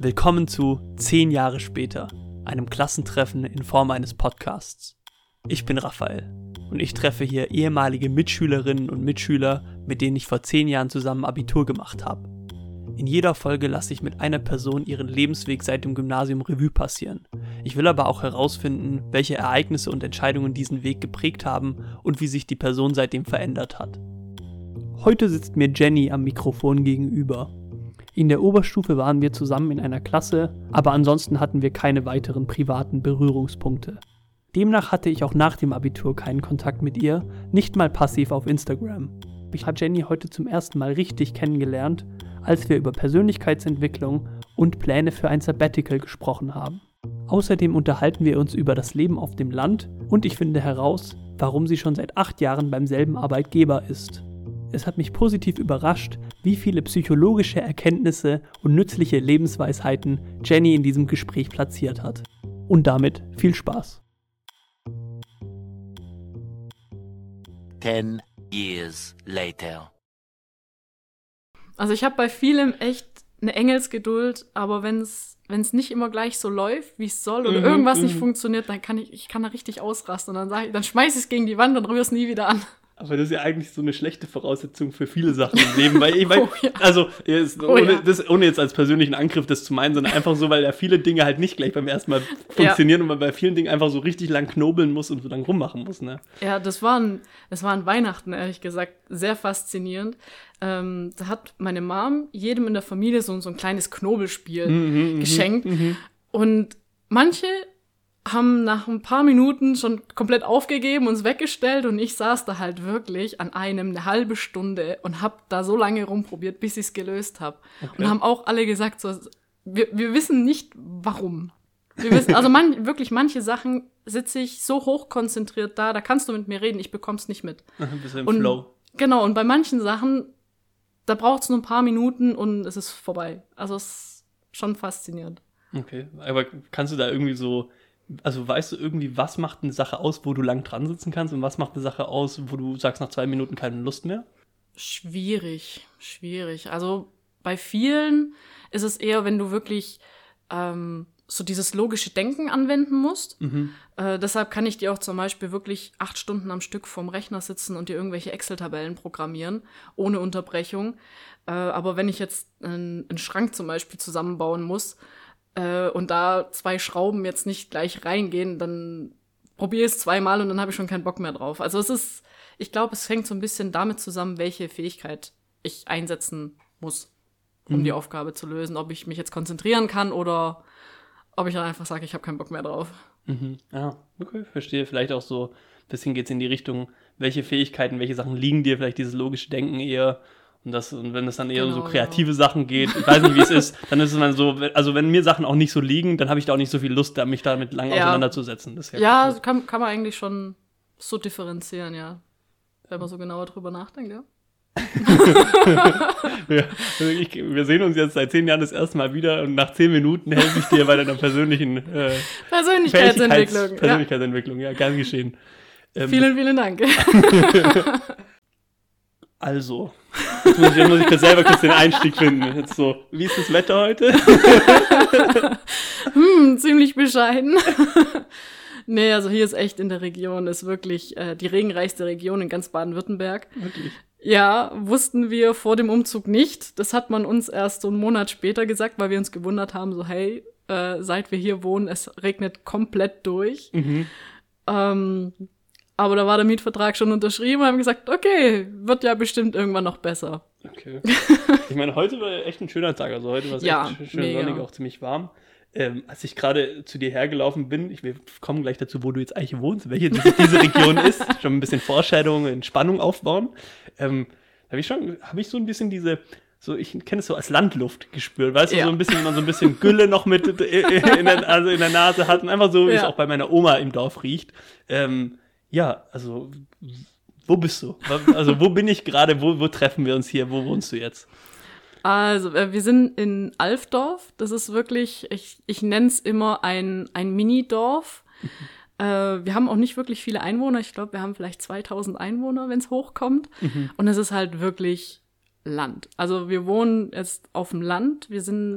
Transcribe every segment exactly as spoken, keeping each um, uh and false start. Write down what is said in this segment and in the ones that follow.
Willkommen zu zehn Jahre später, einem Klassentreffen in Form eines Podcasts. Ich bin Raphael und ich treffe hier ehemalige Mitschülerinnen und Mitschüler, mit denen ich vor zehn Jahren zusammen Abitur gemacht habe. In jeder Folge lasse ich mit einer Person ihren Lebensweg seit dem Gymnasium Revue passieren. Ich will aber auch herausfinden, welche Ereignisse und Entscheidungen diesen Weg geprägt haben und wie sich die Person seitdem verändert hat. Heute sitzt mir Jenny am Mikrofon gegenüber. In der Oberstufe waren wir zusammen in einer Klasse, aber ansonsten hatten wir keine weiteren privaten Berührungspunkte. Demnach hatte ich auch nach dem Abitur keinen Kontakt mit ihr, nicht mal passiv auf Instagram. Ich habe Jenny heute zum ersten Mal richtig kennengelernt, als wir über Persönlichkeitsentwicklung und Pläne für ein Sabbatical gesprochen haben. Außerdem unterhalten wir uns über das Leben auf dem Land und ich finde heraus, warum sie schon seit acht Jahren beim selben Arbeitgeber ist. Es hat mich positiv überrascht, wie viele psychologische Erkenntnisse und nützliche Lebensweisheiten Jenny in diesem Gespräch platziert hat. Und damit viel Spaß. Ten years later. Also ich habe bei vielem echt eine Engelsgeduld, aber wenn es nicht immer gleich so läuft, wie es soll, oder mhm, irgendwas mhm. nicht funktioniert, dann kann ich, ich kann da richtig ausrasten und dann sage ich, dann schmeiß ich es gegen die Wand und rühre es nie wieder an. Aber das ist ja eigentlich so eine schlechte Voraussetzung für viele Sachen im Leben, weil ich mein, oh, ja. also jetzt, oh, ohne, ja. das, ohne jetzt als persönlichen Angriff das zu meinen, sondern einfach so, weil ja viele Dinge halt nicht gleich beim ersten Mal funktionieren ja. und man bei vielen Dingen einfach so richtig lang knobeln muss und so lang rummachen muss, ne? Ja, das war ein, das war an Weihnachten, ehrlich gesagt, sehr faszinierend. Ähm, da hat meine Mom jedem in der Familie so, so ein kleines Knobelspiel mhm, geschenkt mhm. und manche haben nach ein paar Minuten schon komplett aufgegeben, uns weggestellt und ich saß da halt wirklich an einem eine halbe Stunde und hab da so lange rumprobiert, bis ich's gelöst habe. Okay. Und haben auch alle gesagt, so, wir, wir wissen nicht, warum. Wir wissen, also man, wirklich manche Sachen sitze ich so hochkonzentriert da, da kannst du mit mir reden, ich bekomm's nicht mit. Ein bisschen im und, Flow. Genau, und bei manchen Sachen, da braucht's nur ein paar Minuten und es ist vorbei. Also es ist schon faszinierend. Okay, aber kannst du da irgendwie so Also weißt du irgendwie, was macht eine Sache aus, wo du lang dran sitzen kannst und was macht eine Sache aus, wo du sagst, nach zwei Minuten keine Lust mehr? Schwierig, schwierig. Also bei vielen ist es eher, wenn du wirklich ähm, so dieses logische Denken anwenden musst. Mhm. Äh, deshalb kann ich dir auch zum Beispiel wirklich acht Stunden am Stück vorm Rechner sitzen und dir irgendwelche Excel-Tabellen programmieren, ohne Unterbrechung. Äh, aber wenn ich jetzt einen, einen Schrank zum Beispiel zusammenbauen muss, Äh, und da zwei Schrauben jetzt nicht gleich reingehen, dann probiere ich es zweimal und dann habe ich schon keinen Bock mehr drauf. Also es ist, ich glaube, es hängt so ein bisschen damit zusammen, welche Fähigkeit ich einsetzen muss, um mhm. die Aufgabe zu lösen. Ob ich mich jetzt konzentrieren kann oder ob ich dann einfach sage, ich habe keinen Bock mehr drauf. Mhm. Ja, okay, verstehe. Vielleicht auch so ein bisschen geht es in die Richtung, welche Fähigkeiten, welche Sachen liegen dir, vielleicht dieses logische Denken eher. Und, das, und wenn es dann eher genau, um so kreative genau. Sachen geht, ich weiß nicht, wie es ist, dann ist es dann so, also wenn mir Sachen auch nicht so liegen, dann habe ich da auch nicht so viel Lust, mich damit lang ja. auseinanderzusetzen. Das ist ja ja, kann, kann man eigentlich schon so differenzieren, ja. Wenn man so genauer drüber nachdenkt, ja. ja also ich, wir sehen uns jetzt seit zehn Jahren das erste Mal wieder und nach zehn Minuten helfe ich dir bei deiner persönlichen äh, Persönlichkeitsentwicklung. Persönlichkeitsentwicklung, ja, ja gern geschehen. Ähm, vielen, vielen Dank. Also, jetzt muss ich, jetzt muss ich kurz selber kurz den Einstieg finden. Jetzt so, wie ist das Wetter heute? hm, ziemlich bescheiden. Nee, also hier ist echt in der Region, ist wirklich äh, die regenreichste Region in ganz Baden-Württemberg. Wirklich? Ja, wussten wir vor dem Umzug nicht. Das hat man uns erst so einen Monat später gesagt, weil wir uns gewundert haben, so hey, äh, seit wir hier wohnen, es regnet komplett durch. Mhm. Ähm, Aber da war der Mietvertrag schon unterschrieben und haben gesagt, okay, wird ja bestimmt irgendwann noch besser. Okay. Ich meine, heute war echt ein schöner Tag. Also heute war es ja, echt schön sonnig, auch ziemlich warm. Ähm, als ich gerade zu dir hergelaufen bin, ich, wir kommen gleich dazu, wo du jetzt eigentlich wohnst, welche diese Region ist, schon ein bisschen Vorstellung, Entspannung aufbauen. Ähm, da habe ich schon, habe ich so ein bisschen diese, so ich kenne es so als Landluft gespürt, weißt du, ja. so ein bisschen, wenn man so ein bisschen Gülle noch mit in der, also in der Nase hat und einfach so, wie ja. es auch bei meiner Oma im Dorf riecht. Ähm, Ja, also, wo bist du? Also, wo bin ich gerade? Wo, wo treffen wir uns hier? Wo wohnst du jetzt? Also, wir sind in Alfdorf. Das ist wirklich, ich, ich nenne es immer ein, ein Mini-Dorf. Mhm. Äh, wir haben auch nicht wirklich viele Einwohner. Ich glaube, wir haben vielleicht zweitausend Einwohner, wenn es hochkommt. Mhm. Und es ist halt wirklich Land. Also, wir wohnen jetzt auf dem Land. Wir sind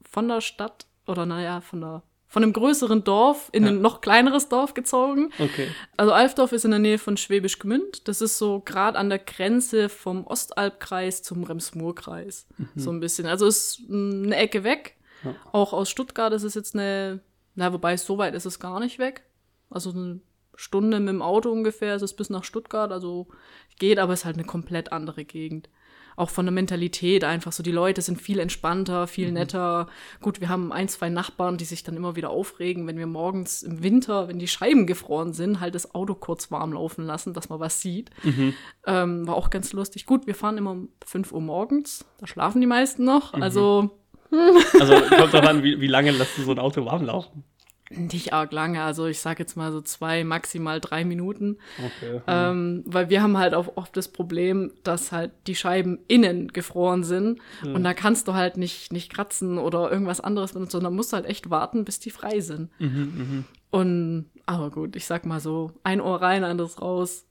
von der Stadt oder naja, von der von einem größeren Dorf in Ja. ein noch kleineres Dorf gezogen. Okay. Also Alfdorf ist in der Nähe von Schwäbisch Gmünd. Das ist so gerade an der Grenze vom Ostalbkreis zum Rems-Murr-Kreis. Mhm. So ein bisschen. Also ist mh, eine Ecke weg. Ja. Auch aus Stuttgart ist es jetzt eine, na wobei so weit ist es gar nicht weg. Also eine Stunde mit dem Auto ungefähr ist es bis nach Stuttgart. Also geht, aber es ist halt eine komplett andere Gegend. Auch von der Mentalität einfach so. Die Leute sind viel entspannter, viel Mhm. netter. Gut, wir haben ein, zwei Nachbarn, die sich dann immer wieder aufregen, wenn wir morgens im Winter, wenn die Scheiben gefroren sind, halt das Auto kurz warm laufen lassen, dass man was sieht. Mhm. Ähm, war auch ganz lustig. Gut, wir fahren immer um fünf Uhr morgens. Da schlafen die meisten noch. Mhm. Also Also kommt drauf an, wie, wie lange lässt du so ein Auto warm laufen? nicht arg lange. Also ich sag jetzt mal so zwei, maximal drei Minuten. Okay. Ähm, weil wir haben halt auch oft das Problem, dass halt die Scheiben innen gefroren sind. Ja. Und da kannst du halt nicht, nicht kratzen oder irgendwas anderes benutzen, sondern musst halt echt warten, bis die frei sind. Mhm, mhm. Und, aber gut, ich sag mal so, ein Ohr rein, anderes raus.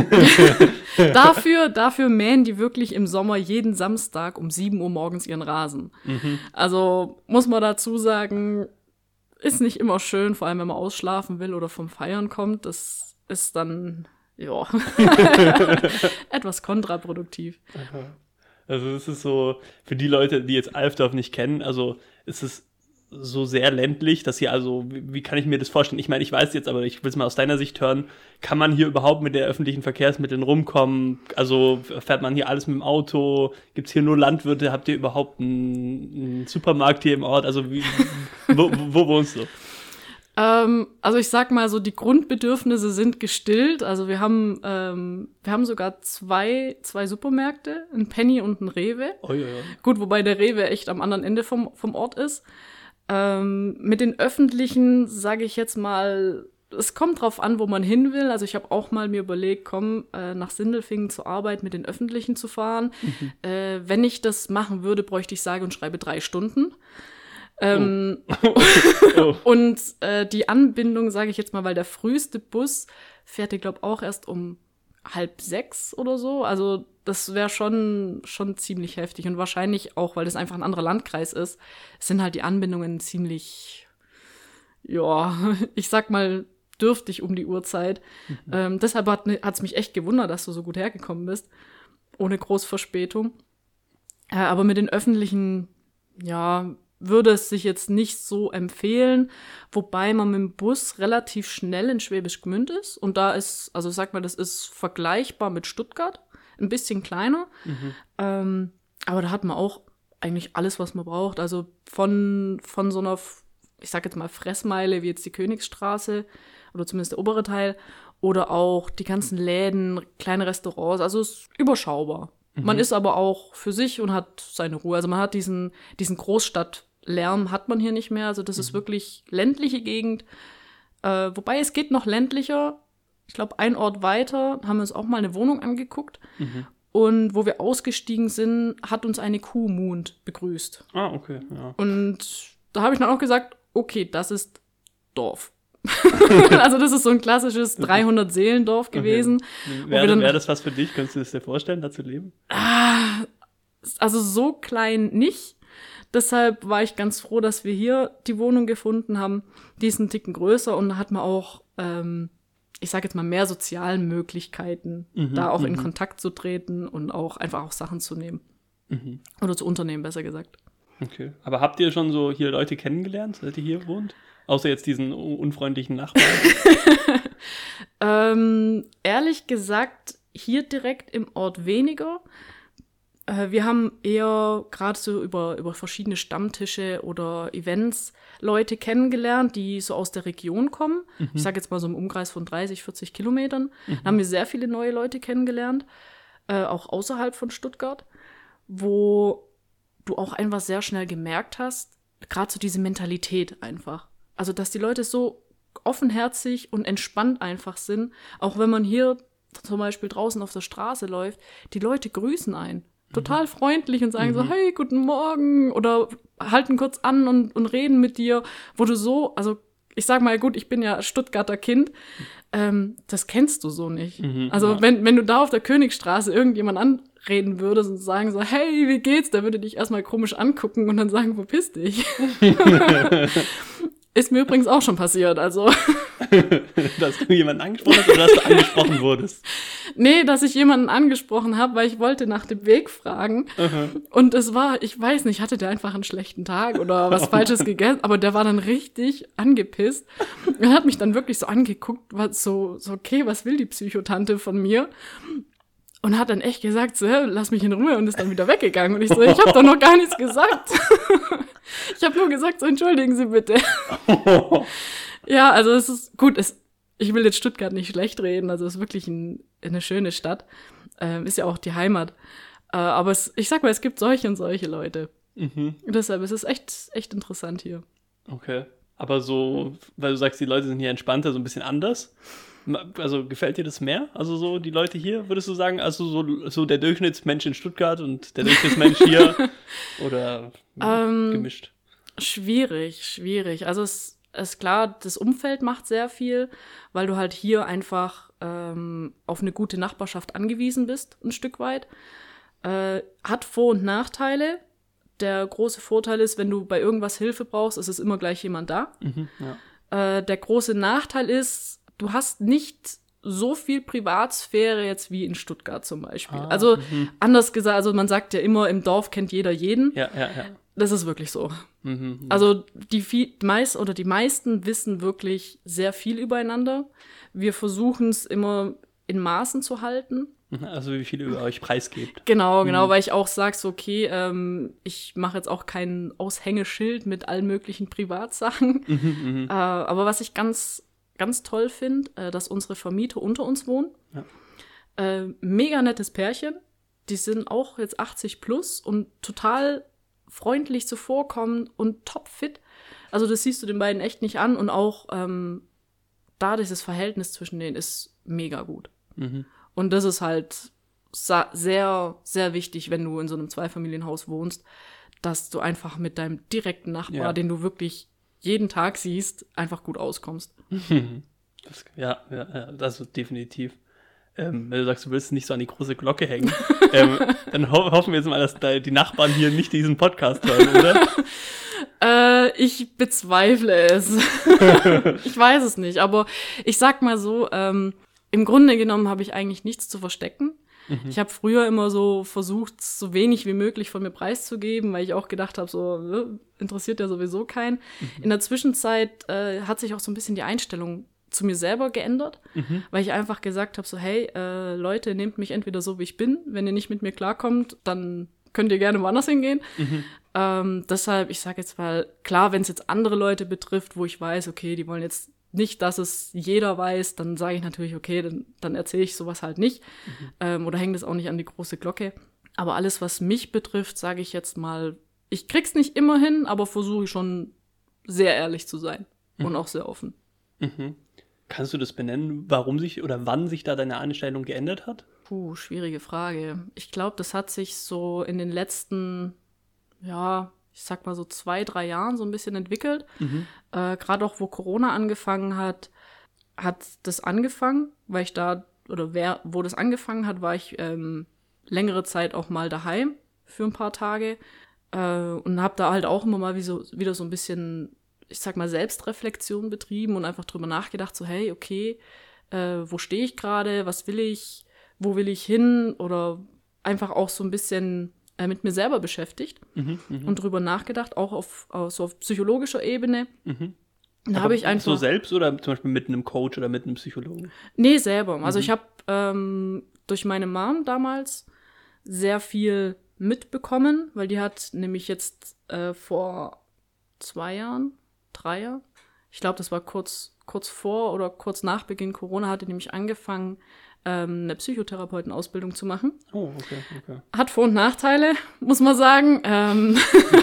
dafür, dafür mähen die wirklich im Sommer jeden Samstag um sieben Uhr morgens ihren Rasen. Mhm. Also muss man dazu sagen, ist nicht immer schön, vor allem wenn man ausschlafen will oder vom Feiern kommt. Das ist dann, ja, etwas kontraproduktiv. Also es ist so, für die Leute, die jetzt Alfdorf nicht kennen, also es ist so sehr ländlich, dass hier also, wie, wie kann ich mir das vorstellen? Ich meine, ich weiß jetzt, aber ich will es mal aus deiner Sicht hören, kann man hier überhaupt mit den öffentlichen Verkehrsmitteln rumkommen? Also fährt man hier alles mit dem Auto? Gibt es hier nur Landwirte? Habt ihr überhaupt einen, einen Supermarkt hier im Ort? Also wie, wo, wo wohnst du? Ähm, also ich sag mal so, die Grundbedürfnisse sind gestillt. Also wir haben, ähm, wir haben sogar zwei, zwei Supermärkte, ein Penny und ein Rewe. Oh, ja, ja. Gut, wobei der Rewe echt am anderen Ende vom, vom Ort ist. Ähm, mit den öffentlichen, sage ich jetzt mal, es kommt drauf an, wo man hin will. Also ich habe auch mal mir überlegt, komm, äh, nach Sindelfingen zur Arbeit mit den Öffentlichen zu fahren. Mhm. Äh, wenn ich das machen würde, bräuchte ich sage und schreibe drei Stunden. Ähm, oh. Oh. Und äh, die Anbindung, sage ich jetzt mal, weil der früheste Bus fährt, ich glaube, auch erst um halb sechs oder so. Also das wäre schon, schon ziemlich heftig. Und wahrscheinlich auch, weil das einfach ein anderer Landkreis ist, sind halt die Anbindungen ziemlich, ja, ich sag mal, dürftig um die Uhrzeit. Mhm. Ähm, deshalb hat es mich echt gewundert, dass du so gut hergekommen bist. Ohne Großverspätung. Äh, aber mit den öffentlichen, ja, würde es sich jetzt nicht so empfehlen, wobei man mit dem Bus relativ schnell in Schwäbisch Gmünd ist. Und da ist, also sag mal, das ist vergleichbar mit Stuttgart, ein bisschen kleiner. Mhm. Ähm, aber da hat man auch eigentlich alles, was man braucht. Also von, von so einer, ich sag jetzt mal, Fressmeile, wie jetzt die Königsstraße oder zumindest der obere Teil, oder auch die ganzen Läden, kleine Restaurants. Also es ist überschaubar. Mhm. Man ist aber auch für sich und hat seine Ruhe. Also man hat diesen, diesen Großstadt- Lärm hat man hier nicht mehr, also das mhm. ist wirklich ländliche Gegend. Äh, wobei es geht noch ländlicher. Ich glaube, ein Ort weiter haben wir uns auch mal eine Wohnung angeguckt. Mhm. Und wo wir ausgestiegen sind, hat uns eine Kuh Mund begrüßt. Ah, okay, ja. Und da habe ich dann auch gesagt, okay, das ist Dorf. Also das ist so ein klassisches dreihundert-Seelendorf gewesen. Okay. Wäre wär das was für dich? Könntest du es dir vorstellen, da zu leben? Ah, also so klein nicht. Deshalb war ich ganz froh, dass wir hier die Wohnung gefunden haben. Die ist einen Ticken größer und da hat man auch, ähm, ich sage jetzt mal, mehr sozialen Möglichkeiten, mhm, da auch m- in Kontakt zu treten und auch einfach auch Sachen zu nehmen. Mhm. Oder zu unternehmen, besser gesagt. Okay. Aber habt ihr schon so hier Leute kennengelernt, seit ihr hier wohnt? Außer jetzt diesen unfreundlichen Nachbarn? ähm, ehrlich gesagt, hier direkt im Ort weniger. Wir haben eher gerade so über, über verschiedene Stammtische oder Events Leute kennengelernt, die so aus der Region kommen. Mhm. Ich sage jetzt mal so im Umkreis von dreißig, vierzig Kilometern. Mhm. Da haben wir sehr viele neue Leute kennengelernt, äh, auch außerhalb von Stuttgart, wo du auch einfach sehr schnell gemerkt hast, gerade so diese Mentalität einfach. Also, dass die Leute so offenherzig und entspannt einfach sind, auch wenn man hier zum Beispiel draußen auf der Straße läuft, die Leute grüßen einen. Total freundlich und sagen mhm. so, hey, guten Morgen, oder halten kurz an und, und reden mit dir, wo du so, also ich sag mal, gut, ich bin ja Stuttgarter Kind, ähm, das kennst du so nicht. Mhm, also ja. wenn, wenn du da auf der Königstraße irgendjemand reden würdest und sagen so, hey, wie geht's? Der würde dich erstmal komisch angucken und dann sagen, verpiss dich. Ist mir übrigens auch schon passiert, also. Dass du jemanden angesprochen hast oder dass du angesprochen wurdest? Nee, dass ich jemanden angesprochen habe, weil ich wollte nach dem Weg fragen. Uh-huh. Und es war, ich weiß nicht, hatte der einfach einen schlechten Tag oder was Falsches gegessen, aber der war dann richtig angepisst. Er hat mich dann wirklich so angeguckt, was so, so, okay, was will die Psychotante von mir? Und hat dann echt gesagt, so, lass mich in Ruhe, und ist dann wieder weggegangen. Und ich so, ich habe doch noch gar nichts gesagt. Ich habe nur gesagt, so, entschuldigen Sie bitte. Ja, also es ist gut, es, ich will jetzt Stuttgart nicht schlecht reden, also es ist wirklich ein, eine schöne Stadt, ähm, ist ja auch die Heimat. Äh, aber es, ich sag mal, es gibt solche und solche Leute. Mhm. Und deshalb ist es echt, echt interessant hier. Okay, aber so, weil du sagst, die Leute sind hier entspannter, so ein bisschen anders. Also gefällt dir das mehr? Also so die Leute hier, würdest du sagen, also so, so der Durchschnittsmensch in Stuttgart und der Durchschnittsmensch hier oder ähm, gemischt? Schwierig, schwierig. Also es ist klar, das Umfeld macht sehr viel, weil du halt hier einfach ähm, auf eine gute Nachbarschaft angewiesen bist, ein Stück weit. Äh, hat Vor- und Nachteile. Der große Vorteil ist, wenn du bei irgendwas Hilfe brauchst, ist es immer gleich jemand da. Mhm, ja. äh, der große Nachteil ist, du hast nicht so viel Privatsphäre jetzt wie in Stuttgart zum Beispiel. Ah, also m-hmm. anders gesagt, also man sagt ja immer, im Dorf kennt jeder jeden. Ja, ja, ja. Das ist wirklich so. Mhm, also die viel, meist oder die meisten wissen wirklich sehr viel übereinander. Wir versuchen es immer in Maßen zu halten. Also wie viel ihr über euch preisgebt. Genau, genau, mhm. weil ich auch sage, so, okay, ähm, ich mache jetzt auch kein Aushängeschild mit allen möglichen Privatsachen. Mhm, äh, aber was ich ganz, ganz toll finde, äh, dass unsere Vermieter unter uns wohnen. Ja. Äh, mega nettes Pärchen. Die sind auch jetzt achtzig plus und total freundlich zuvorkommen und topfit. Also das siehst du den beiden echt nicht an. Und auch ähm, da dieses Verhältnis zwischen denen ist mega gut. Mhm. Und das ist halt sa- sehr, sehr wichtig, wenn du in so einem Zweifamilienhaus wohnst, dass du einfach mit deinem direkten Nachbar, ja. den du wirklich jeden Tag siehst, einfach gut auskommst. Das, ja, ja, ja, das ist definitiv. Ähm, wenn du sagst, du willst nicht so an die große Glocke hängen, ähm, dann ho- hoffen wir jetzt mal, dass die Nachbarn hier nicht diesen Podcast hören, oder? äh, ich bezweifle es. Ich weiß es nicht, aber ich sag mal so, ähm, im Grunde genommen habe ich eigentlich nichts zu verstecken. Mhm. Ich habe früher immer so versucht, so wenig wie möglich von mir preiszugeben, weil ich auch gedacht habe, so interessiert ja sowieso keinen. Mhm. In der Zwischenzeit äh, hat sich auch so ein bisschen die Einstellung zu mir selber geändert, mhm. weil ich einfach gesagt habe, so hey, äh, Leute, nehmt mich entweder so, wie ich bin. Wenn ihr nicht mit mir klarkommt, dann könnt ihr gerne woanders hingehen. Mhm. Ähm, deshalb, ich sage jetzt mal, klar, wenn es jetzt andere Leute betrifft, wo ich weiß, okay, die wollen jetzt nicht, dass es jeder weiß, dann sage ich natürlich, okay, dann, dann erzähle ich sowas halt nicht. Mhm. Ähm, oder hänge das auch nicht an die große Glocke. Aber alles, was mich betrifft, sage ich jetzt mal, ich krieg's nicht immer hin, aber versuche schon sehr ehrlich zu sein. Mhm. Und auch sehr offen. Mhm. Kannst du das benennen, warum sich oder wann sich da deine Einstellung geändert hat? Puh, schwierige Frage. Ich glaube, das hat sich so in den letzten, ja, ich sag mal so zwei, drei Jahren so ein bisschen entwickelt. Mhm. Äh, gerade auch, wo Corona angefangen hat, hat das angefangen, weil ich da, oder wer, wo das angefangen hat, war ich ähm, längere Zeit auch mal daheim für ein paar Tage äh, und habe da halt auch immer mal wie so, wieder so ein bisschen, ich sag mal, Selbstreflexion betrieben und einfach drüber nachgedacht, so hey, okay, äh, wo stehe ich gerade, was will ich, wo will ich hin, oder einfach auch so ein bisschen äh, mit mir selber beschäftigt mhm, und drüber nachgedacht, auch auf, auf, so auf psychologischer Ebene. Mhm. Da habe ich einfach so selbst oder zum Beispiel mit einem Coach oder mit einem Psychologen? Nee, selber. Also mhm. ich habe ähm, durch meine Mom damals sehr viel mitbekommen, weil die hat nämlich jetzt äh, vor zwei Jahren, drei Jahren, ich glaube, das war kurz, kurz vor oder kurz nach Beginn Corona, hatte nämlich angefangen, ähm, eine Psychotherapeutenausbildung zu machen. Oh, okay, okay. Hat Vor- und Nachteile, muss man sagen. Ähm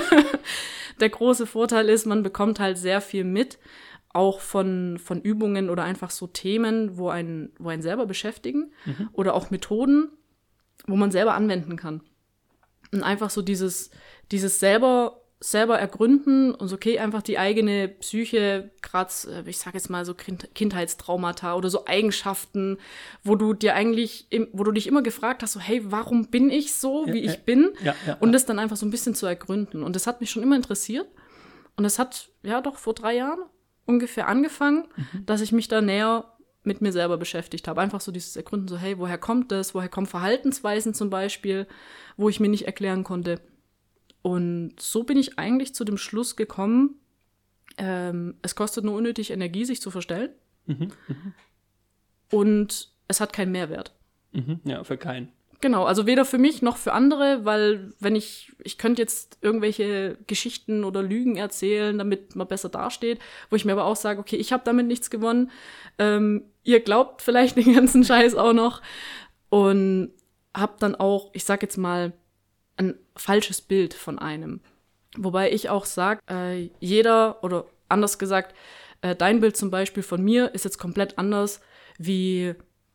Der große Vorteil ist, man bekommt halt sehr viel mit, auch von, von Übungen oder einfach so Themen, wo einen, wo einen selber beschäftigen mhm. oder auch Methoden, wo man selber anwenden kann. Und einfach so dieses, dieses selber selber ergründen und so, okay, einfach die eigene Psyche, gerade, ich sag jetzt mal so kind- Kindheitstraumata oder so Eigenschaften, wo du dir eigentlich, im, wo du dich immer gefragt hast, so, hey, warum bin ich so, wie ja, ich bin? Ja, ja, und ja. das dann einfach so ein bisschen zu ergründen. Und das hat mich schon immer interessiert. Und das hat, ja doch, vor drei Jahren ungefähr angefangen, mhm. dass ich mich da näher mit mir selber beschäftigt habe. Einfach so dieses Ergründen, so, hey, woher kommt das? Woher kommen Verhaltensweisen zum Beispiel, wo ich mir nicht erklären konnte? Und so bin ich eigentlich zu dem Schluss gekommen, ähm, es kostet nur unnötig Energie, sich zu verstellen. Mhm, mh. Und es hat keinen Mehrwert. Mhm, ja, für keinen. Genau, also weder für mich noch für andere, weil wenn ich, ich könnte jetzt irgendwelche Geschichten oder Lügen erzählen, damit man besser dasteht, wo ich mir aber auch sage, okay, ich habe damit nichts gewonnen, ähm, ihr glaubt vielleicht den ganzen Scheiß auch noch und hab dann auch, ich sag jetzt mal, ein falsches Bild von einem. Wobei ich auch sage, äh, jeder, oder anders gesagt, äh, dein Bild zum Beispiel von mir ist jetzt komplett anders wie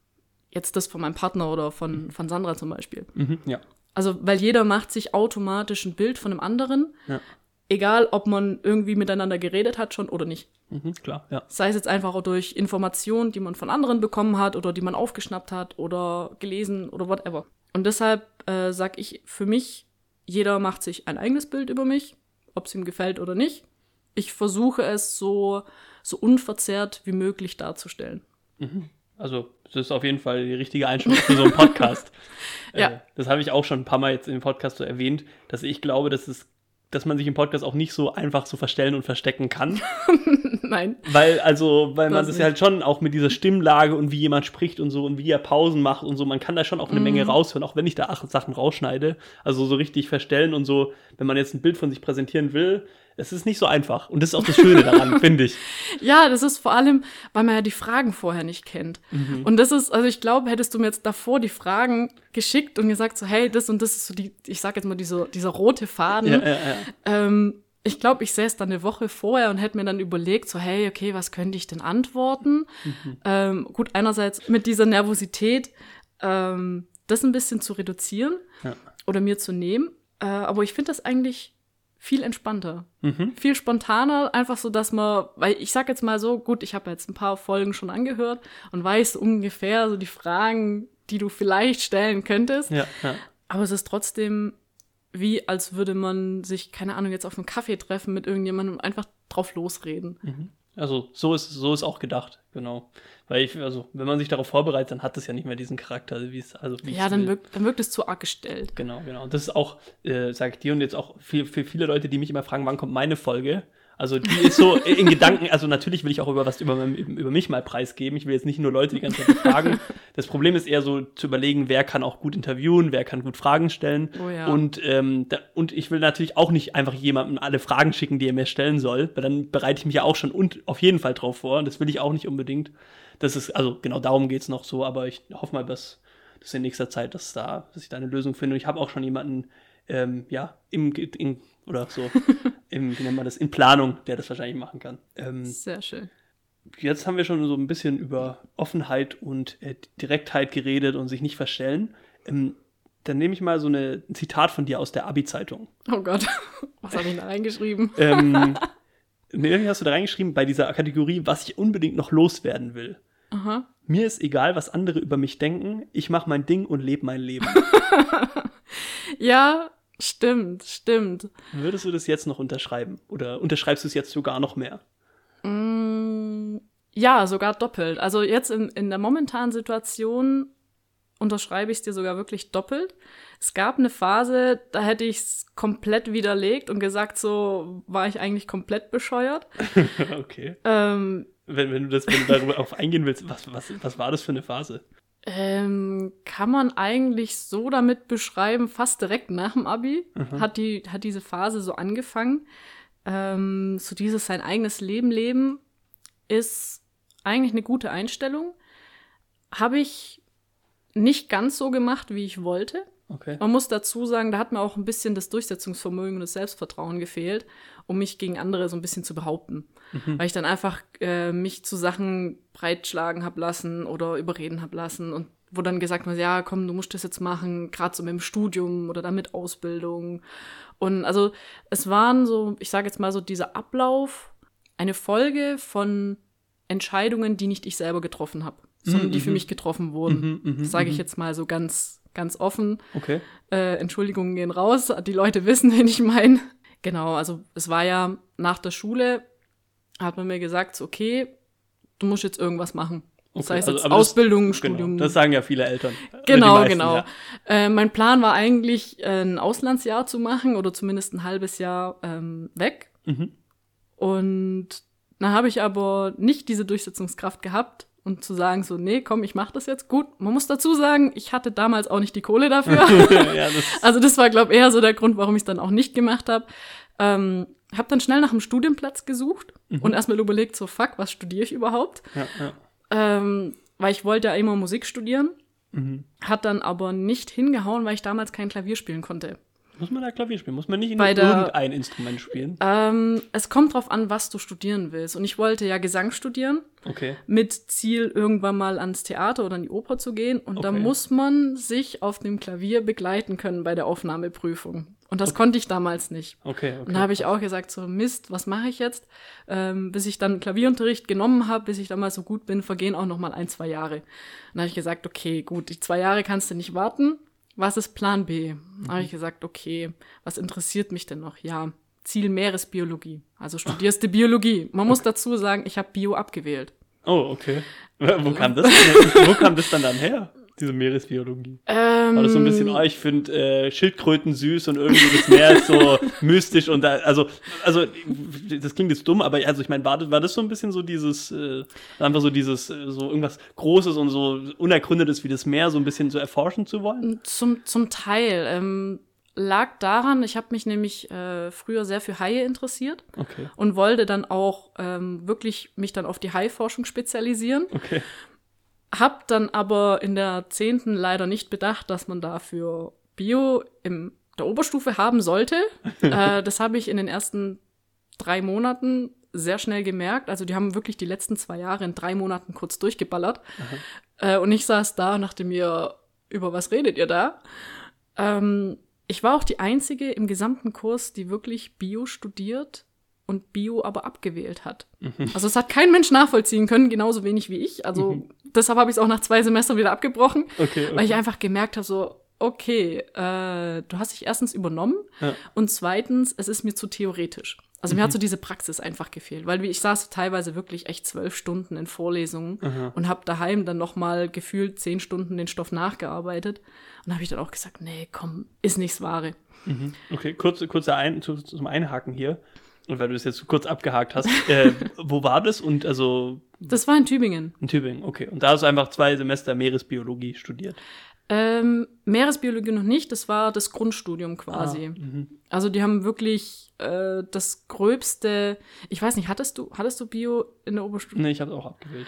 jetzt das von meinem Partner oder von, von Sandra zum Beispiel. Mhm, ja. Also, weil jeder macht sich automatisch ein Bild von einem anderen, ja. egal ob man irgendwie miteinander geredet hat schon oder nicht. Mhm, klar, ja. Sei es jetzt einfach auch durch Informationen, die man von anderen bekommen hat oder die man aufgeschnappt hat oder gelesen oder whatever. Und deshalb äh, sag ich für mich, jeder macht sich ein eigenes Bild über mich, ob es ihm gefällt oder nicht. Ich versuche es so, so unverzerrt wie möglich darzustellen. Mhm. Also das ist auf jeden Fall die richtige Einstellung für so einen Podcast. ja. äh, das habe ich auch schon ein paar Mal jetzt im Podcast so erwähnt, dass ich glaube, dass es dass man sich im Podcast auch nicht so einfach so verstellen und verstecken kann. Nein. Weil, also, weil man das das nicht. ja halt schon auch mit dieser Stimmlage und wie jemand spricht und so und wie er Pausen macht und so, man kann da schon auch eine mm. Menge raushören, auch wenn ich da acht Sachen rausschneide. Also so richtig verstellen und so, wenn man jetzt ein Bild von sich präsentieren will, es ist nicht so einfach. Und das ist auch das Schöne daran, finde ich. Ja, das ist vor allem, weil man ja die Fragen vorher nicht kennt. Mhm. Und das ist, also ich glaube, hättest du mir jetzt davor die Fragen geschickt und gesagt so, hey, das und das ist so die, ich sag jetzt mal, diese, dieser rote Faden. Ja, ja, ja. Ähm, ich glaube, ich säß dann eine Woche vorher und hätte mir dann überlegt, so, hey, okay, was könnte ich denn antworten? Mhm. Ähm, gut, einerseits mit dieser Nervosität, ähm, das ein bisschen zu reduzieren ja. oder mir zu nehmen. Äh, aber ich finde das eigentlich viel entspannter, mhm. viel spontaner, einfach so, dass man, weil ich sag jetzt mal so, gut, ich habe jetzt ein paar Folgen schon angehört und weiß ungefähr so die Fragen, die du vielleicht stellen könntest, ja, ja. aber es ist trotzdem wie, als würde man sich, keine Ahnung, jetzt auf einen Kaffee treffen mit irgendjemandem und einfach drauf losreden. Mhm. Also so ist so ist auch gedacht, genau. Weil ich, also wenn man sich darauf vorbereitet, dann hat es ja nicht mehr diesen Charakter, wie es, also wie ja, dann wirkt, dann wirkt es zu arg gestellt. Genau, genau. Und das ist auch, äh, sag ich dir und jetzt auch für, für viele Leute, die mich immer fragen, wann kommt meine Folge? Also die ist so in Gedanken, also natürlich will ich auch über was über, über mich mal preisgeben. Ich will jetzt nicht nur Leute die ganze Zeit fragen. Das Problem ist eher so zu überlegen, wer kann auch gut interviewen, wer kann gut Fragen stellen. Oh ja. Und, ähm, da, und ich will natürlich auch nicht einfach jemandem alle Fragen schicken, die er mir stellen soll, weil dann bereite ich mich ja auch schon und auf jeden Fall drauf vor. Und das will ich auch nicht unbedingt. Das ist, also genau darum geht es noch so, aber ich hoffe mal, dass, dass in nächster Zeit, dass, da, dass ich da eine Lösung finde. Und ich habe auch schon jemanden, ähm, ja, im, in, oder so, im, wie nennt man das, in Planung, der das wahrscheinlich machen kann. Ähm, Sehr schön. Jetzt haben wir schon so ein bisschen über Offenheit und äh, Direktheit geredet und sich nicht verstellen. Ähm, dann nehme ich mal so eine, ein Zitat von dir aus der Abi-Zeitung. Oh Gott, was habe ich da reingeschrieben? ähm, nee, hast du da reingeschrieben, bei dieser Kategorie, was ich unbedingt noch loswerden will. Aha. Mir ist egal, was andere über mich denken. Ich mache mein Ding und lebe mein Leben. Ja, stimmt, stimmt. Würdest du das jetzt noch unterschreiben? Oder unterschreibst du es jetzt sogar noch mehr? Mm, ja, sogar doppelt. Also jetzt in, in der momentanen Situation unterschreibe ich es dir sogar wirklich doppelt. Es gab eine Phase, da hätte ich es komplett widerlegt und gesagt, so war ich eigentlich komplett bescheuert. Okay. Ähm, wenn, wenn, du das, wenn du darauf eingehen willst, was, was, was war das für eine Phase? Ähm, kann man eigentlich so damit beschreiben, fast direkt nach dem Abi mhm. hat, die, hat diese Phase so angefangen. Ähm, so dieses sein eigenes Leben leben ist eigentlich eine gute Einstellung. Habe ich nicht ganz so gemacht, wie ich wollte. Okay. Man muss dazu sagen, da hat mir auch ein bisschen das Durchsetzungsvermögen und das Selbstvertrauen gefehlt, um mich gegen andere so ein bisschen zu behaupten. Mhm. Weil ich dann einfach äh, mich zu Sachen breitschlagen habe lassen oder überreden habe lassen und wo dann gesagt wird, ja, komm, du musst das jetzt machen, gerade so mit dem Studium oder dann mit Ausbildung. Und also es waren so, ich sage jetzt mal so, dieser Ablauf, eine Folge von Entscheidungen, die nicht ich selber getroffen habe, sondern Mhm, die für mhm. mich getroffen wurden. Mhm, mhm, Sage ich mhm. jetzt mal so ganz, ganz offen. Okay. Äh, Entschuldigungen gehen raus, die Leute wissen, wen ich meine. Genau, also es war ja nach der Schule, hat man mir gesagt, so, okay, du musst jetzt irgendwas machen. Das Okay, heißt also, jetzt aber das- Ausbildung, Studium. Genau, das sagen ja viele Eltern. Oder die Genau, meisten, genau. Ja. Äh, mein Plan war eigentlich, äh, ein Auslandsjahr zu machen oder zumindest ein halbes Jahr ähm, weg. Mhm. Und dann habe ich aber nicht diese Durchsetzungskraft gehabt und zu sagen so, nee, komm, ich mache das jetzt. Gut, man muss dazu sagen, ich hatte damals auch nicht die Kohle dafür. ja, das, Also das war, glaube ich, eher so der Grund, warum ich es dann auch nicht gemacht habe. Ähm, habe dann schnell nach einem Studienplatz gesucht Mhm. und erstmal überlegt, so fuck, was studiere ich überhaupt? ja, ja. Ähm, weil ich wollte ja immer Musik studieren, Mhm. hat dann aber nicht hingehauen, weil ich damals kein Klavier spielen konnte. Muss man da Klavier spielen? Muss man nicht Bei nur der- irgendein Instrument spielen? Ähm, es kommt drauf an, was du studieren willst. Und ich wollte ja Gesang studieren, Okay. mit Ziel, irgendwann mal ans Theater oder an die Oper zu gehen. Und da Okay. muss man sich auf dem Klavier begleiten können bei der Aufnahmeprüfung. Und das konnte ich damals nicht. Okay, okay. Und da habe ich auch gesagt, so Mist, was mache ich jetzt? Ähm, bis ich dann Klavierunterricht genommen habe, bis ich dann mal so gut bin, vergehen auch noch mal ein, zwei Jahre. Und dann habe ich gesagt, okay, gut, die zwei Jahre kannst du nicht warten. Was ist Plan B? Dann habe ich gesagt, okay, was interessiert mich denn noch? Ja, Ziel Meeresbiologie. Also studierst du Biologie. Man muss dazu sagen, ich habe Bio abgewählt. Oh, okay. Wo kam das denn, wo kam das dann dann her? Diese Meeresbiologie. Ähm, War das so ein bisschen, oh, ich finde äh, Schildkröten süß und irgendwie das Meer ist so mystisch und da, also, also, das klingt jetzt dumm, aber also ich meine, war das, war das so ein bisschen so dieses, äh, einfach so dieses, äh, so irgendwas Großes und so Unergründetes wie das Meer so ein bisschen so erforschen zu wollen? Zum, zum Teil. Ähm, lag daran, ich habe mich nämlich äh, früher sehr für Haie interessiert Okay, und wollte dann auch ähm, wirklich mich dann auf die Haiforschung spezialisieren. okay. Hab dann aber in der zehnten leider nicht bedacht, dass man dafür Bio in der Oberstufe haben sollte. äh, das habe ich in den ersten drei Monaten sehr schnell gemerkt. Also die haben wirklich die letzten zwei Jahre in drei Monaten kurz durchgeballert. Äh, und ich saß da und dachte mir, über was redet ihr da? Ähm, ich war auch die Einzige im gesamten Kurs, die wirklich Bio studiert und Bio aber abgewählt hat. Also es hat kein Mensch nachvollziehen können, genauso wenig wie ich. Also Mhm. deshalb habe ich es auch nach zwei Semestern wieder abgebrochen, Okay, okay. weil ich einfach gemerkt habe, so, okay, äh, du hast dich erstens übernommen Ja. und zweitens, es ist mir zu theoretisch. Also mir hat so diese Praxis einfach gefehlt, weil ich saß teilweise wirklich echt zwölf Stunden in Vorlesungen Aha. und habe daheim dann noch mal gefühlt zehn Stunden den Stoff nachgearbeitet. Und da habe ich dann auch gesagt, nee, komm, ist nichts Wahre. Mhm. Okay, kurz, kurzer ein, zu, zum Einhaken hier. Und weil du das jetzt so kurz abgehakt hast, äh, wo war das? Und also Das war in Tübingen. in Tübingen, okay. Und da hast du einfach zwei Semester Meeresbiologie studiert. Ähm, Meeresbiologie noch nicht, das war das Grundstudium quasi. Ah, mhm. Also die haben wirklich äh, das gröbste, ich weiß nicht, hattest du, hattest du Bio in der Oberstufe? Nee, ich habe auch abgewählt.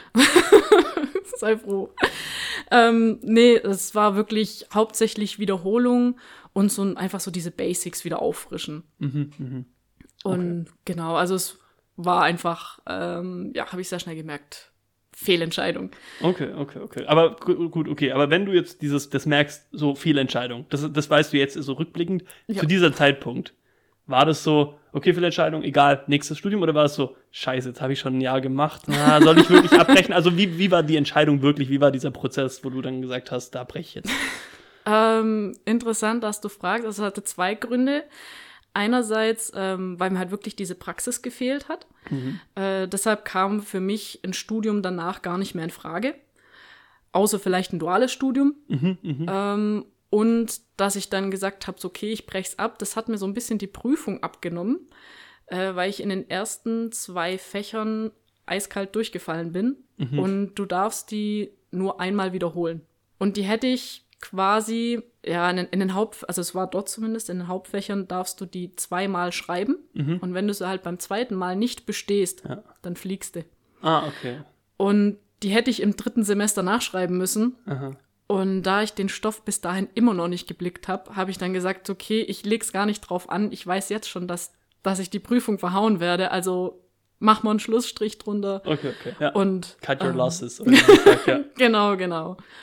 Sei froh. ähm, nee, es war wirklich hauptsächlich Wiederholung und so ein- einfach so diese Basics wieder auffrischen. Mhm, mhm. Und genau, also es war einfach, ähm, ja, habe ich sehr schnell gemerkt, Fehlentscheidung. Okay, okay, okay. Aber gu- gut, okay. Aber wenn du jetzt dieses, das merkst, so viel Entscheidung, das, das weißt du jetzt so rückblickend, Ja. zu dieser Zeitpunkt, war das so, okay, viel Entscheidung, egal, nächstes Studium, oder war das so, scheiße, jetzt habe ich schon ein Jahr gemacht, na, soll ich wirklich abbrechen? Also wie, wie war die Entscheidung wirklich, wie war dieser Prozess, wo du dann gesagt hast, da breche ich jetzt? Ähm, interessant, dass du fragst. Also es hatte zwei Gründe. Einerseits, ähm, weil mir halt wirklich diese Praxis gefehlt hat. Mhm. Äh, deshalb kam für mich ein Studium danach gar nicht mehr in Frage. Außer vielleicht ein duales Studium. Mhm, mhm. Ähm, und dass ich dann gesagt habe, so, okay, ich brech's ab. Das hat mir so ein bisschen die Prüfung abgenommen, äh, weil ich in den ersten zwei Fächern eiskalt durchgefallen bin. Mhm. Und du darfst die nur einmal wiederholen. Und die hätte ich quasi, ja, in den, in den Haupt, also es war dort zumindest, in den Hauptfächern darfst du die zweimal schreiben. Mhm. Und wenn du sie halt beim zweiten Mal nicht bestehst, Ja. dann fliegst du. Ah, okay. Und die hätte ich im dritten Semester nachschreiben müssen. Aha. Und da ich den Stoff bis dahin immer noch nicht geblickt habe, habe ich dann gesagt, okay, ich leg's gar nicht drauf an. Ich weiß jetzt schon, dass, dass ich die Prüfung verhauen werde. Also mach mal einen Schlussstrich drunter. Okay, okay. Ja. Und Cut your ähm, losses. Oder wie man sagt, ja. Genau, genau.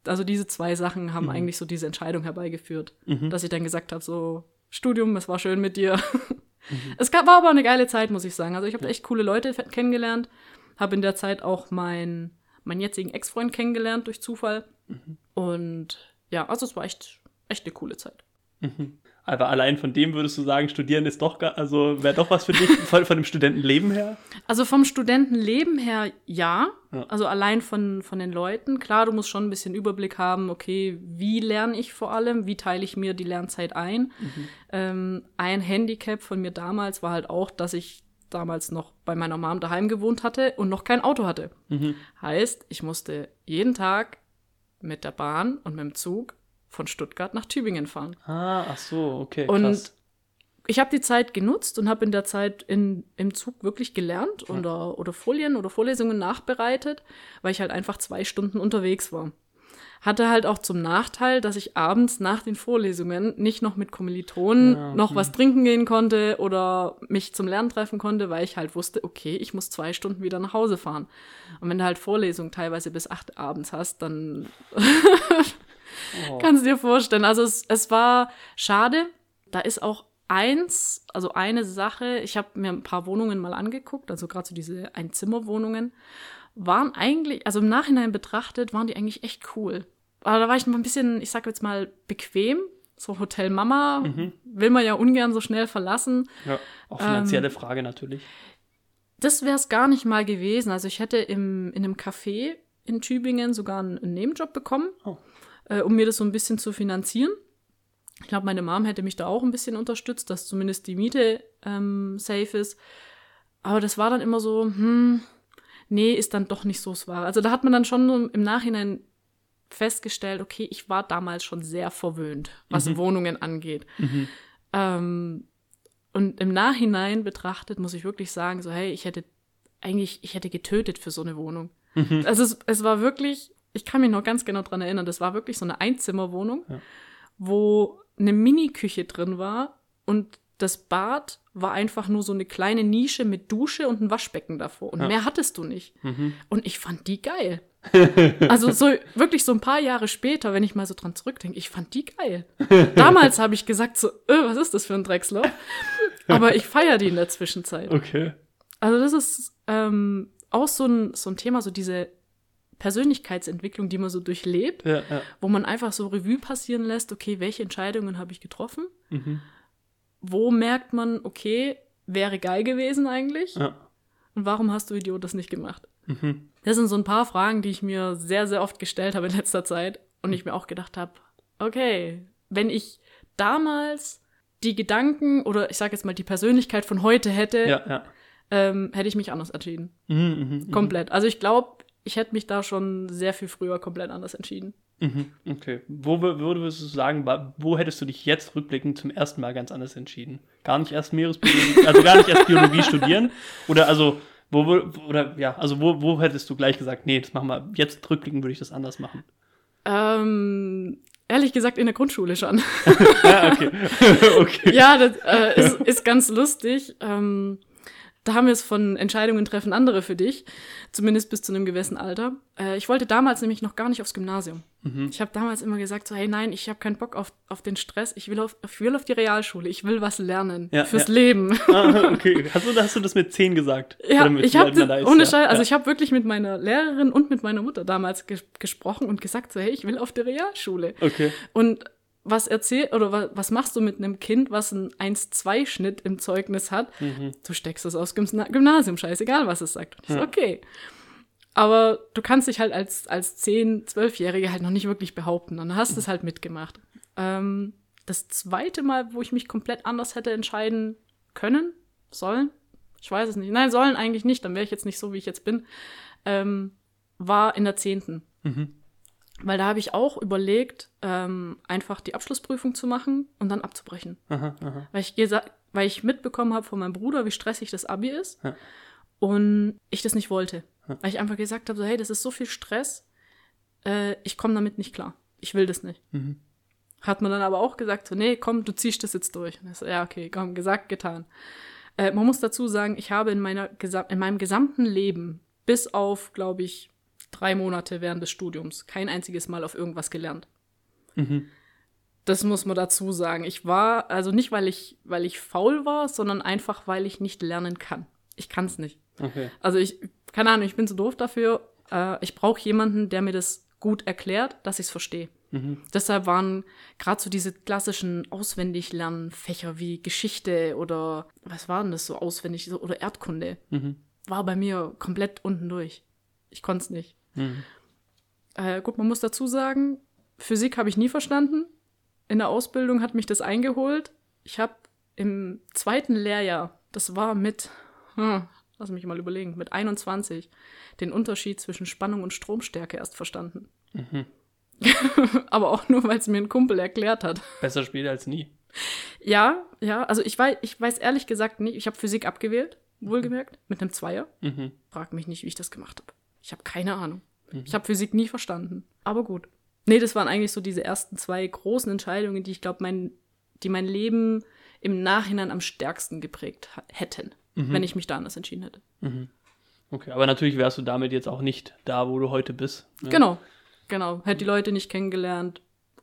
also diese zwei Sachen haben Mhm. eigentlich so diese Entscheidung herbeigeführt, Mhm. dass ich dann gesagt habe, so, Studium, es war schön mit dir. Mhm. Es gab, war aber eine geile Zeit, muss ich sagen. Also ich habe echt coole Leute fe- kennengelernt, habe in der Zeit auch meinen meinen jetzigen Ex-Freund kennengelernt durch Zufall. Mhm. Und ja, also es war echt, echt eine coole Zeit. Mhm. Aber allein von dem würdest du sagen, studieren ist doch, gar, also wäre doch was für dich von, von dem Studentenleben her? Also vom Studentenleben her ja. Ja. Also allein von, von den Leuten. Klar, du musst schon ein bisschen Überblick haben, okay, wie lerne ich vor allem, wie teile ich mir die Lernzeit ein. Mhm. Ähm, ein Handicap von mir damals war halt auch, dass ich damals noch bei meiner Mom daheim gewohnt hatte und noch kein Auto hatte. Mhm. Heißt, ich musste jeden Tag mit der Bahn und mit dem Zug von Stuttgart nach Tübingen fahren. Ah, ach so, okay, Und krass. ich habe die Zeit genutzt und habe in der Zeit in, im Zug wirklich gelernt oder, oder Folien oder Vorlesungen nachbereitet, weil ich halt einfach zwei Stunden unterwegs war. Hatte halt auch zum Nachteil, dass ich abends nach den Vorlesungen nicht noch mit Kommilitonen Ja, noch hm. was trinken gehen konnte oder mich zum Lernen treffen konnte, weil ich halt wusste, okay, ich muss zwei Stunden wieder nach Hause fahren. Und wenn du halt Vorlesungen teilweise bis acht abends hast, dann Oh. kannst du dir vorstellen. Also es, es war schade. Da ist auch eins, also eine Sache, ich habe mir ein paar Wohnungen mal angeguckt, also gerade so diese Einzimmerwohnungen, waren eigentlich, also im Nachhinein betrachtet, waren die eigentlich echt cool. Aber da war ich mal ein bisschen, ich sag jetzt mal, bequem. So Hotel Mama Mhm. will man ja ungern so schnell verlassen. Ja, auch finanzielle Frage natürlich. Das wäre es gar nicht mal gewesen. Also ich hätte im, in einem Café in Tübingen sogar einen, einen Nebenjob bekommen, Oh. äh, um mir das so ein bisschen zu finanzieren. Ich glaube, meine Mom hätte mich da auch ein bisschen unterstützt, dass zumindest die Miete ähm, safe ist. Aber das war dann immer so, hm, nee, ist dann doch nicht so das Wahre. Also da hat man dann schon so im Nachhinein festgestellt, okay, ich war damals schon sehr verwöhnt, was Mhm. Wohnungen angeht. Mhm. Ähm, und im Nachhinein betrachtet muss ich wirklich sagen, so hey, ich hätte eigentlich, ich hätte getötet für so eine Wohnung. Mhm. Also es, es war wirklich, ich kann mich noch ganz genau dran erinnern, das war wirklich so eine Einzimmerwohnung, Ja. wo eine Mini-Küche drin war und das Bad war einfach nur so eine kleine Nische mit Dusche und ein Waschbecken davor. Und Ja. mehr hattest du nicht. Mhm. Und ich fand die geil. Also so wirklich so ein paar Jahre später, wenn ich mal so dran zurückdenke, ich fand die geil. Damals habe ich gesagt so, äh, was ist das für ein Drecksloch? Aber ich feiere die in der Zwischenzeit. Okay. Also das ist ähm, auch so ein, so ein Thema, so diese Persönlichkeitsentwicklung, die man so durchlebt, Ja, ja. wo man einfach so Revue passieren lässt, okay, welche Entscheidungen habe ich getroffen? Mhm. Wo merkt man, okay, wäre geil gewesen eigentlich? Ja. Und warum hast du Idiot das nicht gemacht? Mhm. Das sind so ein paar Fragen, die ich mir sehr, sehr oft gestellt habe in letzter Zeit und ich mir auch gedacht habe, okay, wenn ich damals die Gedanken oder ich sage jetzt mal die Persönlichkeit von heute hätte, Ja, ja. ähm, hätte ich mich anders entschieden. Mhm, mhm, mhm. Komplett. Also ich glaube, ich hätte mich da schon sehr viel früher komplett anders entschieden. Mhm. Okay. Wo, wo würdest du sagen, wa- wo hättest du dich jetzt rückblickend zum ersten Mal ganz anders entschieden? Gar nicht erst Meeresbiologie, also gar nicht erst Biologie studieren? Oder also, wo, wo, oder ja, also wo, wo hättest du gleich gesagt, nee, das machen wir, jetzt rückblickend würde ich das anders machen? Ähm, ehrlich gesagt in der Grundschule schon. Ja, okay. Okay. Ja, das äh, ist, ist ganz lustig. Ähm, da haben wir es von Entscheidungen treffen andere für dich, zumindest bis zu einem gewissen Alter. Äh, ich wollte damals nämlich noch gar nicht aufs Gymnasium. Mhm. Ich habe damals immer gesagt, so hey, nein, ich habe keinen Bock auf, auf den Stress, ich will auf, ich will auf die Realschule, ich will was lernen Ja, fürs ja. Leben. Ah, okay. Hast du, hast du das mit zehn gesagt? Ja, Oder mit ich wie habe alt man da ist? ohne Ja, Scheiß, also ja. ich habe wirklich mit meiner Lehrerin und mit meiner Mutter damals ges gesprochen und gesagt, so hey, ich will auf die Realschule. Okay. Und was erzähl oder wa was machst du mit einem Kind, was einen eins zwei Schnitt im Zeugnis hat? Mhm. Du steckst es aus Gymna Gymnasium, scheißegal, was es sagt. Und ich so, Ja. okay. Aber du kannst dich halt als, als zehn-, zwölfjährige halt noch nicht wirklich behaupten. Und dann hast du es halt mitgemacht. Ähm, das zweite Mal, wo ich mich komplett anders hätte entscheiden können, sollen, ich weiß es nicht. Nein, sollen eigentlich nicht, dann wäre ich jetzt nicht so, wie ich jetzt bin, ähm, war in der zehnten. Mhm. Weil da habe ich auch überlegt, ähm, einfach die Abschlussprüfung zu machen und dann abzubrechen. Aha, aha. Weil ich, gesa- weil ich mitbekommen habe von meinem Bruder, wie stressig das Abi ist. Ja. Und ich das nicht wollte. Ja. Weil ich einfach gesagt habe, so, hey, das ist so viel Stress, äh, ich komme damit nicht klar. Ich will das nicht. Mhm. Hat man dann aber auch gesagt, so, nee, komm, du ziehst das jetzt durch. Und ich so, ja, okay, komm, gesagt, getan. Äh, man muss dazu sagen, ich habe in, meiner, gesa- in meinem gesamten Leben bis auf, glaube ich, drei Monate während des Studiums kein einziges Mal auf irgendwas gelernt. Mhm. Das muss man dazu sagen. Ich war, also nicht, weil ich, weil ich faul war, sondern einfach, weil ich nicht lernen kann. Ich kann es nicht. Okay. Also ich, keine Ahnung, ich bin zu doof dafür. Äh, ich brauche jemanden, der mir das gut erklärt, dass ich es verstehe. Mhm. Deshalb waren gerade so diese klassischen Auswendiglernfächer wie Geschichte oder, was war denn das so auswendig, oder Erdkunde, Mhm. war bei mir komplett unten durch. Ich konnte es nicht. Mhm. Äh, gut, man muss dazu sagen, Physik habe ich nie verstanden. In der Ausbildung hat mich das eingeholt. Ich habe im zweiten Lehrjahr, das war mit, hm, lass mich mal überlegen, mit einundzwanzig, den Unterschied zwischen Spannung und Stromstärke erst verstanden. Mhm. Aber auch nur, weil es mir ein Kumpel erklärt hat. Besser später als nie. Ja, ja, also ich weiß, ich weiß ehrlich gesagt nicht, ich habe Physik abgewählt, wohlgemerkt, mit einem Zweier. Mhm. Frag mich nicht, wie ich das gemacht habe. Ich habe keine Ahnung. Mhm. Ich habe Physik nie verstanden. Aber gut. Nee, das waren eigentlich so diese ersten zwei großen Entscheidungen, die ich glaube, mein, die mein Leben im Nachhinein am stärksten geprägt ha- hätten, Mhm. wenn ich mich da anders entschieden hätte. Mhm. Okay, aber natürlich wärst du damit jetzt auch nicht da, wo du heute bist. Ne? Genau, genau. Hätte die Leute nicht kennengelernt.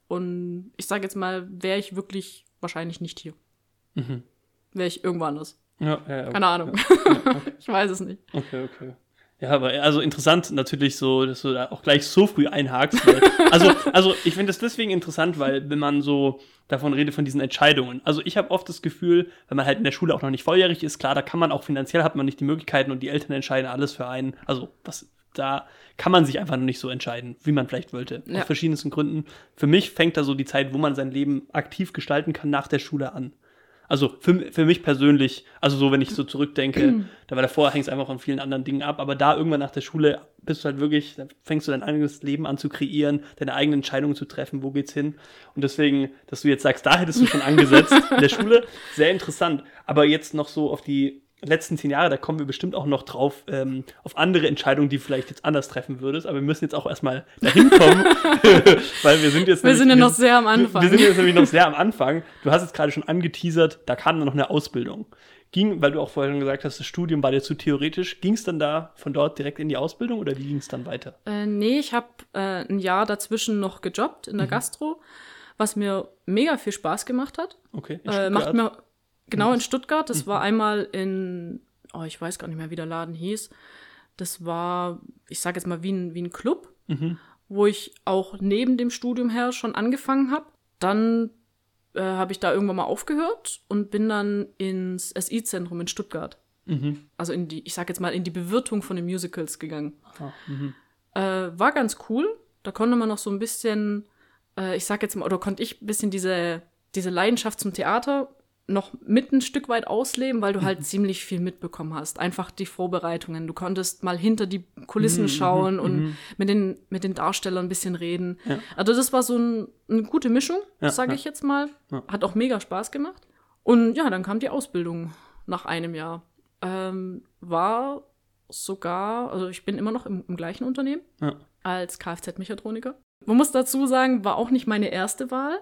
Und ich sage jetzt mal, wäre ich wirklich wahrscheinlich nicht hier. Mhm. Wäre ich irgendwo anders. Ja, ja, okay. Keine Ahnung. Ja, okay. Ich weiß es nicht. Okay, okay. Ja, aber also interessant natürlich so, dass du da auch gleich so früh einhakst. Weil, also, also ich finde das deswegen interessant, weil wenn man so davon redet, von diesen Entscheidungen. Also ich habe oft das Gefühl, wenn man halt in der Schule auch noch nicht volljährig ist, klar, da kann man auch finanziell, hat man nicht die Möglichkeiten und die Eltern entscheiden alles für einen. Also was da kann man sich einfach noch nicht so entscheiden, wie man vielleicht wollte. Ja. Aus verschiedensten Gründen. Für mich fängt da so die Zeit, wo man sein Leben aktiv gestalten kann, nach der Schule an. Also für, für mich persönlich, also so, wenn ich so zurückdenke, da war davor, hängt es einfach von vielen anderen Dingen ab, aber da irgendwann nach der Schule bist du halt wirklich, da fängst du dein eigenes Leben an zu kreieren, deine eigenen Entscheidungen zu treffen, wo geht's hin. Und deswegen, dass du jetzt sagst, da hättest du schon angesetzt in der Schule, sehr interessant. Aber jetzt noch so auf die letzten zehn Jahre, da kommen wir bestimmt auch noch drauf, ähm, auf andere Entscheidungen, die du vielleicht jetzt anders treffen würdest. Aber wir müssen jetzt auch erstmal dahin kommen, weil wir sind jetzt Wir nämlich, sind ja noch wir, sehr am Anfang. Wir sind jetzt nämlich noch sehr am Anfang. Du hast jetzt gerade schon angeteasert, da kam dann noch eine Ausbildung. Ging, weil du auch vorher schon gesagt hast, das Studium war dir zu theoretisch. Ging es dann da von dort direkt in die Ausbildung oder wie ging es dann weiter? Äh, nee, ich habe äh, ein Jahr dazwischen noch gejobbt in der Mhm. Gastro, was mir mega viel Spaß gemacht hat. Okay. in Äh, macht Stuttgart? mir genau in Stuttgart. Das war einmal in, oh, ich weiß gar nicht mehr, wie der Laden hieß. Das war, ich sage jetzt mal, wie ein, wie ein Club, Mhm. wo ich auch neben dem Studium her schon angefangen habe. Dann äh, habe ich da irgendwann mal aufgehört und bin dann ins S I-Zentrum in Stuttgart. Mhm. Also in die, ich sage jetzt mal, in die Bewirtung von den Musicals gegangen. Ah, mhm. Äh, war ganz cool. Da konnte man noch so ein bisschen, äh, ich sag jetzt mal, oder konnte ich ein bisschen diese, diese Leidenschaft zum Theater noch mit ein Stück weit ausleben, weil du halt ziemlich viel mitbekommen hast. Einfach die Vorbereitungen. Du konntest mal hinter die Kulissen Mhm, schauen mhm, und mhm. mit den, mit den Darstellern ein bisschen reden. Ja. Also das war so ein, eine gute Mischung, Ja, sage ja. ich jetzt mal. Ja. Hat auch mega Spaß gemacht. Und ja, dann kam die Ausbildung nach einem Jahr. Ähm, war sogar, also ich bin immer noch im, im gleichen Unternehmen Ja. als Kfz-Mechatroniker. Man muss dazu sagen, war auch nicht meine erste Wahl,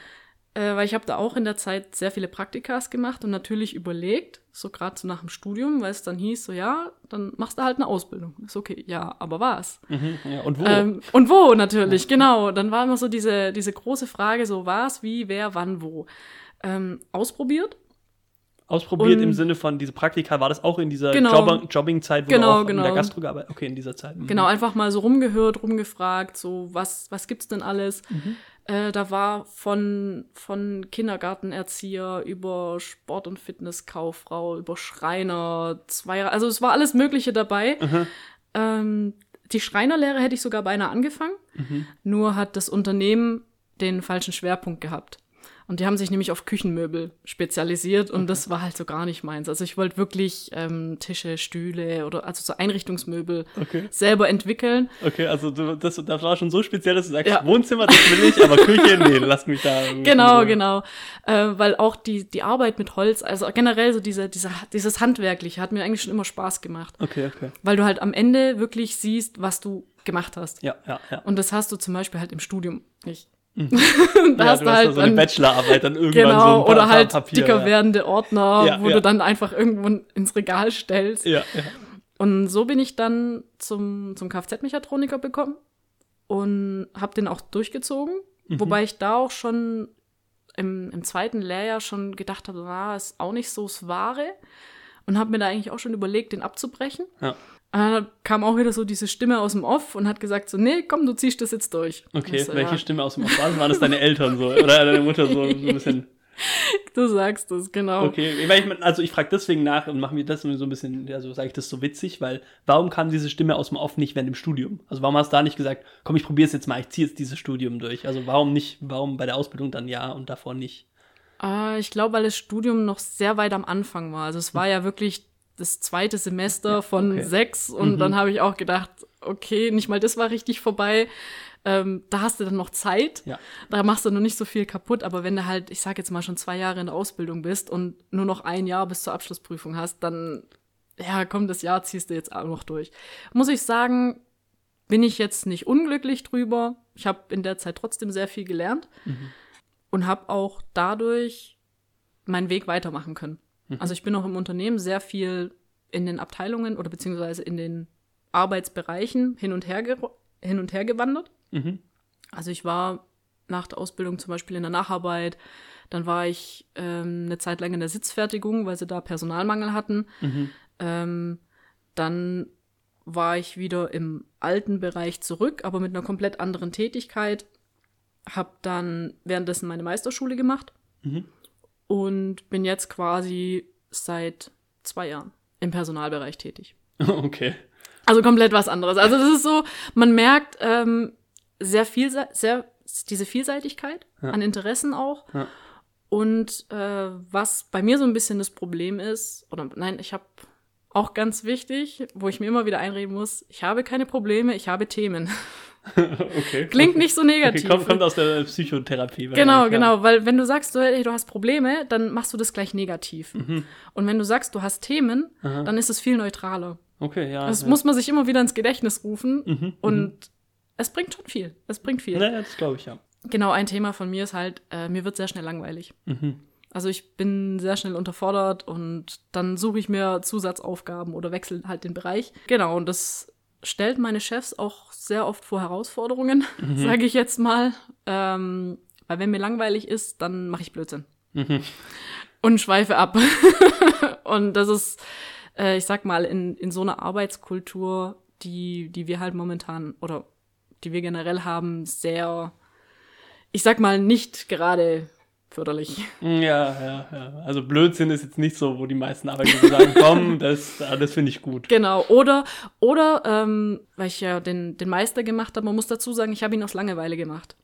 äh, weil ich habe da auch in der Zeit sehr viele Praktikas gemacht und natürlich überlegt, so gerade so nach dem Studium, weil es dann hieß, so ja, dann machst du halt eine Ausbildung. Ist okay, ja, aber was? Mhm. Ja, und wo? Ähm, und wo natürlich, genau. Dann war immer so diese, diese große Frage, so was, wie, wer, wann, wo. Ähm, ausprobiert. Ausprobiert und- im Sinne von, diese Praktika, war das auch in dieser Genau. Job- Jobbing-Zeit, wo Genau, du auch in der genau. Gastro gearbeitet hast? Okay, in dieser Zeit. Mhm. Genau, einfach mal so rumgehört, rumgefragt, so was, was gibt's denn alles? Mhm. Äh, da war von, von Kindergartenerzieher über Sport- und Fitnesskauffrau, über Schreiner, zwei, also es war alles Mögliche dabei. Mhm. Ähm, die Schreinerlehre hätte ich sogar beinahe angefangen, Mhm. nur hat das Unternehmen den falschen Schwerpunkt gehabt. Und die haben sich nämlich auf Küchenmöbel spezialisiert und das war halt so gar nicht meins. Also ich wollte wirklich ähm, Tische, Stühle oder also so Einrichtungsmöbel Okay. selber entwickeln. Okay, also du, das, das war schon so speziell, dass du sagst, Ja. Wohnzimmer, das will ich, aber Küche, nee, lass mich da. Genau, genau. Äh, weil auch die, die Arbeit mit Holz, also generell so diese, diese, dieses Handwerkliche hat mir eigentlich schon immer Spaß gemacht. Okay, okay. Weil du halt am Ende wirklich siehst, was du gemacht hast. Ja, ja, ja. Und das hast du zum Beispiel halt im Studium nicht. Mhm. da ja, hast du du hast halt da so eine dann, Bachelorarbeit dann irgendwann genau, so ein paar, oder halt paar Papier, dicker ja. werdende Ordner, Ja, wo ja. du dann einfach irgendwo ins Regal stellst. Ja, ja. Und so bin ich dann zum, zum Kfz-Mechatroniker bekommen und habe den auch durchgezogen. Mhm. Wobei ich da auch schon im, im zweiten Lehrjahr schon gedacht habe, ah, ist auch nicht so das Wahre. Und habe mir da eigentlich auch schon überlegt, den abzubrechen. Ja. Und dann kam auch wieder so diese Stimme aus dem Off und hat gesagt so, nee, komm, du ziehst das jetzt durch. Okay, so, welche ja. Stimme aus dem Off war? Waren das deine Eltern so? Oder deine Mutter so, so ein bisschen? Du sagst es, genau. Okay, also ich frage deswegen nach und mache mir das so ein bisschen, also sage ich das so witzig, weil warum kam diese Stimme aus dem Off nicht während dem Studium? Also warum hast du da nicht gesagt, komm, ich probiere es jetzt mal, ich ziehe jetzt dieses Studium durch? Also warum nicht, warum bei der Ausbildung dann ja und davor nicht? Uh, ich glaube, weil das Studium noch sehr weit am Anfang war. Also es war ja wirklich das zweite Semester ja, von okay. sechs und mhm. dann habe ich auch gedacht, okay, nicht mal das war richtig vorbei. Ähm, da hast du dann noch Zeit, ja. da machst du noch nicht so viel kaputt, aber wenn du halt, ich sag jetzt mal, schon zwei Jahre in der Ausbildung bist und nur noch ein Jahr bis zur Abschlussprüfung hast, dann, ja, komm, das Jahr ziehst du jetzt auch noch durch. Muss ich sagen, bin ich jetzt nicht unglücklich drüber. Ich habe in der Zeit trotzdem sehr viel gelernt mhm. und habe auch dadurch meinen Weg weitermachen können. Mhm. Also ich bin auch im Unternehmen sehr viel in den Abteilungen oder beziehungsweise in den Arbeitsbereichen hin und her, ge- hin und her gewandert. Mhm. Also ich war nach der Ausbildung zum Beispiel in der Nacharbeit, dann war ich ähm, eine Zeit lang in der Sitzfertigung, weil sie da Personalmangel hatten. Mhm. Ähm, dann war ich wieder im alten Bereich zurück, aber mit einer komplett anderen Tätigkeit. Habe dann währenddessen meine Meisterschule gemacht mhm. und bin jetzt quasi seit zwei Jahren im Personalbereich tätig. Okay. Also komplett was anderes. Also das ist so, man merkt ähm, sehr viel, sehr diese Vielseitigkeit ja. an Interessen auch. Ja. Und äh, was bei mir so ein bisschen das Problem ist, oder nein, ich habe auch ganz wichtig, wo ich mir immer wieder einreden muss, ich habe keine Probleme, ich habe Themen. Okay. Klingt okay. nicht so negativ. Okay, kommt, kommt aus der Psychotherapie. Genau, genau, weil wenn du sagst, du, hey, du hast Probleme, dann machst du das gleich negativ. Mhm. Und wenn du sagst, du hast Themen, aha. dann ist es viel neutraler. Okay, ja. Das ja. muss man sich immer wieder ins Gedächtnis rufen mhm, und mhm. es bringt schon viel. Es bringt viel. Ja, das glaube ich, ja. Genau, ein Thema von mir ist halt, äh, mir wird sehr schnell langweilig. Mhm. Also ich bin sehr schnell unterfordert und dann suche ich mir Zusatzaufgaben oder wechsle halt den Bereich. Genau, und das stellt meine Chefs auch sehr oft vor Herausforderungen, mhm. sage ich jetzt mal. Ähm, weil wenn mir langweilig ist, dann mache ich Blödsinn. Mhm. Und schweife ab. Und das ist, äh, ich sag mal, in, in so einer Arbeitskultur, die, die wir halt momentan oder die wir generell haben, sehr, ich sag mal, nicht gerade förderlich. Ja, ja, ja. Also Blödsinn ist jetzt nicht so, wo die meisten Arbeitgeber sagen, komm, das, das finde ich gut. Genau, oder, oder ähm, weil ich ja den, den Meister gemacht habe, man muss dazu sagen, ich habe ihn aus Langeweile gemacht.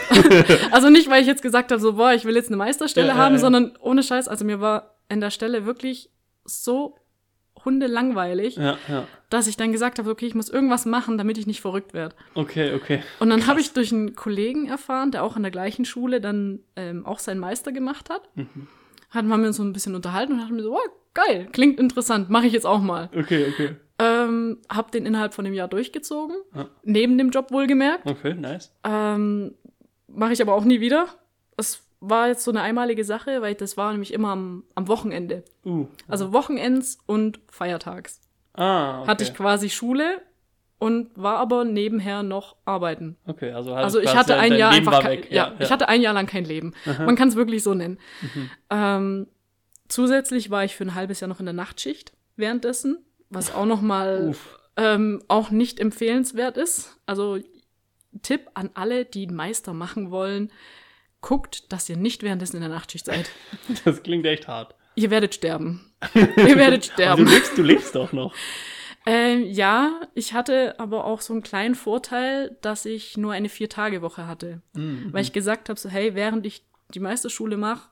Also nicht, weil ich jetzt gesagt habe, so, boah, ich will jetzt eine Meisterstelle ja, haben, ja, ja. sondern ohne Scheiß, also mir war in der Stelle wirklich so hundelangweilig, ja, ja. dass ich dann gesagt habe, okay, ich muss irgendwas machen, damit ich nicht verrückt werde. Okay, okay. Und dann habe ich durch einen Kollegen erfahren, der auch an der gleichen Schule dann ähm, auch seinen Meister gemacht hat. Mhm. Hatten wir uns so ein bisschen unterhalten und dachten mir so, oh, geil, klingt interessant, mache ich jetzt auch mal. Okay, okay. Ähm, hab den innerhalb von einem Jahr durchgezogen, ah. neben dem Job wohlgemerkt. Okay, nice. Ähm, mache ich aber auch nie wieder. Es war jetzt so eine einmalige Sache, weil das war nämlich immer am, am Wochenende. Uh, also Wochenends und feiertags. Ah, okay. Hatte ich quasi Schule und war aber nebenher noch arbeiten. Okay, also, also ich hatte ein Jahr einfach kein, ja, ja, ich hatte ein Jahr lang kein Leben. Aha. Man kann es wirklich so nennen. Mhm. Ähm, zusätzlich war ich für ein halbes Jahr noch in der Nachtschicht währenddessen, was auch noch mal ähm, auch nicht empfehlenswert ist. Also Tipp an alle, die einen Meister machen wollen: Guckt, dass ihr nicht währenddessen in der Nachtschicht seid. Das klingt echt hart. Ihr werdet sterben. Ihr werdet sterben. Du lebst, du lebst doch noch. Ähm, ja, ich hatte aber auch so einen kleinen Vorteil, dass ich nur eine Vier-Tage-Woche hatte. Mhm. Weil ich gesagt habe, so hey, während ich die Meisterschule mache,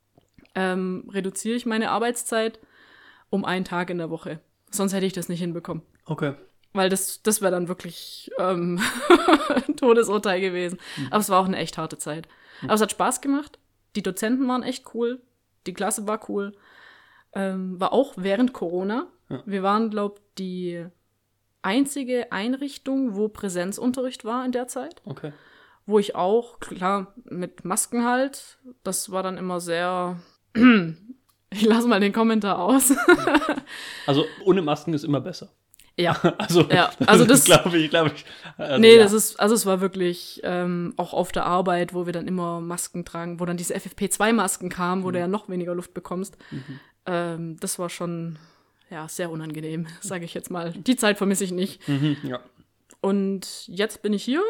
ähm, reduziere ich meine Arbeitszeit um einen Tag in der Woche. Sonst hätte ich das nicht hinbekommen. Okay. Weil das, das wäre dann wirklich ähm, ein Todesurteil gewesen. Mhm. Aber es war auch eine echt harte Zeit. Aber es hat Spaß gemacht. Die Dozenten waren echt cool. Die Klasse war cool. Ähm, war auch während Corona. Ja. Wir waren, glaube ich, die einzige Einrichtung, wo Präsenzunterricht war in der Zeit. Okay. Wo ich auch, klar, mit Masken halt. Das war dann immer sehr... Ich lasse mal den Kommentar aus. Also ohne Masken ist immer besser. Ja. Also, ja. also das glaube ich, glaube ich. Also, nee, ja. das ist, also es war wirklich ähm, auch auf der Arbeit, wo wir dann immer Masken tragen, wo dann diese F F P zwei Masken kamen, wo mhm. du ja noch weniger Luft bekommst. Mhm. Ähm, das war schon, ja, sehr unangenehm, sage ich jetzt mal. Die Zeit vermisse ich nicht. Mhm, ja. Und jetzt bin ich hier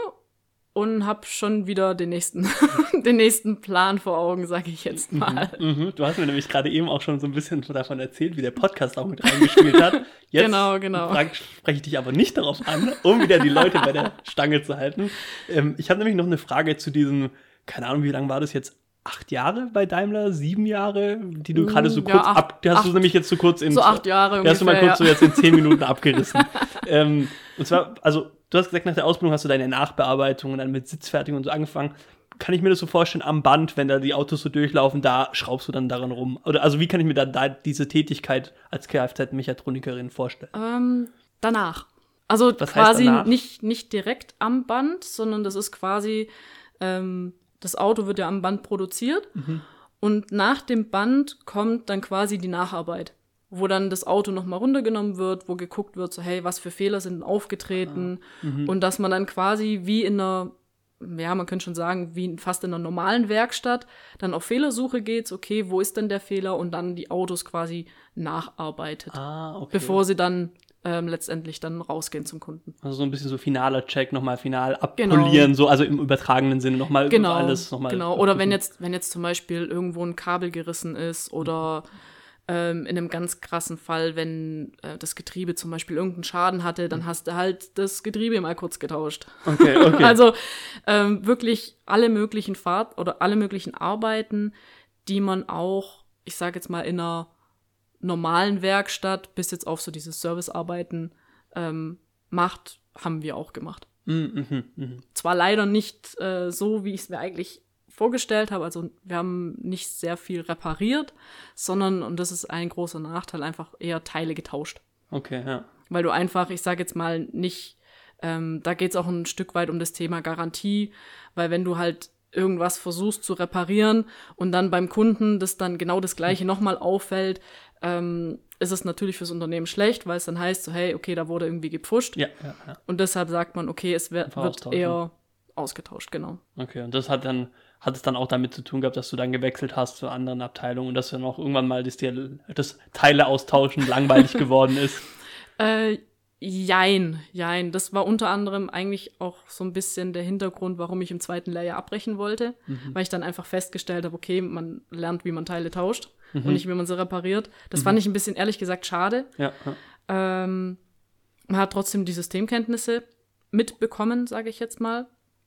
und habe schon wieder den nächsten, den nächsten Plan vor Augen, sage ich jetzt mal. Mhm, mhm. Du hast mir nämlich gerade eben auch schon so ein bisschen davon erzählt, wie der Podcast auch mit reingespielt hat. Jetzt genau, genau. frag, spreche ich dich aber nicht darauf an, um wieder die Leute bei der Stange zu halten. Ähm, ich habe nämlich noch eine Frage zu diesem, keine Ahnung, wie lange war das jetzt? Acht Jahre bei Daimler? Sieben Jahre? Die du gerade so ja, kurz acht, ab... Die hast acht, du nämlich jetzt so kurz in... So acht Jahre ungefähr. Die hast du mal kurz ja. so jetzt in zehn Minuten abgerissen. ähm, und zwar, also... Du hast gesagt, nach der Ausbildung hast du deine Nachbearbeitung und dann mit Sitzfertigung und so angefangen. Kann ich mir das so vorstellen, am Band, wenn da die Autos so durchlaufen, da schraubst du dann daran rum? Oder also wie kann ich mir da, da diese Tätigkeit als Kfz-Mechatronikerin vorstellen? Ähm, danach. Also Was quasi heißt danach? Nicht, nicht direkt am Band, sondern das ist quasi, ähm, das Auto wird ja am Band produziert mhm. und nach dem Band kommt dann quasi die Nacharbeit, wo dann das Auto nochmal runtergenommen wird, wo geguckt wird, so hey, was für Fehler sind aufgetreten ah, und dass man dann quasi wie in einer, ja, man könnte schon sagen, wie fast in einer normalen Werkstatt dann auf Fehlersuche geht, so, okay, wo ist denn der Fehler und dann die Autos quasi nacharbeitet, ah, okay. bevor sie dann ähm, letztendlich dann rausgehen zum Kunden. Also so ein bisschen so finaler Check, nochmal final abpolieren, genau. so, also im übertragenen Sinne nochmal genau, alles nochmal. Genau, oder wenn jetzt, wenn jetzt zum Beispiel irgendwo ein Kabel gerissen ist oder Ähm, in einem ganz krassen Fall, wenn äh, das Getriebe zum Beispiel irgendeinen Schaden hatte, dann hast du halt das Getriebe mal kurz getauscht. Okay, okay. Also ähm, wirklich alle möglichen Fahrt- oder alle möglichen Arbeiten, die man auch, ich sage jetzt mal, in einer normalen Werkstatt bis jetzt auf so diese Servicearbeiten ähm, macht, haben wir auch gemacht. Mhm, mh. Zwar leider nicht äh, so, wie ich es mir eigentlich vorgestellt habe, also wir haben nicht sehr viel repariert, sondern, und das ist ein großer Nachteil, einfach eher Teile getauscht. Okay, ja. Weil du einfach, ich sage jetzt mal nicht, ähm, da geht es auch ein Stück weit um das Thema Garantie, weil wenn du halt irgendwas versuchst zu reparieren und dann beim Kunden das dann genau das Gleiche nochmal auffällt, ähm, ist es natürlich fürs Unternehmen schlecht, weil es dann heißt so, hey, okay, da wurde irgendwie gepfuscht. Ja, ja, ja. Und deshalb sagt man, okay, es wird, wird eher ausgetauscht, genau. Okay, und das hat dann hat es dann auch damit zu tun gehabt, dass du dann gewechselt hast zu anderen Abteilungen und dass dann auch irgendwann mal das, das Teile austauschen langweilig geworden ist? Äh, jein, jein. Das war unter anderem eigentlich auch so ein bisschen der Hintergrund, warum ich im zweiten Lehrjahr abbrechen wollte, mhm. weil ich dann einfach festgestellt habe, okay, man lernt, wie man Teile tauscht mhm. und nicht, wie man sie repariert. Das mhm. fand ich ein bisschen, ehrlich gesagt, schade. Ja, ja. Ähm, man hat trotzdem die Systemkenntnisse mitbekommen, sage ich jetzt mal.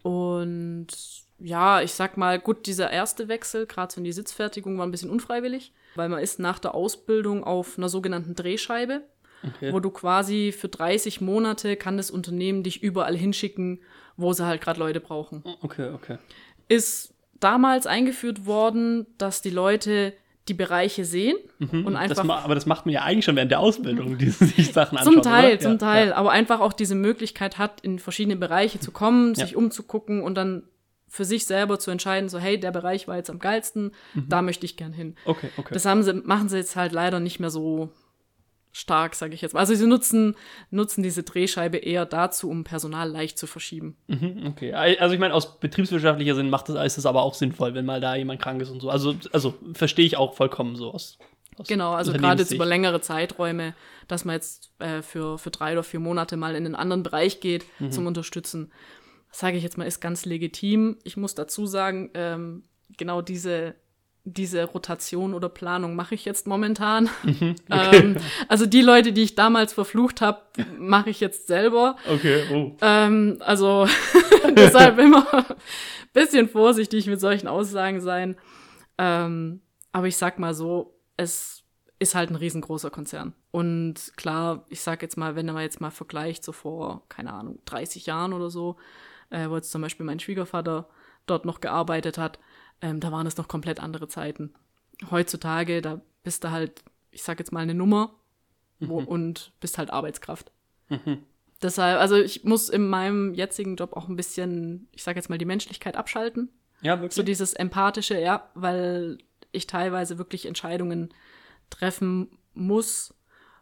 Und ja, ich sag mal, gut, dieser erste Wechsel, gerade so in die Sitzfertigung, war ein bisschen unfreiwillig, weil man ist nach der Ausbildung auf einer sogenannten Drehscheibe, okay. wo du quasi für dreißig Monate kann das Unternehmen dich überall hinschicken, wo sie halt gerade Leute brauchen. Okay, okay. Ist damals eingeführt worden, dass die Leute die Bereiche sehen mhm, und einfach. Das ma- aber das macht man ja eigentlich schon während der Ausbildung, die sich Sachen anschauen. Zum Teil, oder? zum ja, Teil, ja. aber einfach auch diese Möglichkeit hat, in verschiedene Bereiche zu kommen, ja. sich umzugucken und dann für sich selber zu entscheiden, so hey, der Bereich war jetzt am geilsten, mhm. da möchte ich gern hin. Okay, okay. Das haben sie, machen sie jetzt halt leider nicht mehr so stark, sage ich jetzt mal. Also sie nutzen, nutzen diese Drehscheibe eher dazu, um Personal leicht zu verschieben. Mhm, okay, also ich meine, aus betriebswirtschaftlicher Sinn macht das, ist es aber auch sinnvoll, wenn mal da jemand krank ist und so. Also, also verstehe ich auch vollkommen so aus. aus genau, also gerade jetzt über längere Zeiträume, dass man jetzt äh, für, für drei oder vier Monate mal in einen anderen Bereich geht, mhm. zum Unterstützen. Sage ich jetzt mal, ist ganz legitim. Ich muss dazu sagen, ähm, genau diese, diese Rotation oder Planung mache ich jetzt momentan. Mhm, okay. ähm, also die Leute, die ich damals verflucht habe, mache ich jetzt selber. Okay, oh. Ähm, also deshalb immer ein bisschen vorsichtig mit solchen Aussagen sein. Ähm, aber ich sag mal so, es ist halt ein riesengroßer Konzern. Und klar, ich sag jetzt mal, wenn man jetzt mal vergleicht, so vor, keine Ahnung, dreißig Jahren oder so, Äh, wo jetzt zum Beispiel mein Schwiegervater dort noch gearbeitet hat, ähm, da waren es noch komplett andere Zeiten. Heutzutage, da bist du halt, ich sag jetzt mal, eine Nummer wo, mhm. und bist halt Arbeitskraft. Mhm. Deshalb, also ich muss in meinem jetzigen Job auch ein bisschen, ich sag jetzt mal, die Menschlichkeit abschalten. Ja, wirklich? So dieses Empathische, ja, weil ich teilweise wirklich Entscheidungen treffen muss,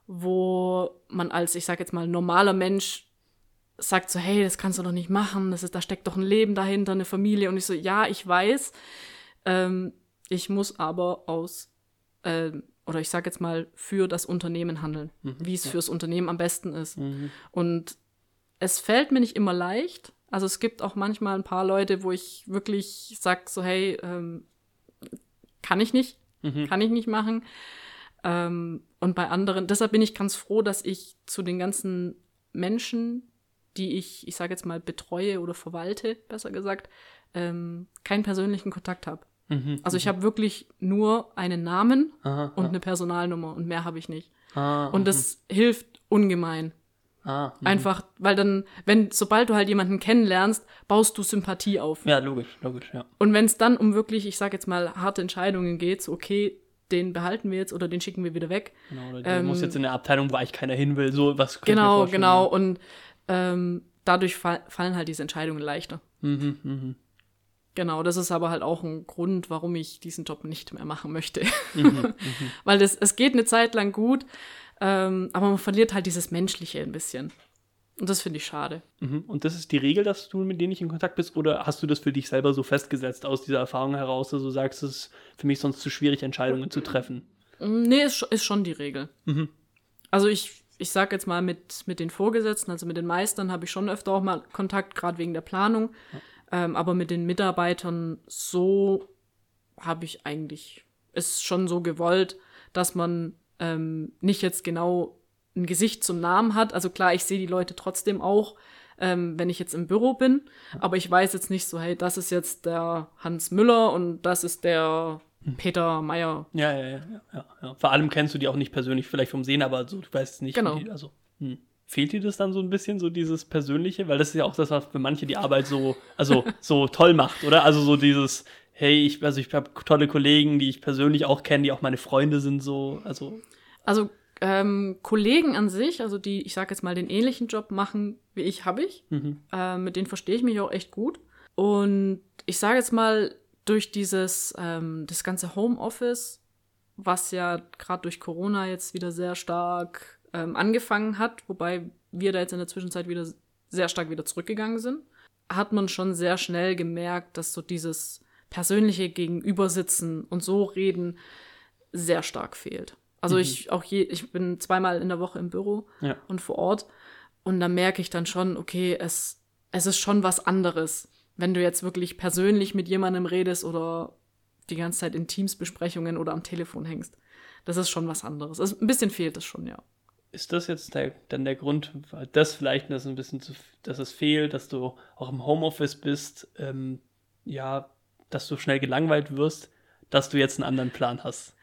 wo man als, ich sag jetzt mal, normaler Mensch sagt so, hey, das kannst du doch nicht machen, das ist, da steckt doch ein Leben dahinter, eine Familie. Und ich so, ja, ich weiß, ähm, ich muss aber aus, äh, oder ich sag jetzt mal, für das Unternehmen handeln, mhm, wie es ja. fürs Unternehmen am besten ist. Mhm. Und es fällt mir nicht immer leicht. Also es gibt auch manchmal ein paar Leute, wo ich wirklich sag so, hey, ähm, kann ich nicht, mhm. kann ich nicht machen. Ähm, und bei anderen, deshalb bin ich ganz froh, dass ich zu den ganzen Menschen, die ich, ich sage jetzt mal, betreue oder verwalte, besser gesagt, ähm, keinen persönlichen Kontakt habe. Mhm, also ich habe wirklich nur einen Namen aha, und aha. eine Personalnummer und mehr habe ich nicht. Ah, und das mh. hilft ungemein. Ah, einfach, weil dann, wenn, sobald du halt jemanden kennenlernst, baust du Sympathie auf. Ja, logisch, logisch, ja. Und wenn es dann um wirklich, ich sage jetzt mal, harte Entscheidungen geht, so okay, den behalten wir jetzt oder den schicken wir wieder weg. Genau, oder der ähm, muss jetzt in eine Abteilung, wo eigentlich keiner hin will, so was. Genau, genau. Und ähm, dadurch fall, fallen halt diese Entscheidungen leichter. Mhm, mhm. Genau, das ist aber halt auch ein Grund, warum ich diesen Job nicht mehr machen möchte. Mhm, mhm. Weil das, es geht eine Zeit lang gut, ähm, aber man verliert halt dieses Menschliche ein bisschen. Und das finde ich schade. Mhm. Und das ist die Regel, dass du mit denen nicht in Kontakt bist? Oder hast du das für dich selber so festgesetzt aus dieser Erfahrung heraus, dass du sagst, es ist für mich sonst zu schwierig, Entscheidungen zu treffen? Nee, ist, ist schon die Regel. Mhm. Also ich Ich sag jetzt mal, mit, mit den Vorgesetzten, also mit den Meistern, habe ich schon öfter auch mal Kontakt, gerade wegen der Planung. Ja. Ähm, aber mit den Mitarbeitern so habe ich eigentlich, ist schon so gewollt, dass man ähm, nicht jetzt genau ein Gesicht zum Namen hat. Also klar, ich sehe die Leute trotzdem auch, ähm, wenn ich jetzt im Büro bin. Ja. Aber ich weiß jetzt nicht so, hey, das ist jetzt der Hans Müller und das ist der Peter Meyer. Ja, ja, ja, ja, ja. Vor allem kennst du die auch nicht persönlich, vielleicht vom Sehen, aber so, du weißt nicht, genau. wie die, also hm. Fehlt dir das dann so ein bisschen, so dieses Persönliche? Weil das ist ja auch das, was für manche die Arbeit so, also so toll macht, oder? Also so dieses, hey, ich, also ich habe tolle Kollegen, die ich persönlich auch kenne, die auch meine Freunde sind, so, also. Also ähm, Kollegen an sich, also die, ich sag jetzt mal, den ähnlichen Job machen wie ich, habe ich. Mhm. Äh, mit denen verstehe ich mich auch echt gut. Und ich sage jetzt mal, durch dieses, ähm, das ganze Homeoffice, was ja gerade durch Corona jetzt wieder sehr stark ähm, angefangen hat, wobei wir da jetzt in der Zwischenzeit wieder sehr stark wieder zurückgegangen sind, hat man schon sehr schnell gemerkt, dass so dieses persönliche Gegenübersitzen und so reden sehr stark fehlt. Also mhm. ich auch je, ich bin zweimal in der Woche im Büro ja. und vor Ort und da merke ich dann schon, okay, es, es ist schon was anderes, wenn du jetzt wirklich persönlich mit jemandem redest oder die ganze Zeit in Teams-Besprechungen oder am Telefon hängst. Das ist schon was anderes. Also ein bisschen fehlt es schon, ja. Ist das jetzt der, dann der Grund, weil das vielleicht das ein bisschen zu, dass es fehlt, dass du auch im Homeoffice bist, ähm, ja, dass du schnell gelangweilt wirst, dass du jetzt einen anderen Plan hast?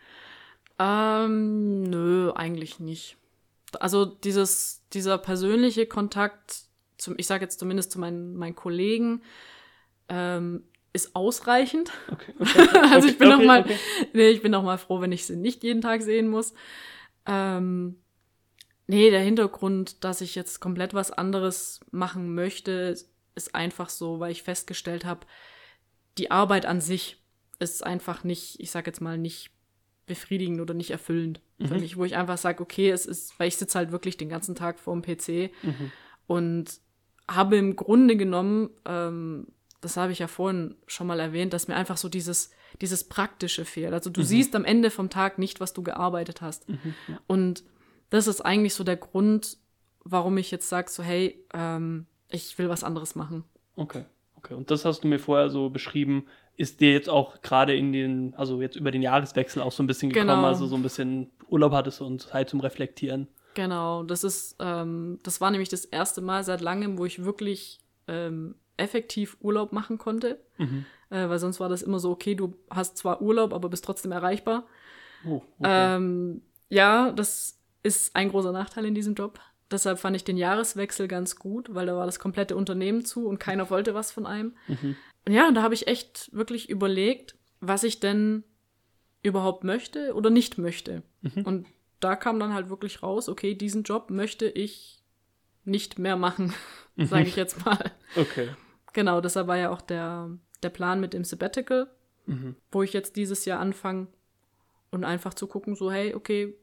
Ähm, nö, eigentlich nicht. Also dieses, dieser persönliche Kontakt, zum, ich sage jetzt zumindest zu meinen, meinen Kollegen, ähm, ist ausreichend. Okay, okay, okay, also ich bin okay, noch mal, okay. nee, ich bin noch mal froh, wenn ich sie nicht jeden Tag sehen muss. Ähm, nee, der Hintergrund, dass ich jetzt komplett was anderes machen möchte, ist einfach so, weil ich festgestellt habe, die Arbeit an sich ist einfach nicht, ich sag jetzt mal, nicht befriedigend oder nicht erfüllend mhm. für mich, wo ich einfach sage, okay, es ist, weil ich sitze halt wirklich den ganzen Tag vor dem P C mhm. und habe im Grunde genommen, ähm, das habe ich ja vorhin schon mal erwähnt, dass mir einfach so dieses, dieses Praktische fehlt. Also du mhm. siehst am Ende vom Tag nicht, was du gearbeitet hast. Mhm, ja. Und das ist eigentlich so der Grund, warum ich jetzt sage, so hey, ähm, ich will was anderes machen. Okay, okay. Und das hast du mir vorher so beschrieben, ist dir jetzt auch gerade in den, also jetzt über den Jahreswechsel auch so ein bisschen gekommen, genau. Also so ein bisschen Urlaub hattest und Zeit zum Reflektieren. Genau, das ist, ähm, das war nämlich das erste Mal seit langem, wo ich wirklich ähm, effektiv Urlaub machen konnte, mhm. äh, weil sonst war das immer so, okay, du hast zwar Urlaub, aber bist trotzdem erreichbar. Oh, okay. ähm, ja, das ist ein großer Nachteil in diesem Job. Deshalb fand ich den Jahreswechsel ganz gut, weil da war das komplette Unternehmen zu und keiner wollte was von einem. Mhm. Und ja, und da habe ich echt wirklich überlegt, was ich denn überhaupt möchte oder nicht möchte. Mhm. Und da kam dann halt wirklich raus, okay, diesen Job möchte ich nicht mehr machen, mhm. sage ich jetzt mal. Okay. Genau, deshalb war ja auch der, der Plan mit dem Sabbatical, mhm. wo ich jetzt dieses Jahr anfange und einfach zu gucken, so hey, okay,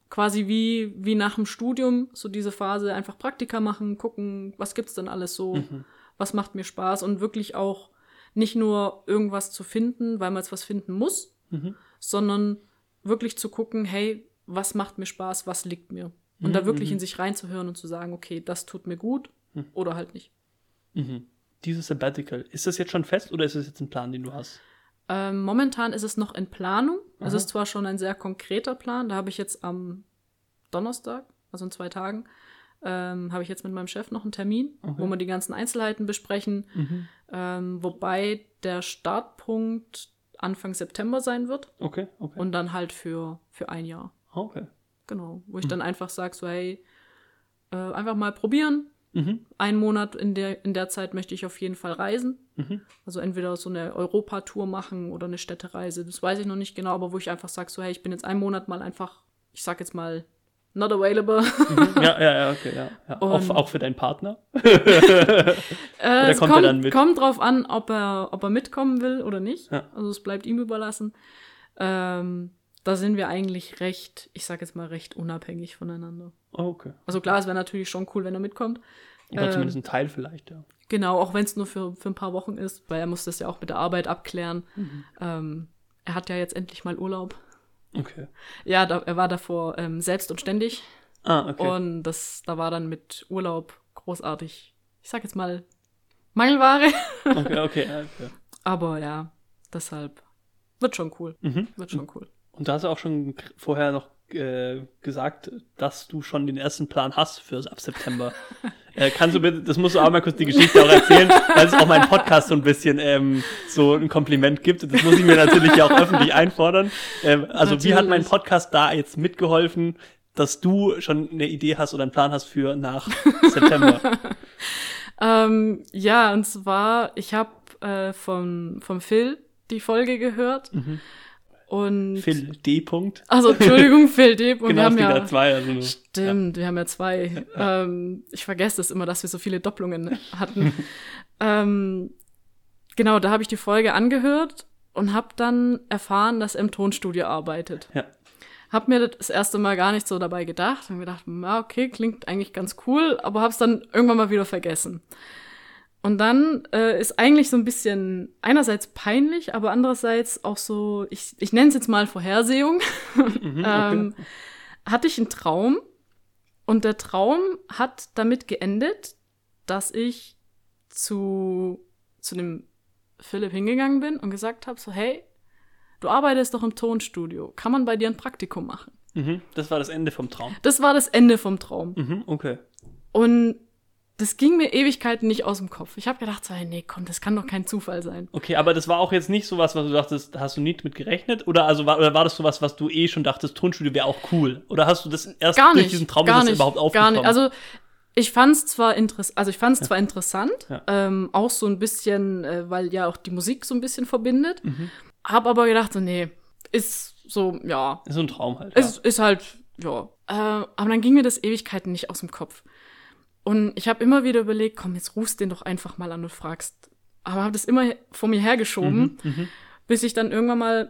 quasi wie, wie nach dem Studium, so diese Phase, einfach Praktika machen, gucken, was gibt's denn alles so, Mhm. was macht mir Spaß und wirklich auch nicht nur irgendwas zu finden, weil man jetzt was finden muss, Mhm. sondern wirklich zu gucken, hey, was macht mir Spaß, was liegt mir? Und da wirklich Mhm. in sich reinzuhören und zu sagen, okay, das tut mir gut Mhm. oder halt nicht. Mhm. Dieses Sabbatical, ist das jetzt schon fest oder ist das jetzt ein Plan, den du hast? Ähm, momentan ist es noch in Planung. Es Aha. ist zwar schon ein sehr konkreter Plan, da habe ich jetzt am Donnerstag, also in zwei Tagen, ähm, habe ich jetzt mit meinem Chef noch einen Termin, Okay. wo wir die ganzen Einzelheiten besprechen, Mhm. ähm, wobei der Startpunkt Anfang September sein wird Okay, okay. und dann halt für, für ein Jahr. okay. Genau, wo ich Mhm. dann einfach sage, so hey, äh, einfach mal probieren. Mhm. Einen Monat in der, in der Zeit möchte ich auf jeden Fall reisen. Mhm. Also entweder so eine Europatour machen oder eine Städtereise. Das weiß ich noch nicht genau, aber wo ich einfach sage, so hey, ich bin jetzt einen Monat mal einfach, ich sag jetzt mal, not available. Mhm. Ja, ja, ja, okay, ja. ja. Auch, Und- auch für deinen Partner? Äh, es kommt er kommt, dann mit? kommt drauf an, ob er, ob er mitkommen will oder nicht. Ja. Also es bleibt ihm überlassen. Ähm, da sind wir eigentlich recht, ich sag jetzt mal, recht unabhängig voneinander. Oh, okay. Also klar, es wäre natürlich schon cool, wenn er mitkommt. Oder Ähm, zumindest ein Teil vielleicht, ja. Genau, auch wenn es nur für, für ein paar Wochen ist, weil er muss das ja auch mit der Arbeit abklären. Mhm. Ähm, er hat ja jetzt endlich mal Urlaub. Okay. Ja, da, er war davor ähm, selbst und ständig. Ah, okay. Und das, da war dann mit Urlaub großartig, ich sag jetzt mal, Mangelware. Okay, okay, ja, okay. Aber ja, deshalb wird schon cool. Mhm. Wird schon cool. Und da hast du auch schon k- vorher noch äh, gesagt, dass du schon den ersten Plan hast für ab September. äh, kannst du bitte, das musst du auch mal kurz die Geschichte auch erzählen, weil es auch meinem Podcast so ein bisschen ähm, so ein Kompliment gibt. Und das muss ich mir natürlich ja auch öffentlich einfordern. Ähm, also wie hat mein Natürlich. Podcast da jetzt mitgeholfen, dass du schon eine Idee hast oder einen Plan hast für nach September? Ähm, ja, und zwar, ich habe äh, vom, vom Phil die Folge gehört. Mhm. Und Phil D. Punkt. Also, Entschuldigung, Phil Deeb. Und Genau, wir es haben gibt ja, ja zwei. Also nur, stimmt, wir haben ja zwei. Ähm, ich vergesse das immer, dass wir so viele Doppelungen hatten. ähm, genau, da habe ich die Folge angehört und habe dann erfahren, dass er im Tonstudio arbeitet. Ja. Hab mir das erste Mal gar nicht so dabei gedacht und gedacht, na, okay, klingt eigentlich ganz cool, aber hab's dann irgendwann mal wieder vergessen. Und dann äh, ist eigentlich so ein bisschen einerseits peinlich, aber andererseits auch so, ich, ich nenne es jetzt mal Vorhersehung, Mhm, okay. ähm, hatte ich einen Traum und der Traum hat damit geendet, dass ich zu, zu dem Philipp hingegangen bin und gesagt habe, so hey, du arbeitest doch im Tonstudio, kann man bei dir ein Praktikum machen? Mhm. Das war das Ende vom Traum. Das war das Ende vom Traum. Mhm, okay. Und das ging mir Ewigkeiten nicht aus dem Kopf. Ich habe gedacht, so, hey, nee, komm, das kann doch kein Zufall sein. Okay, aber das war auch jetzt nicht sowas, was du dachtest, da hast du nicht mit gerechnet? Oder also war, oder war das sowas, was du eh schon dachtest, Tonstudio wäre auch cool? Oder hast du das erst Gar durch nicht, diesen Traum gar ist das nicht, überhaupt gar aufgekommen? nicht. Also ich fand es zwar interessant, also ich fand es zwar interessant, Ja. ähm, auch so ein bisschen, äh, weil ja auch die Musik so ein bisschen verbindet. Mhm. Hab aber gedacht, so, nee, ist so, ja, ist so ein Traum halt. es ist halt, ja. Äh, aber dann ging mir das Ewigkeiten nicht aus dem Kopf. Und ich habe immer wieder überlegt, komm, jetzt rufst den doch einfach mal an und fragst. Aber habe das immer vor mir hergeschoben, Mhm, mhm. bis ich dann irgendwann mal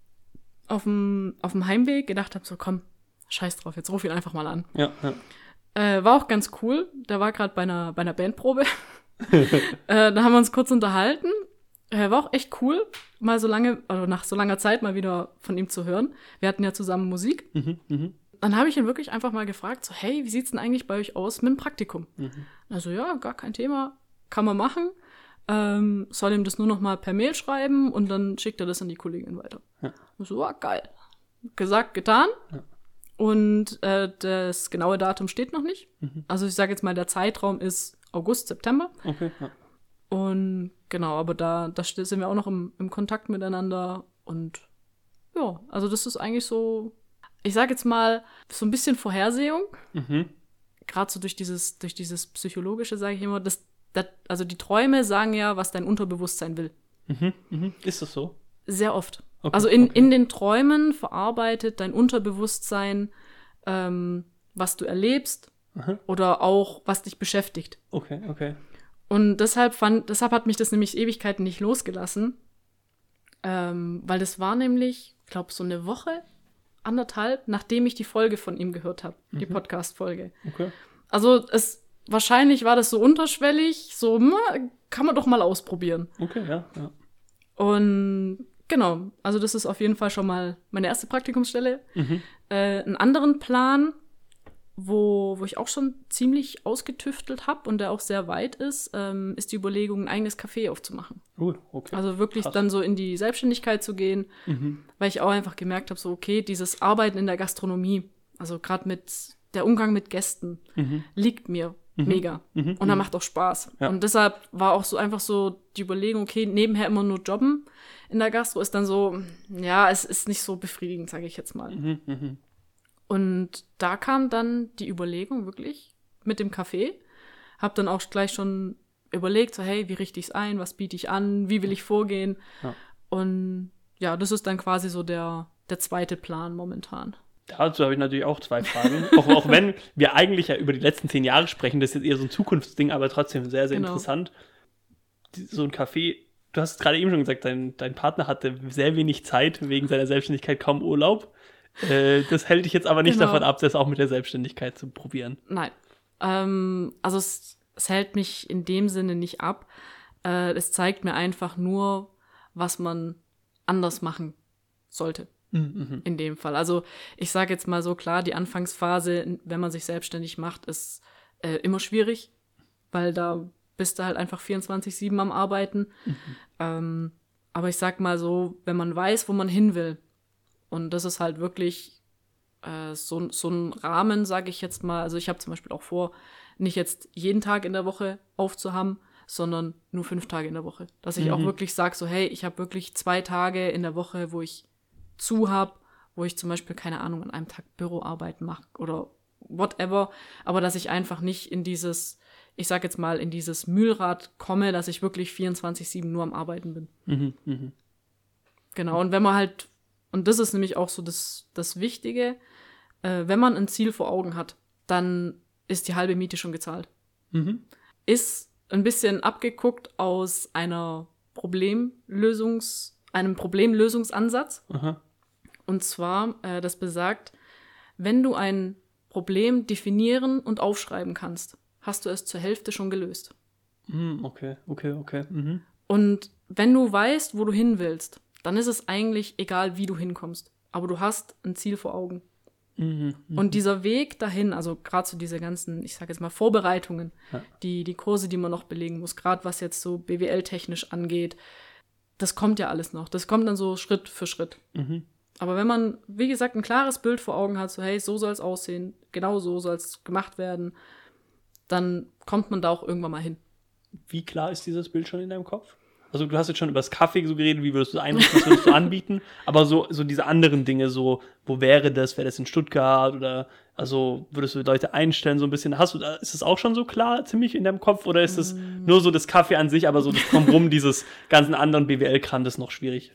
auf dem auf dem Heimweg gedacht habe, so komm, scheiß drauf, jetzt ruf ihn einfach mal an. Ja, ja. Äh, war auch ganz cool. Der war gerade bei einer bei einer Bandprobe. äh, da haben wir uns kurz unterhalten. Äh, war auch echt cool, mal so lange, also nach so langer Zeit mal wieder von ihm zu hören. Wir hatten ja zusammen Musik. Mhm, mhm. Dann habe ich ihn wirklich einfach mal gefragt, so, hey, wie sieht's denn eigentlich bei euch aus mit dem Praktikum? Mhm. Also ja, gar kein Thema, kann man machen. Ähm, soll ihm das nur noch mal per Mail schreiben und dann schickt er das an die Kollegin weiter. Ja. So, ah, geil. Gesagt, getan. Ja. Und äh, das genaue Datum steht noch nicht. Mhm. Also ich sage jetzt mal, der Zeitraum ist August, September. Okay, ja. Und genau, aber da, da sind wir auch noch im, im Kontakt miteinander. Und ja, also das ist eigentlich so, ich sage jetzt mal, so ein bisschen Vorhersehung. Mhm. Gerade so durch dieses, durch dieses Psychologische, sage ich immer, das, das, also die Träume sagen ja, was dein Unterbewusstsein will. Mhm, mhm. Ist das so? Sehr oft. Okay, also in, okay. in den Träumen verarbeitet dein Unterbewusstsein, ähm, was du erlebst Aha. oder auch, was dich beschäftigt. Okay, okay. Und deshalb fand, deshalb hat mich das nämlich Ewigkeiten nicht losgelassen. Ähm, weil das war nämlich, ich glaube, so eine Woche anderthalb, nachdem ich die Folge von ihm gehört habe, Mhm. die Podcast-Folge. Okay. Also es wahrscheinlich war das so unterschwellig, so hm, kann man doch mal ausprobieren. Okay, ja, ja. Und genau, also das ist auf jeden Fall schon mal meine erste Praktikumsstelle. Mhm. Äh, einen anderen Plan, wo, wo ich auch schon ziemlich ausgetüftelt habe und der auch sehr weit ist, ähm, ist die Überlegung, ein eigenes Café aufzumachen. Uh, okay. Also wirklich Krass. dann so in die Selbstständigkeit zu gehen, Mhm. weil ich auch einfach gemerkt habe, so okay, dieses Arbeiten in der Gastronomie, also gerade mit der Umgang mit Gästen, Mhm. liegt mir Mhm. mega. Mhm. Und dann macht auch Spaß. Ja. Und deshalb war auch so einfach so die Überlegung, okay, nebenher immer nur jobben in der Gastro ist dann so, ja, es ist nicht so befriedigend, sage ich jetzt mal. Mhm. Mhm. Und da kam dann die Überlegung wirklich mit dem Café. Hab dann auch gleich schon überlegt, so hey, wie richte ich es ein, was biete ich an, wie will ich vorgehen. Ja. Und ja, das ist dann quasi so der, der zweite Plan momentan. Dazu habe ich natürlich auch zwei Fragen. auch, auch wenn wir eigentlich ja über die letzten zehn Jahre sprechen, das ist jetzt eher so ein Zukunftsding, aber trotzdem sehr, sehr Genau. interessant. Die- So ein Café, du hast es gerade eben schon gesagt, dein, dein Partner hatte sehr wenig Zeit, wegen seiner Selbstständigkeit kaum Urlaub. Äh, das hält dich jetzt aber nicht Genau. davon ab, das auch mit der Selbstständigkeit zu probieren. Nein. Ähm, also es, es hält mich in dem Sinne nicht ab. Äh, es zeigt mir einfach nur, was man anders machen sollte. Mhm. In dem Fall. Also ich sage jetzt mal so klar, die Anfangsphase, wenn man sich selbstständig macht, ist äh, immer schwierig, weil da bist du halt einfach vierundzwanzig sieben am Arbeiten. Mhm. Ähm, aber ich sag mal so, wenn man weiß, wo man hin will, und das ist halt wirklich äh, so, so ein Rahmen, sage ich jetzt mal. Also ich habe zum Beispiel auch vor, nicht jetzt jeden Tag in der Woche aufzuhaben, sondern nur fünf Tage in der Woche. Dass ich Mhm. auch wirklich sage, so hey, ich habe wirklich zwei Tage in der Woche, wo ich zu habe, wo ich zum Beispiel, keine Ahnung, an einem Tag Büroarbeiten mache oder whatever, aber dass ich einfach nicht in dieses, ich sag jetzt mal, in dieses Mühlrad komme, dass ich wirklich vierundzwanzig sieben nur am Arbeiten bin. Mhm. Mhm. Genau, und wenn man halt, und das ist nämlich auch so das, das Wichtige, äh, wenn man ein Ziel vor Augen hat, dann ist die halbe Miete schon gezahlt. Mhm. Ist ein bisschen abgeguckt aus einer Problemlösungs, einem Problemlösungsansatz. Aha. Und zwar, äh, das besagt, wenn du ein Problem definieren und aufschreiben kannst, hast du es zur Hälfte schon gelöst. Mhm. Okay, okay, okay. Mhm. Und wenn du weißt, wo du hin willst, dann ist es eigentlich egal, wie du hinkommst. Aber du hast ein Ziel vor Augen. Mhm. Mhm. Und dieser Weg dahin, also gerade so diese ganzen, ich sage jetzt mal Vorbereitungen, Ja. die, die Kurse, die man noch belegen muss, gerade was jetzt so B W L-technisch angeht, das kommt ja alles noch. Das kommt dann so Schritt für Schritt. Mhm. Aber wenn man, wie gesagt, ein klares Bild vor Augen hat, so hey, so soll es aussehen, genau so soll es gemacht werden, dann kommt man da auch irgendwann mal hin. Wie klar ist dieses Bild schon in deinem Kopf? Also du hast jetzt schon über das Kaffee so geredet, wie würdest du es einrichten, was würdest du anbieten, aber so, so diese anderen Dinge, so, wo wäre das, wäre das in Stuttgart oder, also würdest du Leute einstellen, so ein bisschen, hast du, da- ist das auch schon so klar, ziemlich in deinem Kopf, oder ist es Mm. nur so das Kaffee an sich, aber so das Drumherum, dieses ganzen anderen B W L-Kram, das ist noch schwierig?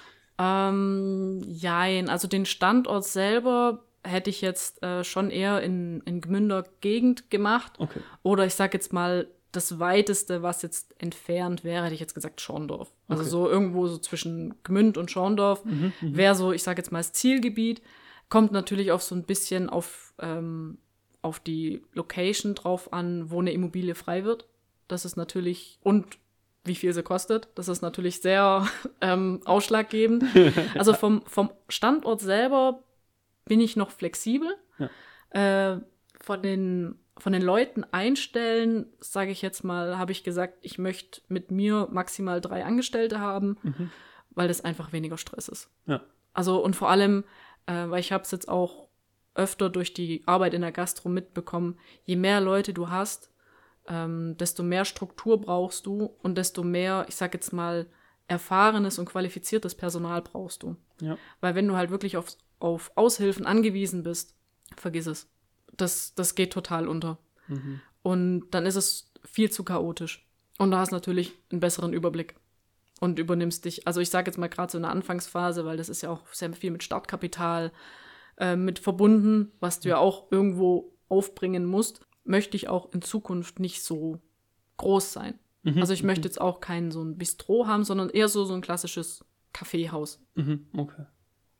Ähm, jein, also den Standort selber hätte ich jetzt äh, schon eher in, in Gmünder Gegend gemacht. Okay. Oder ich sag jetzt mal, das Weiteste, was jetzt entfernt wäre, hätte ich jetzt gesagt Schorndorf. Also Okay. so irgendwo so zwischen Gmünd und Schorndorf Mhm, mhm. wäre so, ich sag jetzt mal, das Zielgebiet. Kommt natürlich auch so ein bisschen auf, ähm, auf die Location drauf an, wo eine Immobilie frei wird. Das ist natürlich, und wie viel sie kostet. Das ist natürlich sehr ähm, ausschlaggebend. Also vom, vom Standort selber bin ich noch flexibel. Ja. Äh, von den von den Leuten einstellen, sage ich jetzt mal, habe ich gesagt, ich möchte mit mir maximal drei Angestellte haben, Mhm. weil das einfach weniger Stress ist. Ja. Also und vor allem, äh, weil ich habe es jetzt auch öfter durch die Arbeit in der Gastro mitbekommen, je mehr Leute du hast, ähm, desto mehr Struktur brauchst du und desto mehr, ich sag jetzt mal, erfahrenes und qualifiziertes Personal brauchst du. Ja. Weil wenn du halt wirklich auf, auf Aushilfen angewiesen bist, vergiss es. Das, das geht total unter. Mhm. Und dann ist es viel zu chaotisch. Und du hast natürlich einen besseren Überblick und übernimmst dich. Also ich sage jetzt mal gerade so in der Anfangsphase, weil das ist ja auch sehr viel mit Startkapital äh, mit verbunden, was du ja auch irgendwo aufbringen musst, möchte ich auch in Zukunft nicht so groß sein. Mhm. Also ich möchte jetzt auch kein so ein Bistro haben, sondern eher so, so ein klassisches Kaffeehaus. Mhm. Okay.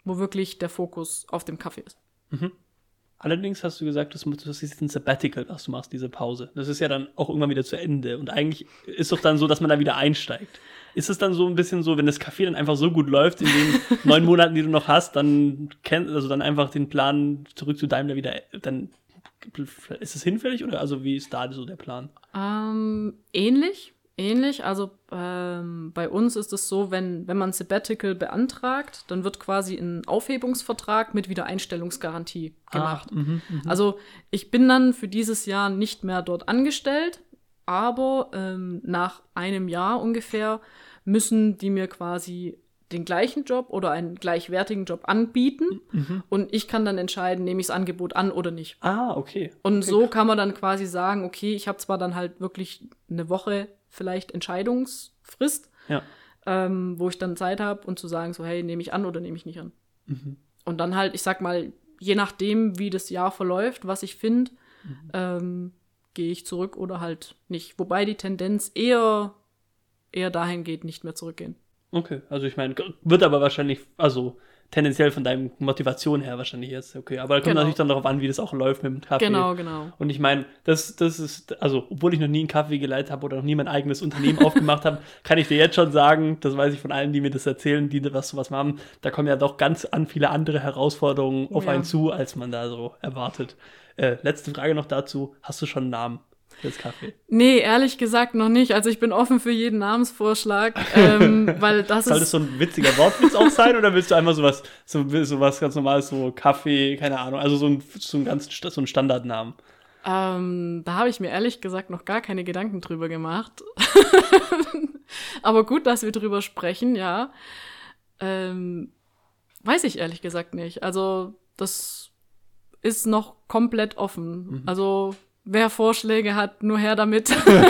wo wirklich der Fokus auf dem Kaffee ist. Mhm. Allerdings hast du gesagt, das ist jetzt ein Sabbatical, was du machst, diese Pause. Das ist ja dann auch irgendwann wieder zu Ende. Und eigentlich ist doch dann so, dass man da wieder einsteigt. Ist es dann so ein bisschen so, wenn das Café dann einfach so gut läuft in den neun Monaten, die du noch hast, dann kennt, also dann einfach den Plan zurück zu Daimler wieder, dann ist es hinfällig oder also wie ist da so der Plan? Ähm, ähnlich. Ähnlich, also ähm, bei uns ist es so, wenn, wenn man Sabbatical beantragt, dann wird quasi ein Aufhebungsvertrag mit Wiedereinstellungsgarantie gemacht. Ah, mh, mh. Also ich bin dann für dieses Jahr nicht mehr dort angestellt, aber ähm, nach einem Jahr ungefähr müssen die mir quasi den gleichen Job oder einen gleichwertigen Job anbieten Mhm. und ich kann dann entscheiden, nehme ich das Angebot an oder nicht. Ah, okay. Und okay. so kann man dann quasi sagen, okay, ich habe zwar dann halt wirklich eine Woche vielleicht Entscheidungsfrist, Ja. ähm, wo ich dann Zeit habe und zu sagen, so hey, nehme ich an oder nehme ich nicht an. Mhm. Und dann halt, ich sag mal, je nachdem, wie das Jahr verläuft, was ich finde, Mhm. ähm, gehe ich zurück oder halt nicht. Wobei die Tendenz eher, eher dahin geht, nicht mehr zurückgehen. Okay, also ich meine, wird aber wahrscheinlich, also tendenziell von deiner Motivation her wahrscheinlich jetzt, okay. Aber da kommt Genau. natürlich dann darauf an, wie das auch läuft mit dem Kaffee. Genau, genau. Und ich meine, das, das ist, also obwohl ich noch nie einen Kaffee geleitet habe oder noch nie mein eigenes Unternehmen aufgemacht habe, kann ich dir jetzt schon sagen, das weiß ich von allen, die mir das erzählen, die was sowas machen, da kommen ja doch ganz an viele andere Herausforderungen Oh auf ja. einen zu, als man da so erwartet. Äh, letzte Frage noch dazu, hast du schon einen Namen für das Kaffee? Nee, ehrlich gesagt noch nicht. Also ich bin offen für jeden Namensvorschlag, ähm, weil das Soll ist... das so ein witziger Wortwitz auch sein oder willst du einfach sowas, so, so was ganz Normales, so Kaffee, keine Ahnung, also so ein, so ein ganz so ein Standardnamen? Ähm, da habe ich mir ehrlich gesagt noch gar keine Gedanken drüber gemacht. Aber gut, dass wir drüber sprechen, ja. Ähm, weiß ich ehrlich gesagt nicht. Also das ist noch komplett offen. Mhm. Also wer Vorschläge hat, nur her damit.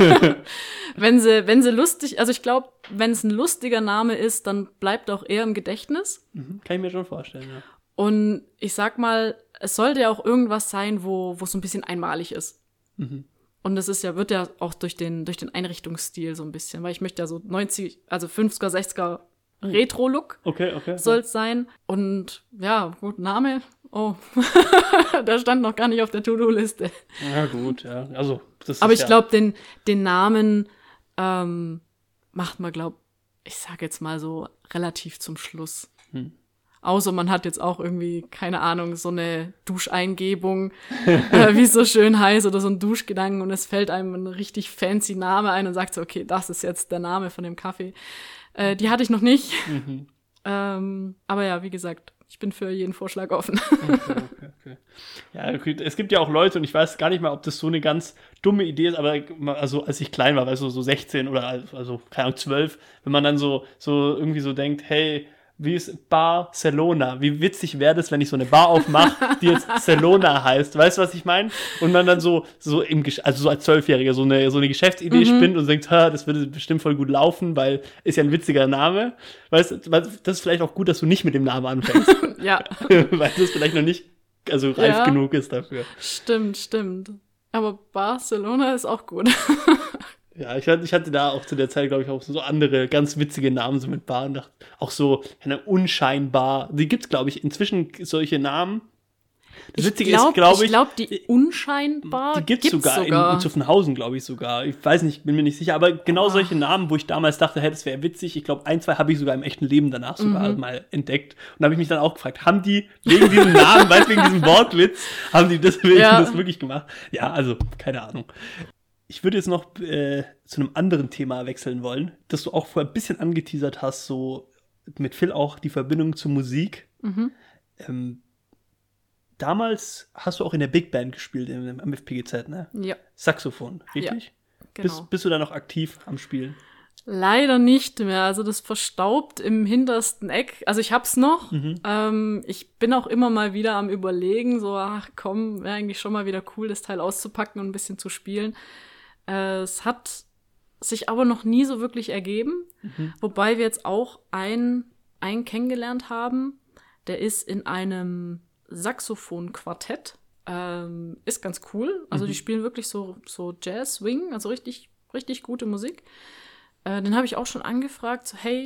wenn sie, wenn sie lustig, also ich glaube, wenn es ein lustiger Name ist, dann bleibt auch eher im Gedächtnis. Mhm. Kann ich mir schon vorstellen, ja. Und ich sag mal, es sollte ja auch irgendwas sein, wo wo so ein bisschen einmalig ist. Mhm. Und das ist ja, wird ja auch durch den, durch den Einrichtungsstil so ein bisschen, weil ich möchte ja so neunzig, also fünfziger, sechziger Retro-Look Okay, okay. soll es sein. Und ja, gut, Name, oh, der stand noch gar nicht auf der To-Do-Liste. Ja, gut, ja. Also, das Aber ist ich ja, glaube, den, den Namen ähm, macht man, glaube ich, sag jetzt mal so relativ zum Schluss. Hm. Außer man hat jetzt auch irgendwie, keine Ahnung, so eine Duscheingebung, äh, wie es so schön heißt, oder so ein Duschgedanken und es fällt einem ein richtig fancy Name ein und sagt so, okay, das ist jetzt der Name von dem Kaffee. Äh, die hatte ich noch nicht. Mhm. Ähm, aber ja, wie gesagt, ich bin für jeden Vorschlag offen. Okay, okay, okay. Ja, okay, es gibt ja auch Leute, und ich weiß gar nicht mal, ob das so eine ganz dumme Idee ist, aber also als ich klein war, weißt du, so sechzehn oder also, keine Ahnung, zwölf, wenn man dann so, so irgendwie so denkt, hey, wie ist Barcelona? Wie witzig wäre das, wenn ich so eine Bar aufmache, die jetzt Celona heißt? Weißt du, was ich meine? Und man dann so, so im, Gesch- also so als Zwölfjähriger so eine, so eine Geschäftsidee Mhm. spinnt und denkt, ha, das würde bestimmt voll gut laufen, weil ist ja ein witziger Name. Weißt du, das ist vielleicht auch gut, dass du nicht mit dem Namen anfängst, Ja, weil das vielleicht noch nicht also reif Ja. genug ist dafür. stimmt, stimmt. Aber Barcelona ist auch gut. Ja, ich hatte, ich hatte da auch zu der Zeit, glaube ich, auch so andere ganz witzige Namen so mit Bar. Und dachte, auch so eine unscheinbar. Die gibt's, glaube ich, inzwischen solche Namen. Das Witzige glaub, ist, glaube ich, Ich glaube, die unscheinbar die gibt's, sogar, In, in Zuffenhausen, glaube ich sogar. Ich weiß nicht, bin mir nicht sicher. Aber genau Oh. solche Namen, wo ich damals dachte, hey, das wäre witzig. Ich glaube, ein, zwei habe ich sogar im echten Leben danach sogar Mhm. mal entdeckt. Und da habe ich mich dann auch gefragt, haben die wegen diesem Namen, weil wegen diesem Wortwitz, haben die das, Ja. das wirklich gemacht? Ja, also, keine Ahnung. Ich würde jetzt noch äh, zu einem anderen Thema wechseln wollen, das du auch vorher ein bisschen angeteasert hast, so mit Phil auch die Verbindung zur Musik. Mhm. Ähm, damals hast du auch in der Big Band gespielt, im, am F P G Z, ne? Ja, Saxophon, richtig? genau. Bist, bist du da noch aktiv am Spielen? Leider nicht mehr. Also das verstaubt im hintersten Eck. Also ich hab's noch. Mhm. Ähm, ich bin auch immer mal wieder am Überlegen, so, ach komm, wäre eigentlich schon mal wieder cool, das Teil auszupacken und ein bisschen zu spielen. Äh, es hat sich aber noch nie so wirklich ergeben. Mhm. Wobei wir jetzt auch einen, einen kennengelernt haben, der ist in einem Saxophon-Quartett. Ähm, ist ganz cool. Also Mhm. die spielen wirklich so, so Jazz, Swing, also richtig, richtig gute Musik. Äh, den habe ich auch schon angefragt, so, hey,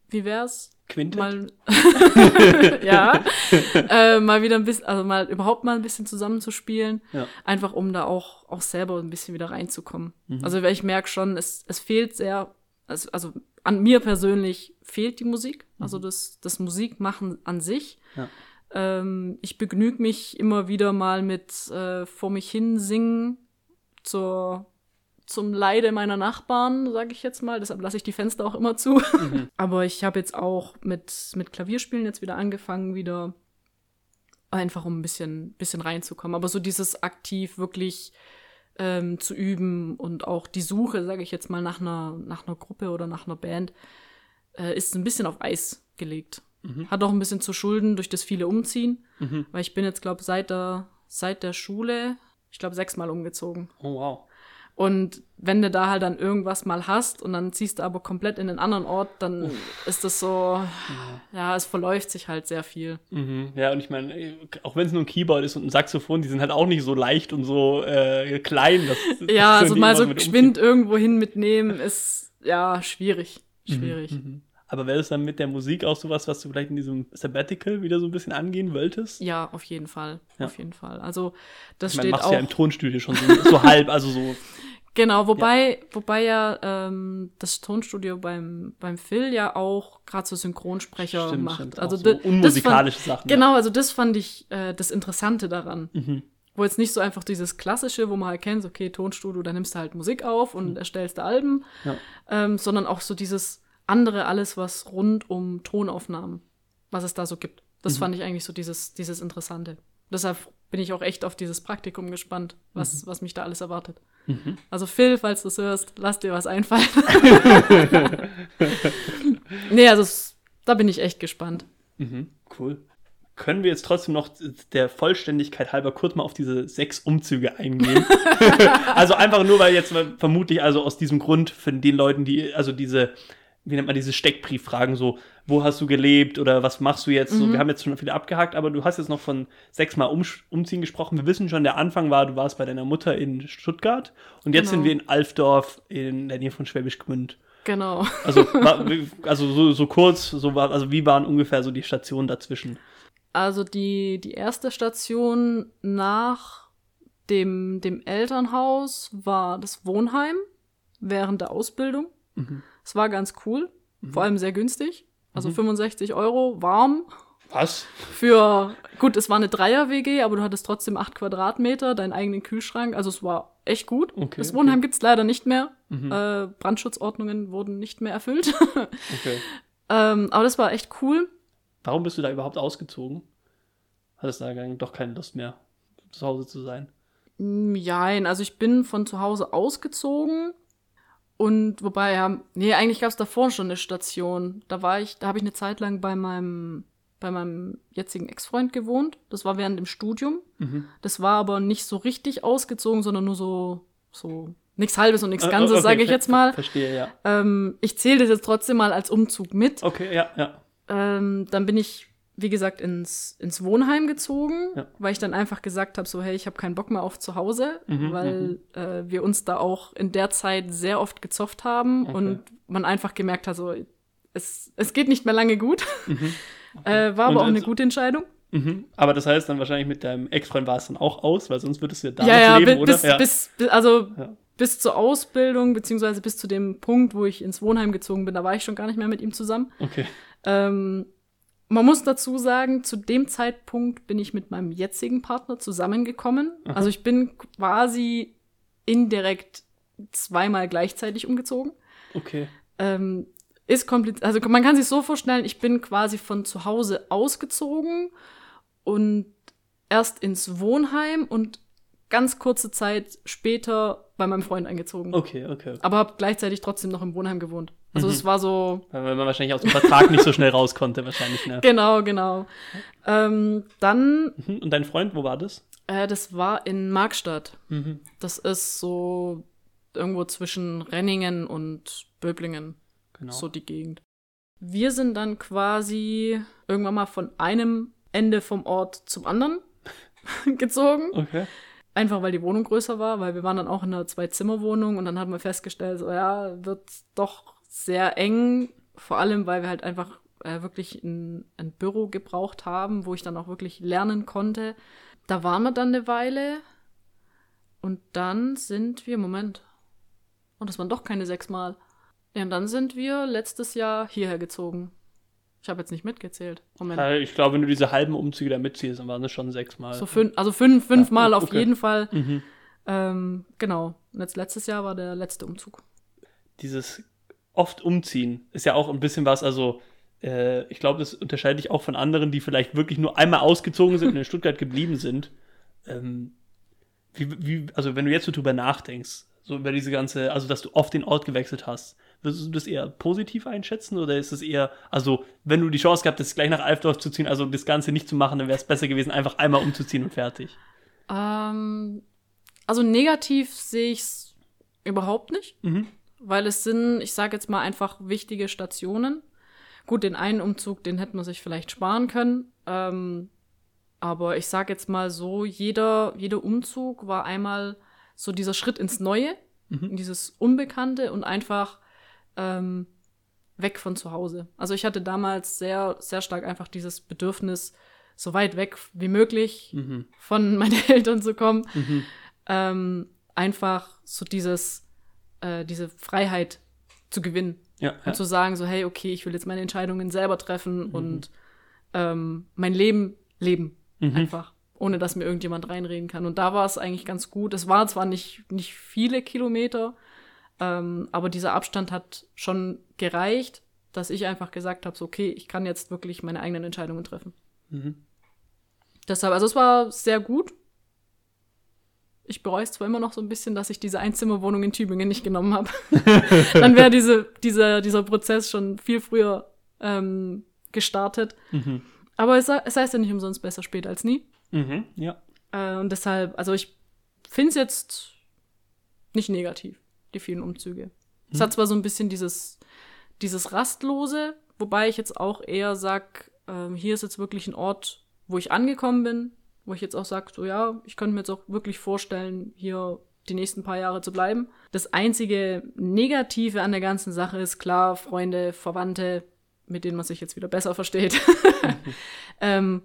wie wär's? Quintet? Mal, ja, äh, mal wieder ein bisschen, also mal überhaupt mal ein bisschen zusammenzuspielen, Ja. einfach um da auch, auch selber ein bisschen wieder reinzukommen. Mhm. Also weil ich merke schon, es, es fehlt sehr, also, also an mir persönlich fehlt die Musik, also das, das Musikmachen an sich. Ja. Ähm, ich begnüge mich immer wieder mal mit äh, vor mich hin singen zur zum Leide meiner Nachbarn, sage ich jetzt mal. Deshalb lasse ich die Fenster auch immer zu. Mhm. Aber ich habe jetzt auch mit, mit Klavierspielen jetzt wieder angefangen, wieder einfach um ein bisschen, bisschen reinzukommen. Aber so dieses aktiv wirklich ähm, zu üben und auch die Suche, sage ich jetzt mal, nach einer, nach einer Gruppe oder nach einer Band, äh, ist ein bisschen auf Eis gelegt. Mhm. Hat auch ein bisschen zu schulden durch das viele Umziehen, Mhm. weil ich bin jetzt, glaube ich, seit der, seit der Schule, ich glaube, sechsmal umgezogen. Oh, wow. Und wenn du da halt dann irgendwas mal hast und dann ziehst du aber komplett in einen anderen Ort, dann Uff. ist das so, ja. ja, es verläuft sich halt sehr viel. Mhm. Ja, und ich meine, auch wenn es nur ein Keyboard ist und ein Saxophon, die sind halt auch nicht so leicht und so äh, klein. Das, ja, das also mal so geschwind irgendwo hin mitnehmen ist, ja, schwierig. Schwierig. Mhm. Mhm. Aber wäre es dann mit der Musik auch sowas, was du vielleicht in diesem Sabbatical wieder so ein bisschen angehen wolltest? Ja, auf jeden Fall. Ja. Auf jeden Fall. Also, das ich meine, steht machst auch. ja im Tonstudio schon so, so halb, also so. Genau, wobei ja, wobei ja ähm, das Tonstudio beim, beim Phil ja auch gerade so Synchronsprecher stimmt, macht. Stimmt, also so unmusikalische fand, Sachen. Genau, ja. also das fand ich äh, das Interessante daran. Mhm. Wo jetzt nicht so einfach dieses Klassische, wo man halt kennt, okay, Tonstudio, da nimmst du halt Musik auf und mhm. erstellst Alben, ja. ähm, sondern auch so dieses andere, alles, was rund um Tonaufnahmen, was es da so gibt. Das mhm. fand ich eigentlich so dieses, dieses Interessante. Deshalb bin ich auch echt auf dieses Praktikum gespannt, was, mhm. was mich da alles erwartet. Mhm. Also Phil, falls du es hörst, lass dir was einfallen. Nee, also da bin ich echt gespannt. Mhm. Cool. Können wir jetzt trotzdem noch der Vollständigkeit halber kurz mal auf diese sechs Umzüge eingehen? Also einfach nur, weil jetzt vermutlich also aus diesem Grund für den Leuten, die, also diese, wie nennt man diese Steckbrieffragen, so, wo hast du gelebt oder was machst du jetzt? Mhm. So, wir haben jetzt schon viele abgehakt, aber du hast jetzt noch von sechsmal um, Umziehen gesprochen. Wir wissen schon, der Anfang war, du warst bei deiner Mutter in Stuttgart und jetzt genau. sind wir in Alfdorf in der Nähe von Schwäbisch Gmünd. Genau. Also, war, also so, so kurz, so war, also wie waren ungefähr so die Stationen dazwischen? Also die, die erste Station nach dem, dem Elternhaus war das Wohnheim während der Ausbildung. Mhm. Es war ganz cool, mhm. vor allem sehr günstig. Also mhm. fünfundsechzig Euro, warm. Was? Für, gut, es war eine Dreier-W G, aber du hattest trotzdem acht Quadratmeter, deinen eigenen Kühlschrank. Also es war echt gut. Okay, das Wohnheim okay. gibt's leider nicht mehr. Mhm. Äh, Brandschutzordnungen wurden nicht mehr erfüllt. Okay. ähm, aber das war echt cool. Warum bist du da überhaupt ausgezogen? Hattest du da doch keine Lust mehr, zu Hause zu sein? Nein, also ich bin von zu Hause ausgezogen. Und wobei, ja, nee, eigentlich gab es davor schon eine Station. Da war ich, da habe ich eine Zeit lang bei meinem, bei meinem jetzigen Ex-Freund gewohnt. Das war während dem Studium. Mhm. Das war aber nicht so richtig ausgezogen, sondern nur so, so nichts Halbes und nichts Ganzes, okay, sage ich jetzt mal. Verstehe, ja. Ähm, ich zähle das jetzt trotzdem mal als Umzug mit. Okay, ja, ja. Ähm, dann bin ich, wie gesagt, ins, ins Wohnheim gezogen, ja. weil ich dann einfach gesagt habe, so, hey, ich habe keinen Bock mehr auf zu Hause, mhm, weil mhm. äh, wir uns da auch in der Zeit sehr oft gezofft haben okay. und man einfach gemerkt hat, so, es, es geht nicht mehr lange gut. Mhm. Okay. Äh, war aber und, auch eine gute Entscheidung. Mhm. Aber das heißt dann wahrscheinlich mit deinem Ex-Freund war es dann auch aus, weil sonst würdest du ja da ja, noch ja, leben, bis, oder? Ja, bis, bis, also ja. bis zur Ausbildung, beziehungsweise bis zu dem Punkt, wo ich ins Wohnheim gezogen bin, da war ich schon gar nicht mehr mit ihm zusammen. Okay. Ähm, man muss dazu sagen, zu dem Zeitpunkt bin ich mit meinem jetzigen Partner zusammengekommen. Aha. Also ich bin quasi indirekt zweimal gleichzeitig umgezogen. Okay. Ähm, ist kompliziert. Also man kann sich so vorstellen, ich bin quasi von zu Hause ausgezogen und erst ins Wohnheim und ganz kurze Zeit später bei meinem Freund eingezogen. Okay, okay. okay. Aber habe gleichzeitig trotzdem noch im Wohnheim gewohnt. Also es mhm. war so... Weil man wahrscheinlich aus dem Vertrag nicht so schnell raus konnte, wahrscheinlich, ne? Genau, genau. Ähm, dann... Mhm. Und dein Freund, wo war das? Äh, das war in Markstadt. Mhm. Das ist so irgendwo zwischen Renningen und Böblingen. Genau. So die Gegend. Wir sind dann quasi irgendwann mal von einem Ende vom Ort zum anderen gezogen. Okay. Einfach, weil die Wohnung größer war, weil wir waren dann auch in einer Zwei-Zimmer-Wohnung und dann haben wir festgestellt, so ja, wird doch sehr eng Vor allem, weil wir halt einfach äh, wirklich ein, ein Büro gebraucht haben, wo ich dann auch wirklich lernen konnte. Da waren wir dann eine Weile und dann sind wir, Moment, und das waren doch keine sechs Mal. Ja, und dann sind wir letztes Jahr hierher gezogen. Ich habe jetzt nicht mitgezählt. Moment. Ja, ich glaube, wenn du diese halben Umzüge da mitziehst, dann waren es schon sechs Mal. So fünf, also fünf, fünf Ja, Mal okay. auf jeden Fall. Mhm. Ähm, genau. Und jetzt letztes Jahr war der letzte Umzug. Dieses oft umziehen ist ja auch ein bisschen was, also äh, ich glaube, das unterscheidet dich auch von anderen, die vielleicht wirklich nur einmal ausgezogen sind und in Stuttgart geblieben sind. Ähm, wie, wie, also wenn du jetzt so drüber nachdenkst, so über diese ganze, also dass du oft den Ort gewechselt hast, würdest du das eher positiv einschätzen oder ist es eher, also wenn du die Chance gehabt hättest, gleich nach Alfdorf zu ziehen, also das Ganze nicht zu machen, dann wäre es besser gewesen, einfach einmal umzuziehen und fertig? Ähm, also negativ sehe ich es überhaupt nicht, Mhm. weil es sind, ich sage jetzt mal einfach wichtige Stationen. Gut, den einen Umzug, den hätte man sich vielleicht sparen können, ähm, aber ich sage jetzt mal so, jeder, jeder Umzug war einmal so dieser Schritt ins Neue, Mhm. in dieses Unbekannte und einfach ähm, weg von zu Hause. Also ich hatte damals sehr, sehr stark einfach dieses Bedürfnis, so weit weg wie möglich Mhm. von meinen Eltern zu kommen. Mhm. Ähm, einfach so dieses, äh, diese Freiheit zu gewinnen. Ja, ja. Und zu sagen so, hey, okay, ich will jetzt meine Entscheidungen selber treffen und ähm, mein Leben leben. Mhm. Einfach. Ohne dass mir irgendjemand reinreden kann. Und da war es eigentlich ganz gut. Es war zwar nicht, nicht viele Kilometer, ähm, aber dieser Abstand hat schon gereicht, dass ich einfach gesagt habe, so, okay, ich kann jetzt wirklich meine eigenen Entscheidungen treffen. Mhm. Deshalb, also es war sehr gut. Ich bereue es zwar immer noch so ein bisschen, dass ich diese Einzimmerwohnung in Tübingen nicht genommen habe. Dann wäre diese, dieser, dieser Prozess schon viel früher ähm, gestartet. Mhm. Aber es, es heißt ja nicht umsonst besser spät als nie. Mhm. Ja. Äh, und deshalb, also ich finde es jetzt nicht negativ, die vielen Umzüge. Es hat zwar so ein bisschen dieses, dieses Rastlose, wobei ich jetzt auch eher sag, ähm, hier ist jetzt wirklich ein Ort, wo ich angekommen bin, wo ich jetzt auch sage, so ja, ich könnte mir jetzt auch wirklich vorstellen, hier die nächsten paar Jahre zu bleiben. Das einzige Negative an der ganzen Sache ist klar, Freunde, Verwandte, mit denen man sich jetzt wieder besser versteht, ähm,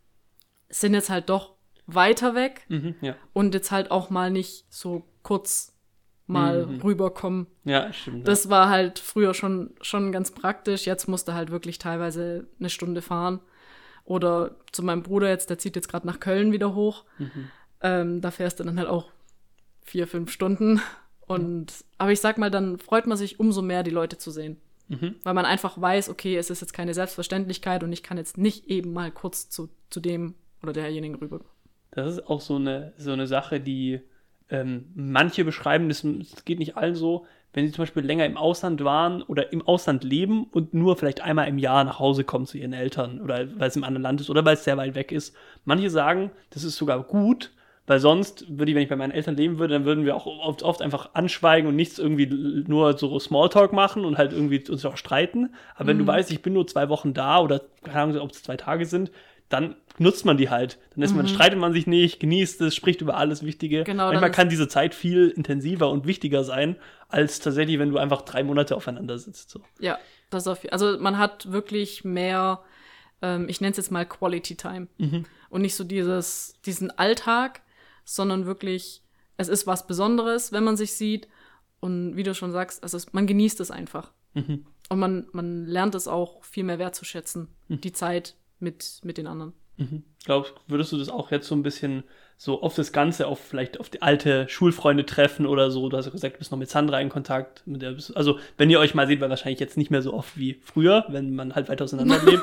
sind jetzt halt doch weiter weg Mhm. Ja. und jetzt halt auch mal nicht so kurz mal Mhm. rüberkommen. Ja, stimmt. Das war halt früher schon, schon ganz praktisch. Jetzt musste halt wirklich teilweise eine Stunde fahren. Oder zu meinem Bruder jetzt, der zieht jetzt gerade nach Köln wieder hoch. Mhm. Ähm, da fährst du dann halt auch vier, fünf Stunden. Und, aber ich sag mal, dann freut man sich umso mehr, die Leute zu sehen. Mhm. Weil man einfach weiß, okay, es ist jetzt keine Selbstverständlichkeit und ich kann jetzt nicht eben mal kurz zu, zu dem oder derjenigen rüber. Das ist auch so eine, so eine Sache, die ähm, manche beschreiben, das, das geht nicht allen so, wenn sie zum Beispiel länger im Ausland waren oder im Ausland leben und nur vielleicht einmal im Jahr nach Hause kommen zu ihren Eltern oder weil es im anderen Land ist oder weil es sehr weit weg ist. Manche sagen, das ist sogar gut, weil sonst würde ich, wenn ich bei meinen Eltern leben würde, dann würden wir auch oft, oft einfach anschweigen und nichts irgendwie nur so Smalltalk machen und halt irgendwie uns auch streiten. Aber wenn Mhm. du weißt, ich bin nur zwei Wochen da oder keine Ahnung, ob es zwei Tage sind, dann nutzt man die halt. Dann ist man, Mhm. streitet man sich nicht, genießt es, spricht über alles Wichtige. Genau, Manchmal dann ist- kann diese Zeit viel intensiver und wichtiger sein, als tatsächlich, wenn du einfach drei Monate aufeinander sitzt. So. Ja, das auf, also man hat wirklich mehr, ähm, ich nenne es jetzt mal Quality Time. Mhm. Und nicht so dieses, diesen Alltag, sondern wirklich, es ist was Besonderes, wenn man sich sieht. Und wie du schon sagst, also es, man genießt es einfach. Mhm. Und man, man lernt es auch viel mehr wertzuschätzen, die Zeit mit, mit den anderen. Mhm. Glaubst, würdest du das auch jetzt so ein bisschen so auf das Ganze, auf vielleicht auf die alte Schulfreunde treffen oder so? Du hast ja gesagt, du bist noch mit Sandra in Kontakt. Mit der bist, also, wenn ihr euch mal seht, weil wahrscheinlich jetzt nicht mehr so oft wie früher, wenn man halt weit auseinander lebt.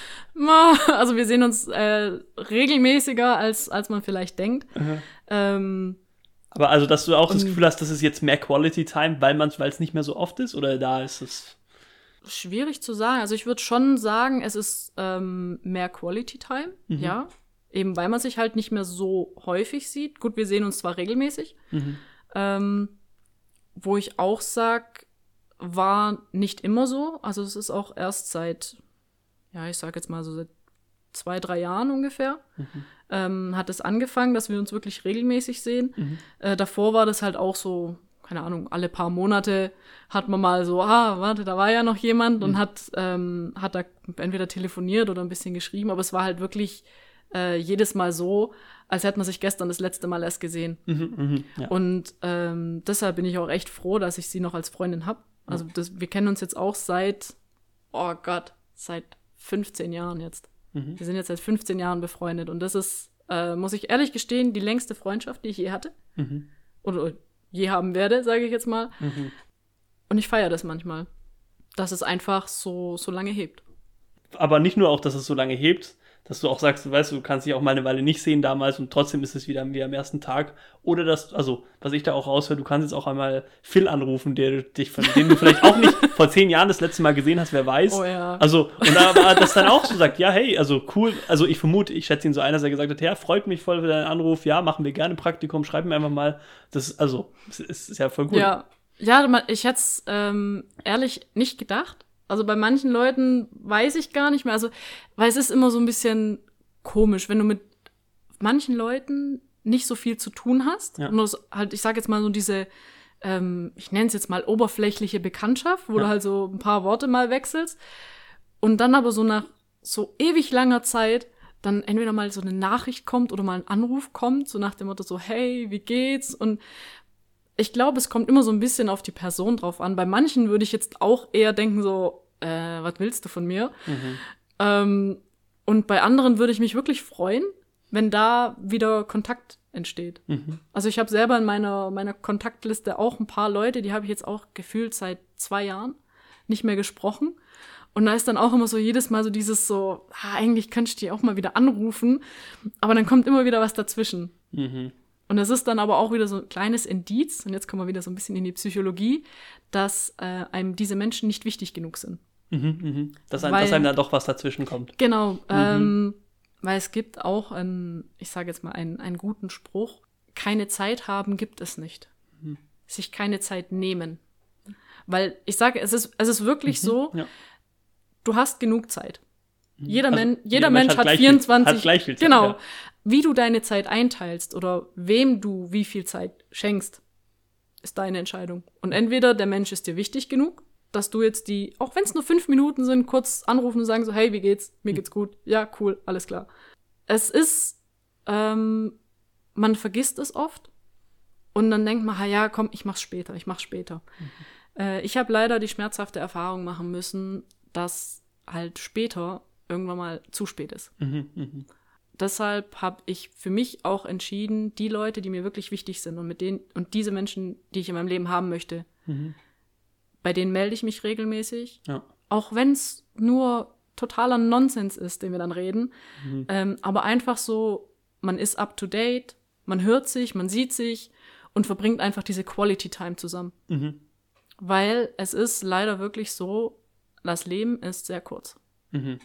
Also wir sehen uns äh, regelmäßiger, als, als man vielleicht denkt. Mhm. Ähm, Aber also, dass du auch das Und- Gefühl hast, das ist jetzt mehr Quality Time, weil man weil es nicht mehr so oft ist? Oder da ist es. Schwierig zu sagen. Also ich würde schon sagen, es ist ähm, mehr Quality Time, Mhm. ja. Eben weil man sich halt nicht mehr so häufig sieht. Gut, wir sehen uns zwar regelmäßig. Mhm. Ähm, wo ich auch sag, war nicht immer so. Also es ist auch erst seit, ja, ich sag jetzt mal so seit zwei, drei Jahren ungefähr, Mhm. ähm, hat es angefangen, dass wir uns wirklich regelmäßig sehen. Mhm. Äh, davor war das halt auch so, keine Ahnung, alle paar Monate hat man mal so, ah, warte, da war ja noch jemand und mhm. hat, ähm, hat da entweder telefoniert oder ein bisschen geschrieben, aber es war halt wirklich äh, jedes Mal so, als hätte man sich gestern das letzte Mal erst gesehen. Mhm, mh, ja. Und ähm, deshalb bin ich auch echt froh, dass ich sie noch als Freundin habe. Also das, wir kennen uns jetzt auch seit, oh Gott, seit fünfzehn Jahren jetzt. Mhm. Wir sind jetzt seit fünfzehn Jahren befreundet und das ist, äh, muss ich ehrlich gestehen, die längste Freundschaft, die ich je hatte. Mhm. Oder je haben werde, sage ich jetzt mal. Mhm. Und ich feiere das manchmal, dass es einfach so, so lange hebt. Aber nicht nur auch, dass es so lange hebt, dass du auch sagst, du weißt, du kannst dich auch mal eine Weile nicht sehen damals und trotzdem ist es wieder wie am ersten Tag. Oder dass, also, was ich da auch raushöre, du kannst jetzt auch einmal Phil anrufen, der dich, von dem du vielleicht auch nicht vor zehn Jahren das letzte Mal gesehen hast, wer weiß. Oh ja. Also, und aber das dann auch so sagt, ja, hey, also cool, also ich vermute, ich schätze ihn so ein, dass er gesagt hat, ja, freut mich voll für deinen Anruf, ja, machen wir gerne Praktikum, schreib mir einfach mal. Das ist, also, es ist, ist ja voll gut. Ja, ja, ich hätte es ähm, ehrlich nicht gedacht. Also bei manchen Leuten weiß ich gar nicht mehr, also, weil es ist immer so ein bisschen komisch, wenn du mit manchen Leuten nicht so viel zu tun hast. Ja. Und das halt, ich sage jetzt mal so diese, ähm, ich nenne es jetzt mal oberflächliche Bekanntschaft, wo ja. du halt so ein paar Worte mal wechselst. Und dann aber so nach so ewig langer Zeit dann entweder mal so eine Nachricht kommt oder mal ein Anruf kommt, so nach dem Motto so, hey, wie geht's? Und ich glaube, es kommt immer so ein bisschen auf die Person drauf an. Bei manchen würde ich jetzt auch eher denken so, äh, was willst du von mir? Mhm. Ähm, und bei anderen würde ich mich wirklich freuen, wenn da wieder Kontakt entsteht. Mhm. Also ich habe selber in meiner, meiner Kontaktliste auch ein paar Leute, die habe ich jetzt auch gefühlt seit zwei Jahren nicht mehr gesprochen. Und da ist dann auch immer so jedes Mal so dieses so, ah, eigentlich könnte ich die auch mal wieder anrufen. Aber dann kommt immer wieder was dazwischen. Mhm. Und es ist dann aber auch wieder so ein kleines Indiz, und jetzt kommen wir wieder so ein bisschen in die Psychologie, dass äh, einem diese Menschen nicht wichtig genug sind. Mhm, mhm. Dass, ein, weil, dass einem da doch was dazwischen kommt. Genau, mhm. ähm, weil es gibt auch, einen, ich sage jetzt mal, einen, einen guten Spruch, keine Zeit haben gibt es nicht. Mhm. Sich keine Zeit nehmen. Weil ich sage, es ist, es ist wirklich mhm, so, ja. Du hast genug Zeit. Jeder, also, Men- jeder, jeder Mensch, Mensch hat, hat vierundzwanzig, hat gleich viel Zeit, genau. Ja. Wie du deine Zeit einteilst oder wem du wie viel Zeit schenkst, ist deine Entscheidung. Und entweder der Mensch ist dir wichtig genug, dass du jetzt die, auch wenn es nur fünf Minuten sind, kurz anrufen und sagen so, hey, wie geht's? Mir geht's gut. Ja, cool, alles klar. Es ist, ähm, man vergisst es oft und dann denkt man, ja, komm, ich mach's später, ich mach's später. Mhm. Äh, ich habe leider die schmerzhafte Erfahrung machen müssen, dass halt später irgendwann mal zu spät ist. Mhm, mh. Deshalb habe ich für mich auch entschieden, die Leute, die mir wirklich wichtig sind und mit denen und diese Menschen, die ich in meinem Leben haben möchte, mhm. bei denen melde ich mich regelmäßig. Ja. Auch wenn es nur totaler Nonsens ist, den wir dann reden. Mhm. Ähm, aber einfach so, man ist up to date, man hört sich, man sieht sich und verbringt einfach diese Quality Time zusammen. Mhm. Weil es ist leider wirklich so, das Leben ist sehr kurz. Mhm.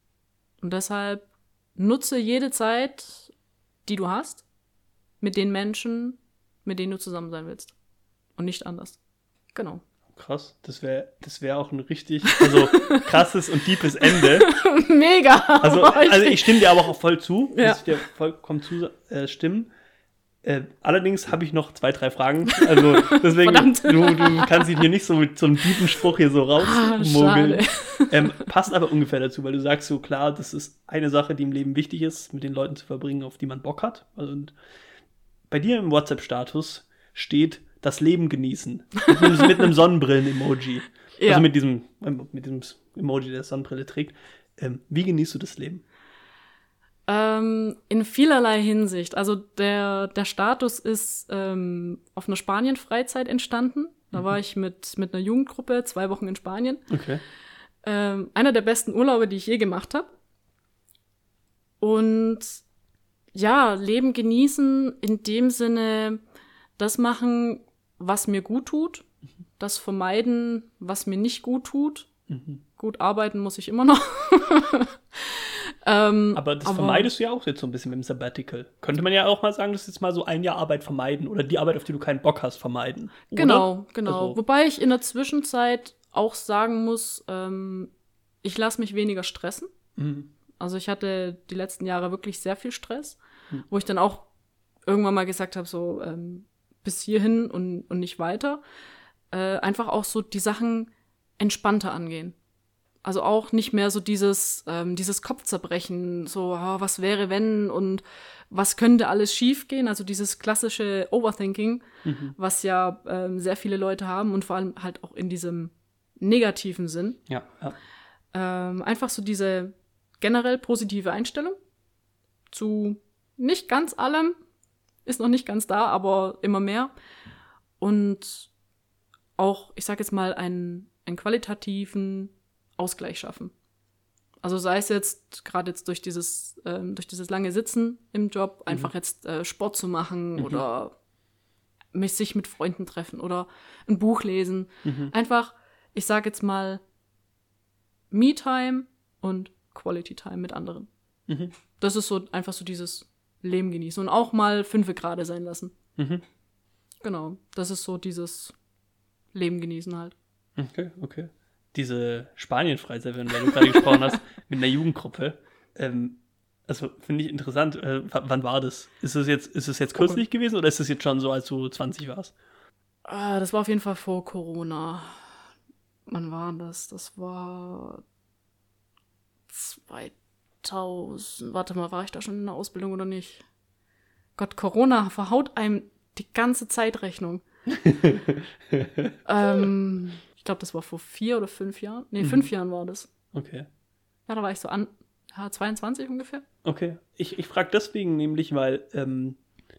Und deshalb nutze jede Zeit, die du hast, mit den Menschen, mit denen du zusammen sein willst. Und nicht anders. Genau. Krass. Das wäre das wär auch ein richtig also krasses und deepes Ende. Mega. Also, also ich stimme dir aber auch voll zu. Ja. Muss ich dir vollkommen zu äh, stimmen. Äh, allerdings habe ich noch zwei, drei Fragen. Also deswegen, du, du kannst dich hier nicht so mit so einem tiefen Spruch hier so rausmogeln. Ah, ähm, passt aber ungefähr dazu, weil du sagst so, klar, das ist eine Sache, die im Leben wichtig ist, mit den Leuten zu verbringen, auf die man Bock hat. Und bei dir im WhatsApp-Status steht das Leben genießen. Mit einem, mit einem Sonnenbrillen-Emoji. Ja. Also mit diesem, mit diesem Emoji, der Sonnenbrille trägt. Ähm, wie genießt du das Leben? Ähm, in vielerlei Hinsicht. Also der, der Status ist ähm, auf einer Spanien-Freizeit entstanden. Da mhm. war ich mit, mit einer Jugendgruppe zwei Wochen in Spanien. Okay. Ähm, einer der besten Urlaube, die ich je gemacht habe. Und ja, Leben genießen in dem Sinne, das machen, was mir gut tut. Mhm. Das vermeiden, was mir nicht gut tut. Mhm. Gut arbeiten muss ich immer noch. Ähm, aber das aber, vermeidest du ja auch jetzt so ein bisschen mit dem Sabbatical. Könnte man ja auch mal sagen, das ist jetzt mal so ein Jahr Arbeit vermeiden oder die Arbeit, auf die du keinen Bock hast, vermeiden. Oder? Genau, genau. Also, wobei ich in der Zwischenzeit auch sagen muss, ähm, ich lasse mich weniger stressen. Mhm. Also ich hatte die letzten Jahre wirklich sehr viel Stress, mhm. wo ich dann auch irgendwann mal gesagt habe, so, ähm, bis hierhin und, und nicht weiter. Äh, einfach auch so die Sachen entspannter angehen. Also auch nicht mehr so dieses, ähm, dieses Kopfzerbrechen, so, oh, was wäre, wenn und was könnte alles schiefgehen, also dieses klassische Overthinking, mhm. was ja ähm, sehr viele Leute haben und vor allem halt auch in diesem negativen Sinn. Ja, ja. Ähm, einfach so diese generell positive Einstellung zu nicht ganz allem, ist noch nicht ganz da, aber immer mehr. Und auch, ich sag jetzt mal, einen, einen qualitativen Ausgleich schaffen. Also sei es jetzt, gerade jetzt durch dieses, ähm, durch dieses lange Sitzen im Job, mhm. einfach jetzt äh, Sport zu machen mhm. oder mich sich mit Freunden treffen oder ein Buch lesen. Mhm. Einfach, ich sag jetzt mal, Me-Time und Quality-Time mit anderen. Mhm. Das ist so einfach so dieses Leben genießen und auch mal fünfe gerade sein lassen. Mhm. Genau, das ist so dieses Leben genießen halt. Okay, okay. Diese Spanien-Freizeit, wenn du gerade gesprochen hast, mit einer Jugendgruppe, ähm, also finde ich interessant, äh, w- wann war das? Ist es jetzt, ist es jetzt kürzlich okay. gewesen oder ist es jetzt schon so, als du zwanzig warst? Ah, das war auf jeden Fall vor Corona. Wann war das? Das war zweitausend. Warte mal, war ich da schon in der Ausbildung oder nicht? Gott, Corona verhaut einem die ganze Zeitrechnung. ähm, ich glaube, das war vor vier oder fünf Jahren. Nee, mhm. fünf Jahren war das. Okay. Ja, da war ich so an ja, zweiundzwanzig ungefähr. Okay. Ich, ich frage deswegen nämlich, weil ähm,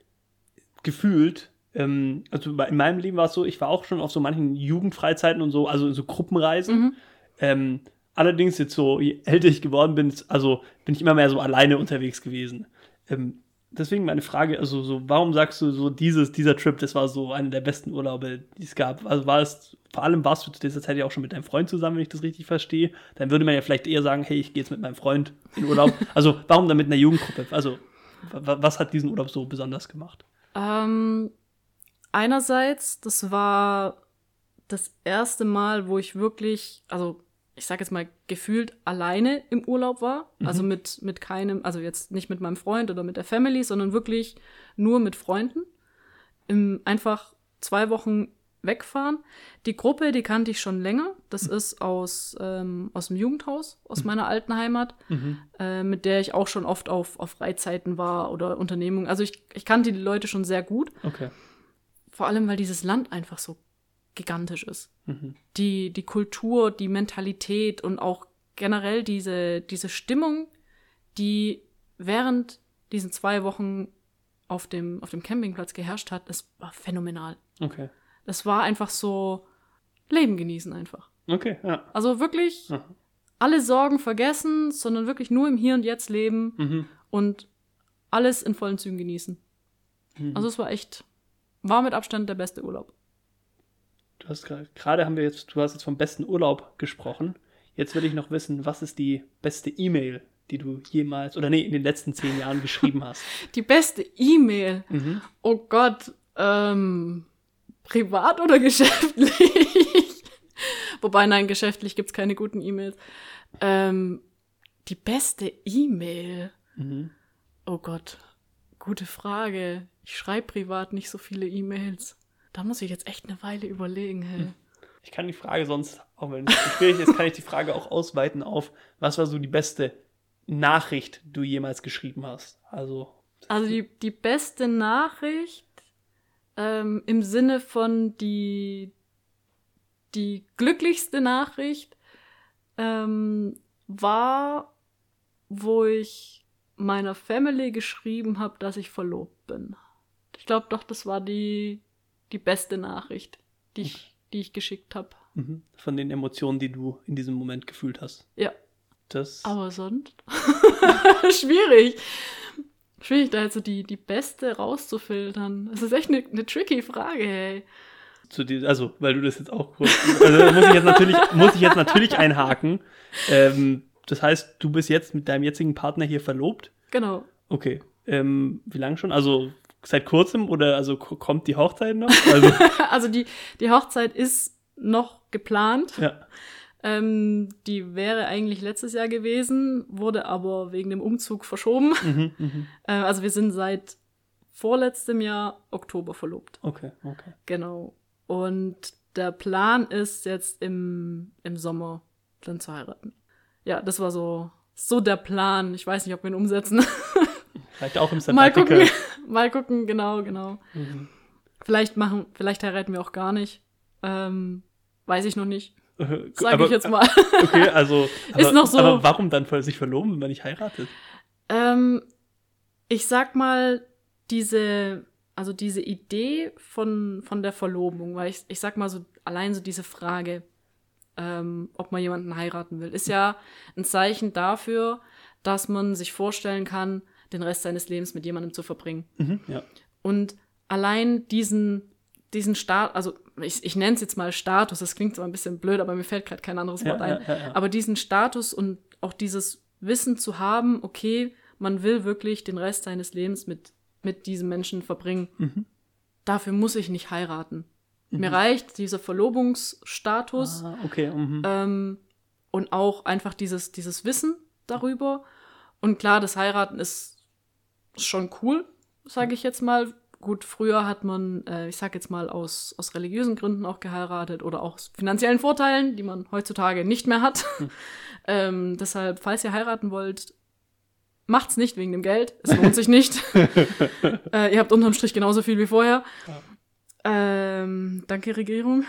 gefühlt, ähm, also in meinem Leben war es so, ich war auch schon auf so manchen Jugendfreizeiten und so, also so Gruppenreisen. Mhm. Ähm, allerdings jetzt so, je älter ich geworden bin, also bin ich immer mehr so alleine unterwegs gewesen. Ähm, Deswegen meine Frage, also so, warum sagst du so, dieses, dieser Trip, das war so einer der besten Urlaube, die es gab? Also war es, vor allem warst du zu dieser Zeit ja auch schon mit deinem Freund zusammen, wenn ich das richtig verstehe. Dann würde man ja vielleicht eher sagen, hey, ich gehe jetzt mit meinem Freund in Urlaub. Also warum dann mit einer Jugendgruppe? Also w- was hat diesen Urlaub so besonders gemacht? Ähm, einerseits, das war das erste Mal, wo ich wirklich, also ich sag jetzt mal, gefühlt alleine im Urlaub war. Mhm. Also mit, mit keinem, also jetzt nicht mit meinem Freund oder mit der Family, sondern wirklich nur mit Freunden. Im, einfach zwei Wochen wegfahren. Die Gruppe, die kannte ich schon länger. Das mhm. ist aus, ähm, aus dem Jugendhaus, aus mhm. meiner alten Heimat, mhm. äh, mit der ich auch schon oft auf, auf Freizeiten war oder Unternehmungen. Also ich, ich kannte die Leute schon sehr gut. Okay. Vor allem, weil dieses Land einfach so gigantisch ist. Mhm. Die, die Kultur, die Mentalität und auch generell diese, diese Stimmung, die während diesen zwei Wochen auf dem, auf dem Campingplatz geherrscht hat, das war phänomenal. Okay. Das war einfach so Leben genießen einfach. Okay, ja. Also wirklich Aha. alle Sorgen vergessen, sondern wirklich nur im Hier und Jetzt leben mhm. und alles in vollen Zügen genießen. Mhm. Also es war echt, war mit Abstand der beste Urlaub. Du hast gerade haben wir jetzt, du hast jetzt vom besten Urlaub gesprochen. Jetzt will ich noch wissen, was ist die beste E-Mail, die du jemals, oder nee, in den letzten zehn Jahren geschrieben hast? Die beste E-Mail? Mhm. Oh Gott, ähm, privat oder geschäftlich? Wobei, nein, geschäftlich gibt's keine guten E-Mails. Ähm, die beste E-Mail? Mhm. Oh Gott, gute Frage. Ich schreibe privat nicht so viele E-Mails. Da muss ich jetzt echt eine Weile überlegen, hey. Ich kann die Frage sonst, auch wenn es schwierig ist, kann ich die Frage auch ausweiten auf, was war so die beste Nachricht, die du jemals geschrieben hast? Also, also die, die beste Nachricht ähm, im Sinne von die, die glücklichste Nachricht ähm, war, wo ich meiner Family geschrieben habe, dass ich verlobt bin. Ich glaube doch, das war die die beste Nachricht, die ich, die ich geschickt habe. Mhm. Von den Emotionen, die du in diesem Moment gefühlt hast. Ja. Das Aber sonst? Schwierig. Schwierig, da jetzt so die, die beste rauszufiltern. Das ist echt eine, eine tricky Frage, hey. Zu dir, also, weil du das jetzt auch kurz... Also muss ich jetzt natürlich, muss ich jetzt natürlich einhaken. Ähm, das heißt, du bist jetzt mit deinem jetzigen Partner hier verlobt? Genau. Okay. Ähm, wie lange schon? Also seit kurzem oder also kommt die Hochzeit noch? Also, also die, die Hochzeit ist noch geplant. Ja. Ähm, die wäre eigentlich letztes Jahr gewesen, wurde aber wegen dem Umzug verschoben. Mhm, äh, also wir sind seit vorletztem Jahr Oktober verlobt. Okay, okay. Genau. Und der Plan ist jetzt im, im Sommer dann zu heiraten. Ja, das war so, so der Plan. Ich weiß nicht, ob wir ihn umsetzen. Vielleicht auch im Mal Sabbatical. gucken, mal gucken, genau, genau. Mhm. Vielleicht machen, vielleicht heiraten wir auch gar nicht. Ähm, weiß ich noch nicht. Äh, Sag aber- ich jetzt mal. Okay, also, aber, Ist noch so- aber warum dann voll sich verloben, wenn man nicht heiratet? Ähm, ich sag mal, diese, also diese Idee von, von der Verlobung, weil ich, ich sag mal so, allein so diese Frage, ähm, ob man jemanden heiraten will, ist ja ein Zeichen dafür, dass man sich vorstellen kann, den Rest seines Lebens mit jemandem zu verbringen. Mhm, ja. Und allein diesen, diesen Status, also ich, ich nenne es jetzt mal Status, das klingt zwar ein bisschen blöd, aber mir fällt gerade kein anderes Ja, Wort ein, ja, ja, ja. aber diesen Status und auch dieses Wissen zu haben, okay, man will wirklich den Rest seines Lebens mit, mit diesem Menschen verbringen. Mhm. Dafür muss ich nicht heiraten. Mhm. Mir reicht dieser Verlobungsstatus Ah, okay. Mhm. ähm, und auch einfach dieses, dieses Wissen darüber. Und klar, das Heiraten ist schon cool, sage ich jetzt mal. Gut, früher hat man, äh, ich sag jetzt mal, aus, aus religiösen Gründen auch geheiratet oder auch aus finanziellen Vorteilen, die man heutzutage nicht mehr hat. Hm. ähm, deshalb, falls ihr heiraten wollt, macht's nicht wegen dem Geld. Es lohnt sich nicht. äh, ihr habt unterm Strich genauso viel wie vorher. Ja. Ähm, danke, Regierung.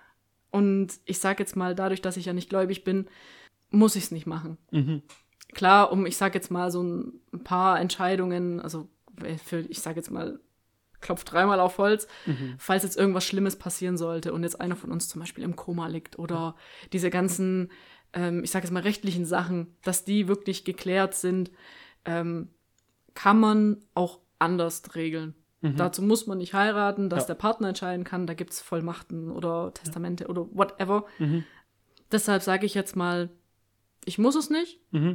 Und ich sag jetzt mal, dadurch, dass ich ja nicht gläubig bin, muss ich's nicht machen. Mhm. Klar, um, ich sag jetzt mal, so ein, ein paar Entscheidungen, also für, ich sag jetzt mal, klopf dreimal auf Holz, Mhm. falls jetzt irgendwas Schlimmes passieren sollte und jetzt einer von uns zum Beispiel im Koma liegt oder diese ganzen, ähm, ich sag jetzt mal, rechtlichen Sachen, dass die wirklich geklärt sind, ähm, kann man auch anders regeln. Mhm. Dazu muss man nicht heiraten, dass Ja. der Partner entscheiden kann, da gibt's Vollmachten oder Testamente oder whatever. Mhm. Deshalb sage ich jetzt mal, ich muss es nicht. Mhm.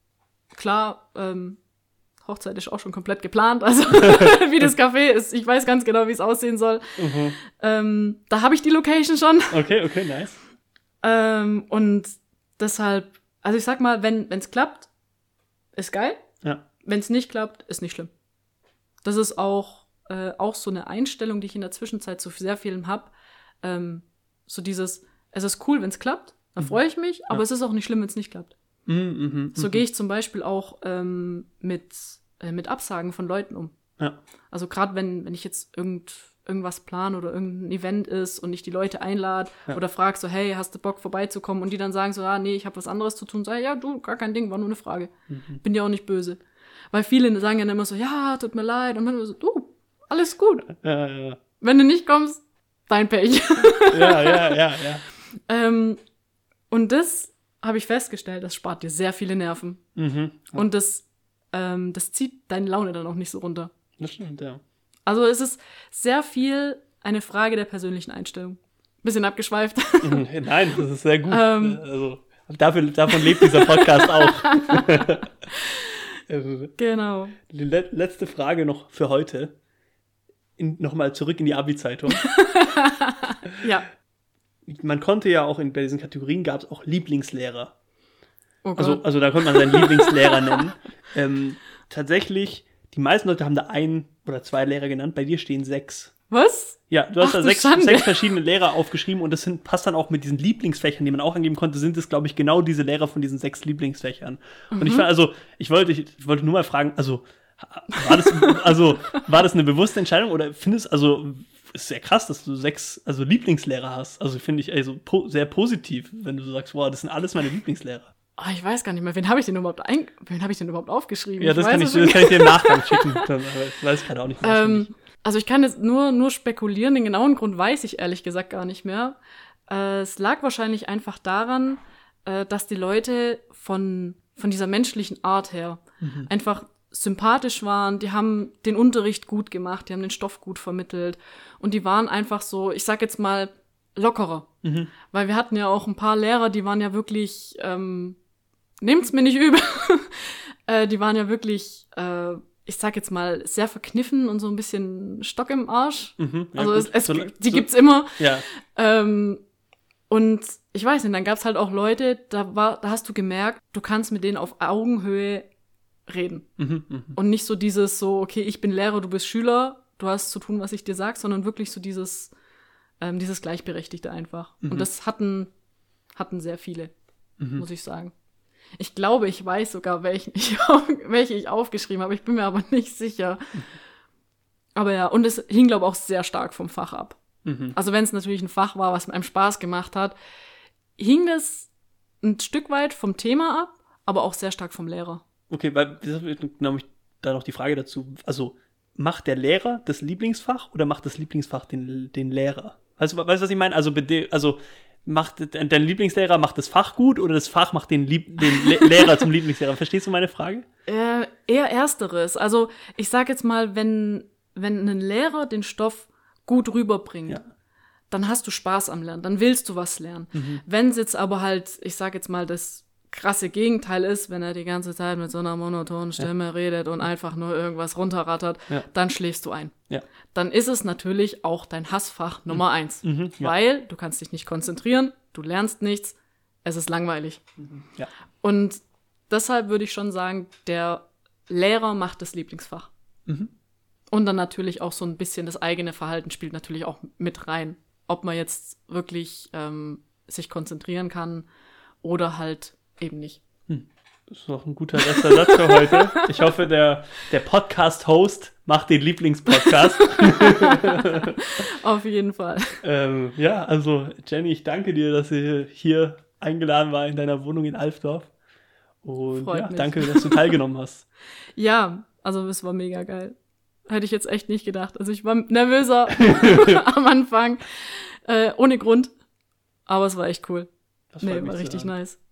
Klar, ähm, Hochzeit ist auch schon komplett geplant, also wie das Café ist. Ich weiß ganz genau, wie es aussehen soll. Mhm. Ähm, da habe ich die Location schon. Okay, okay, nice. Ähm, und deshalb, also ich sag mal, wenn es klappt, ist geil. Ja. Wenn es nicht klappt, ist nicht schlimm. Das ist auch, äh, auch so eine Einstellung, die ich in der Zwischenzeit zu sehr vielen hab. Ähm, so dieses, es ist cool, wenn es klappt, dann freue ich mich, aber Ja. es ist auch nicht schlimm, wenn es nicht klappt. Mhm, mhm, So mhm. gehe ich zum Beispiel auch ähm, mit, äh, mit Absagen von Leuten um. Ja. Also gerade wenn, wenn ich jetzt irgend, irgendwas plane oder irgendein Event ist und ich die Leute einlade Ja. oder frage so, hey, hast du Bock vorbeizukommen? Und die dann sagen so, ah, nee, ich habe was anderes zu tun. Sag ich, ja, du, gar kein Ding, war nur eine Frage. Mhm. Bin dir auch nicht böse. Weil viele sagen ja dann immer so, ja, tut mir leid. Und dann so, du, alles gut. Ja, ja, Wenn du nicht kommst, dein Pech. ja, ja, ja, ja. ähm, und das habe ich festgestellt, das spart dir sehr viele Nerven. Mhm. Und das, ähm, das zieht deine Laune dann auch nicht so runter. Das stimmt, ja. Also es ist sehr viel eine Frage der persönlichen Einstellung. Bisschen abgeschweift. Mhm. Nein, das ist sehr gut. Ähm. Also, dafür, davon lebt dieser Podcast auch. Also, Genau. die le letzte Frage noch für heute. Nochmal zurück in die Abi-Zeitung. Ja. Man konnte ja auch in, bei diesen Kategorien gab es auch Lieblingslehrer. Oh Gott. Also, also da konnte man seinen Lieblingslehrer nennen. Ähm, tatsächlich, die meisten Leute haben da ein oder zwei Lehrer genannt. Bei dir stehen sechs. Was? Ja, du hast Ach, da du sechs, Schande. sechs verschiedene Lehrer aufgeschrieben und das sind, passt dann auch mit diesen Lieblingsfächern, die man auch angeben konnte, sind es, glaube ich, genau diese Lehrer von diesen sechs Lieblingsfächern. Und ich war, also, ich wollte, ich, ich wollte nur mal fragen, also, war das, also, war das eine bewusste Entscheidung oder findest, also, ist sehr krass, dass du sechs, also, Lieblingslehrer hast. Also, finde ich, also, po sehr positiv, wenn du so sagst, wow, das sind alles meine Lieblingslehrer. Oh, ich weiß gar nicht mehr, wen habe ich denn überhaupt ein wen habe ich denn überhaupt aufgeschrieben? Ja, das weiß kann ich, es das wirklich- kann ich dir im Nachgang schicken. Dann, aber ich weiß gerade auch nicht mehr. Ähm, also ich kann jetzt nur, nur spekulieren, den genauen Grund weiß ich ehrlich gesagt gar nicht mehr. Äh, es lag wahrscheinlich einfach daran, äh, dass die Leute von, von dieser menschlichen Art her Mhm. einfach sympathisch waren, die haben den Unterricht gut gemacht, die haben den Stoff gut vermittelt und die waren einfach so, ich sag jetzt mal, lockerer. Mhm. Weil wir hatten ja auch ein paar Lehrer, die waren ja wirklich, ähm, nehmt's mir nicht übel, äh, die waren ja wirklich, äh, ich sag jetzt mal, sehr verkniffen und so ein bisschen Stock im Arsch. Mhm. Ja, Also gut. es, es, So- die so- gibt's immer. Ja. Ähm, und ich weiß nicht, dann gab's halt auch Leute, da war, da hast du gemerkt, du kannst mit denen auf Augenhöhe reden. Mhm, mh. Und nicht so dieses so, okay, ich bin Lehrer, du bist Schüler, du hast zu tun, was ich dir sag, sondern wirklich so dieses, ähm, dieses Gleichberechtigte einfach. Mhm. Und das hatten, hatten sehr viele, Mhm. muss ich sagen. Ich glaube, ich weiß sogar, welchen ich, welche ich aufgeschrieben habe. Ich bin mir aber nicht sicher. Aber ja, und es hing, glaube ich, auch sehr stark vom Fach ab. Mhm. Also wenn es natürlich ein Fach war, was einem Spaß gemacht hat, hing das ein Stück weit vom Thema ab, aber auch sehr stark vom Lehrer. Okay, weil das ist genau da noch die Frage dazu. Also, macht der Lehrer das Lieblingsfach oder macht das Lieblingsfach den, den Lehrer? Weißt du, weißt, was ich meine? Also, also macht dein Lieblingslehrer macht das Fach gut oder das Fach macht den, Lieb- den Le- Lehrer zum Lieblingslehrer? Verstehst du meine Frage? Äh, eher Ersteres. Also ich sag jetzt mal, wenn, wenn ein Lehrer den Stoff gut rüberbringt, Ja. dann hast du Spaß am Lernen, dann willst du was lernen. Mhm. Wenn es jetzt aber halt, ich sag jetzt mal, das krasse Gegenteil ist, wenn er die ganze Zeit mit so einer monotonen Stimme ja. redet und einfach nur irgendwas runterrattert, ja. dann schläfst du ein. Ja. Dann ist es natürlich auch dein Hassfach Nummer mhm. eins. Mhm, ja. Weil du kannst dich nicht konzentrieren, du lernst nichts, es ist langweilig. Mhm, ja. Und deshalb würde ich schon sagen, der Lehrer macht das Lieblingsfach. Mhm. Und dann natürlich auch so ein bisschen das eigene Verhalten spielt natürlich auch mit rein. Ob man jetzt wirklich ähm, sich konzentrieren kann oder halt eben nicht. Hm. Das ist noch ein guter letzter Satz für heute. Ich hoffe, der, der Podcast-Host macht den Lieblingspodcast. Auf jeden Fall. ähm, ja, also Jenny, ich danke dir, dass du hier eingeladen war in deiner Wohnung in Alfdorf. Und Freut ja, mich. danke, dass du teilgenommen hast. Ja, also es war mega geil. Hätte ich jetzt echt nicht gedacht. Also ich war nervöser am Anfang, äh, ohne Grund. Aber es war echt cool. Das freut Nee, mich war zu richtig hören. nice.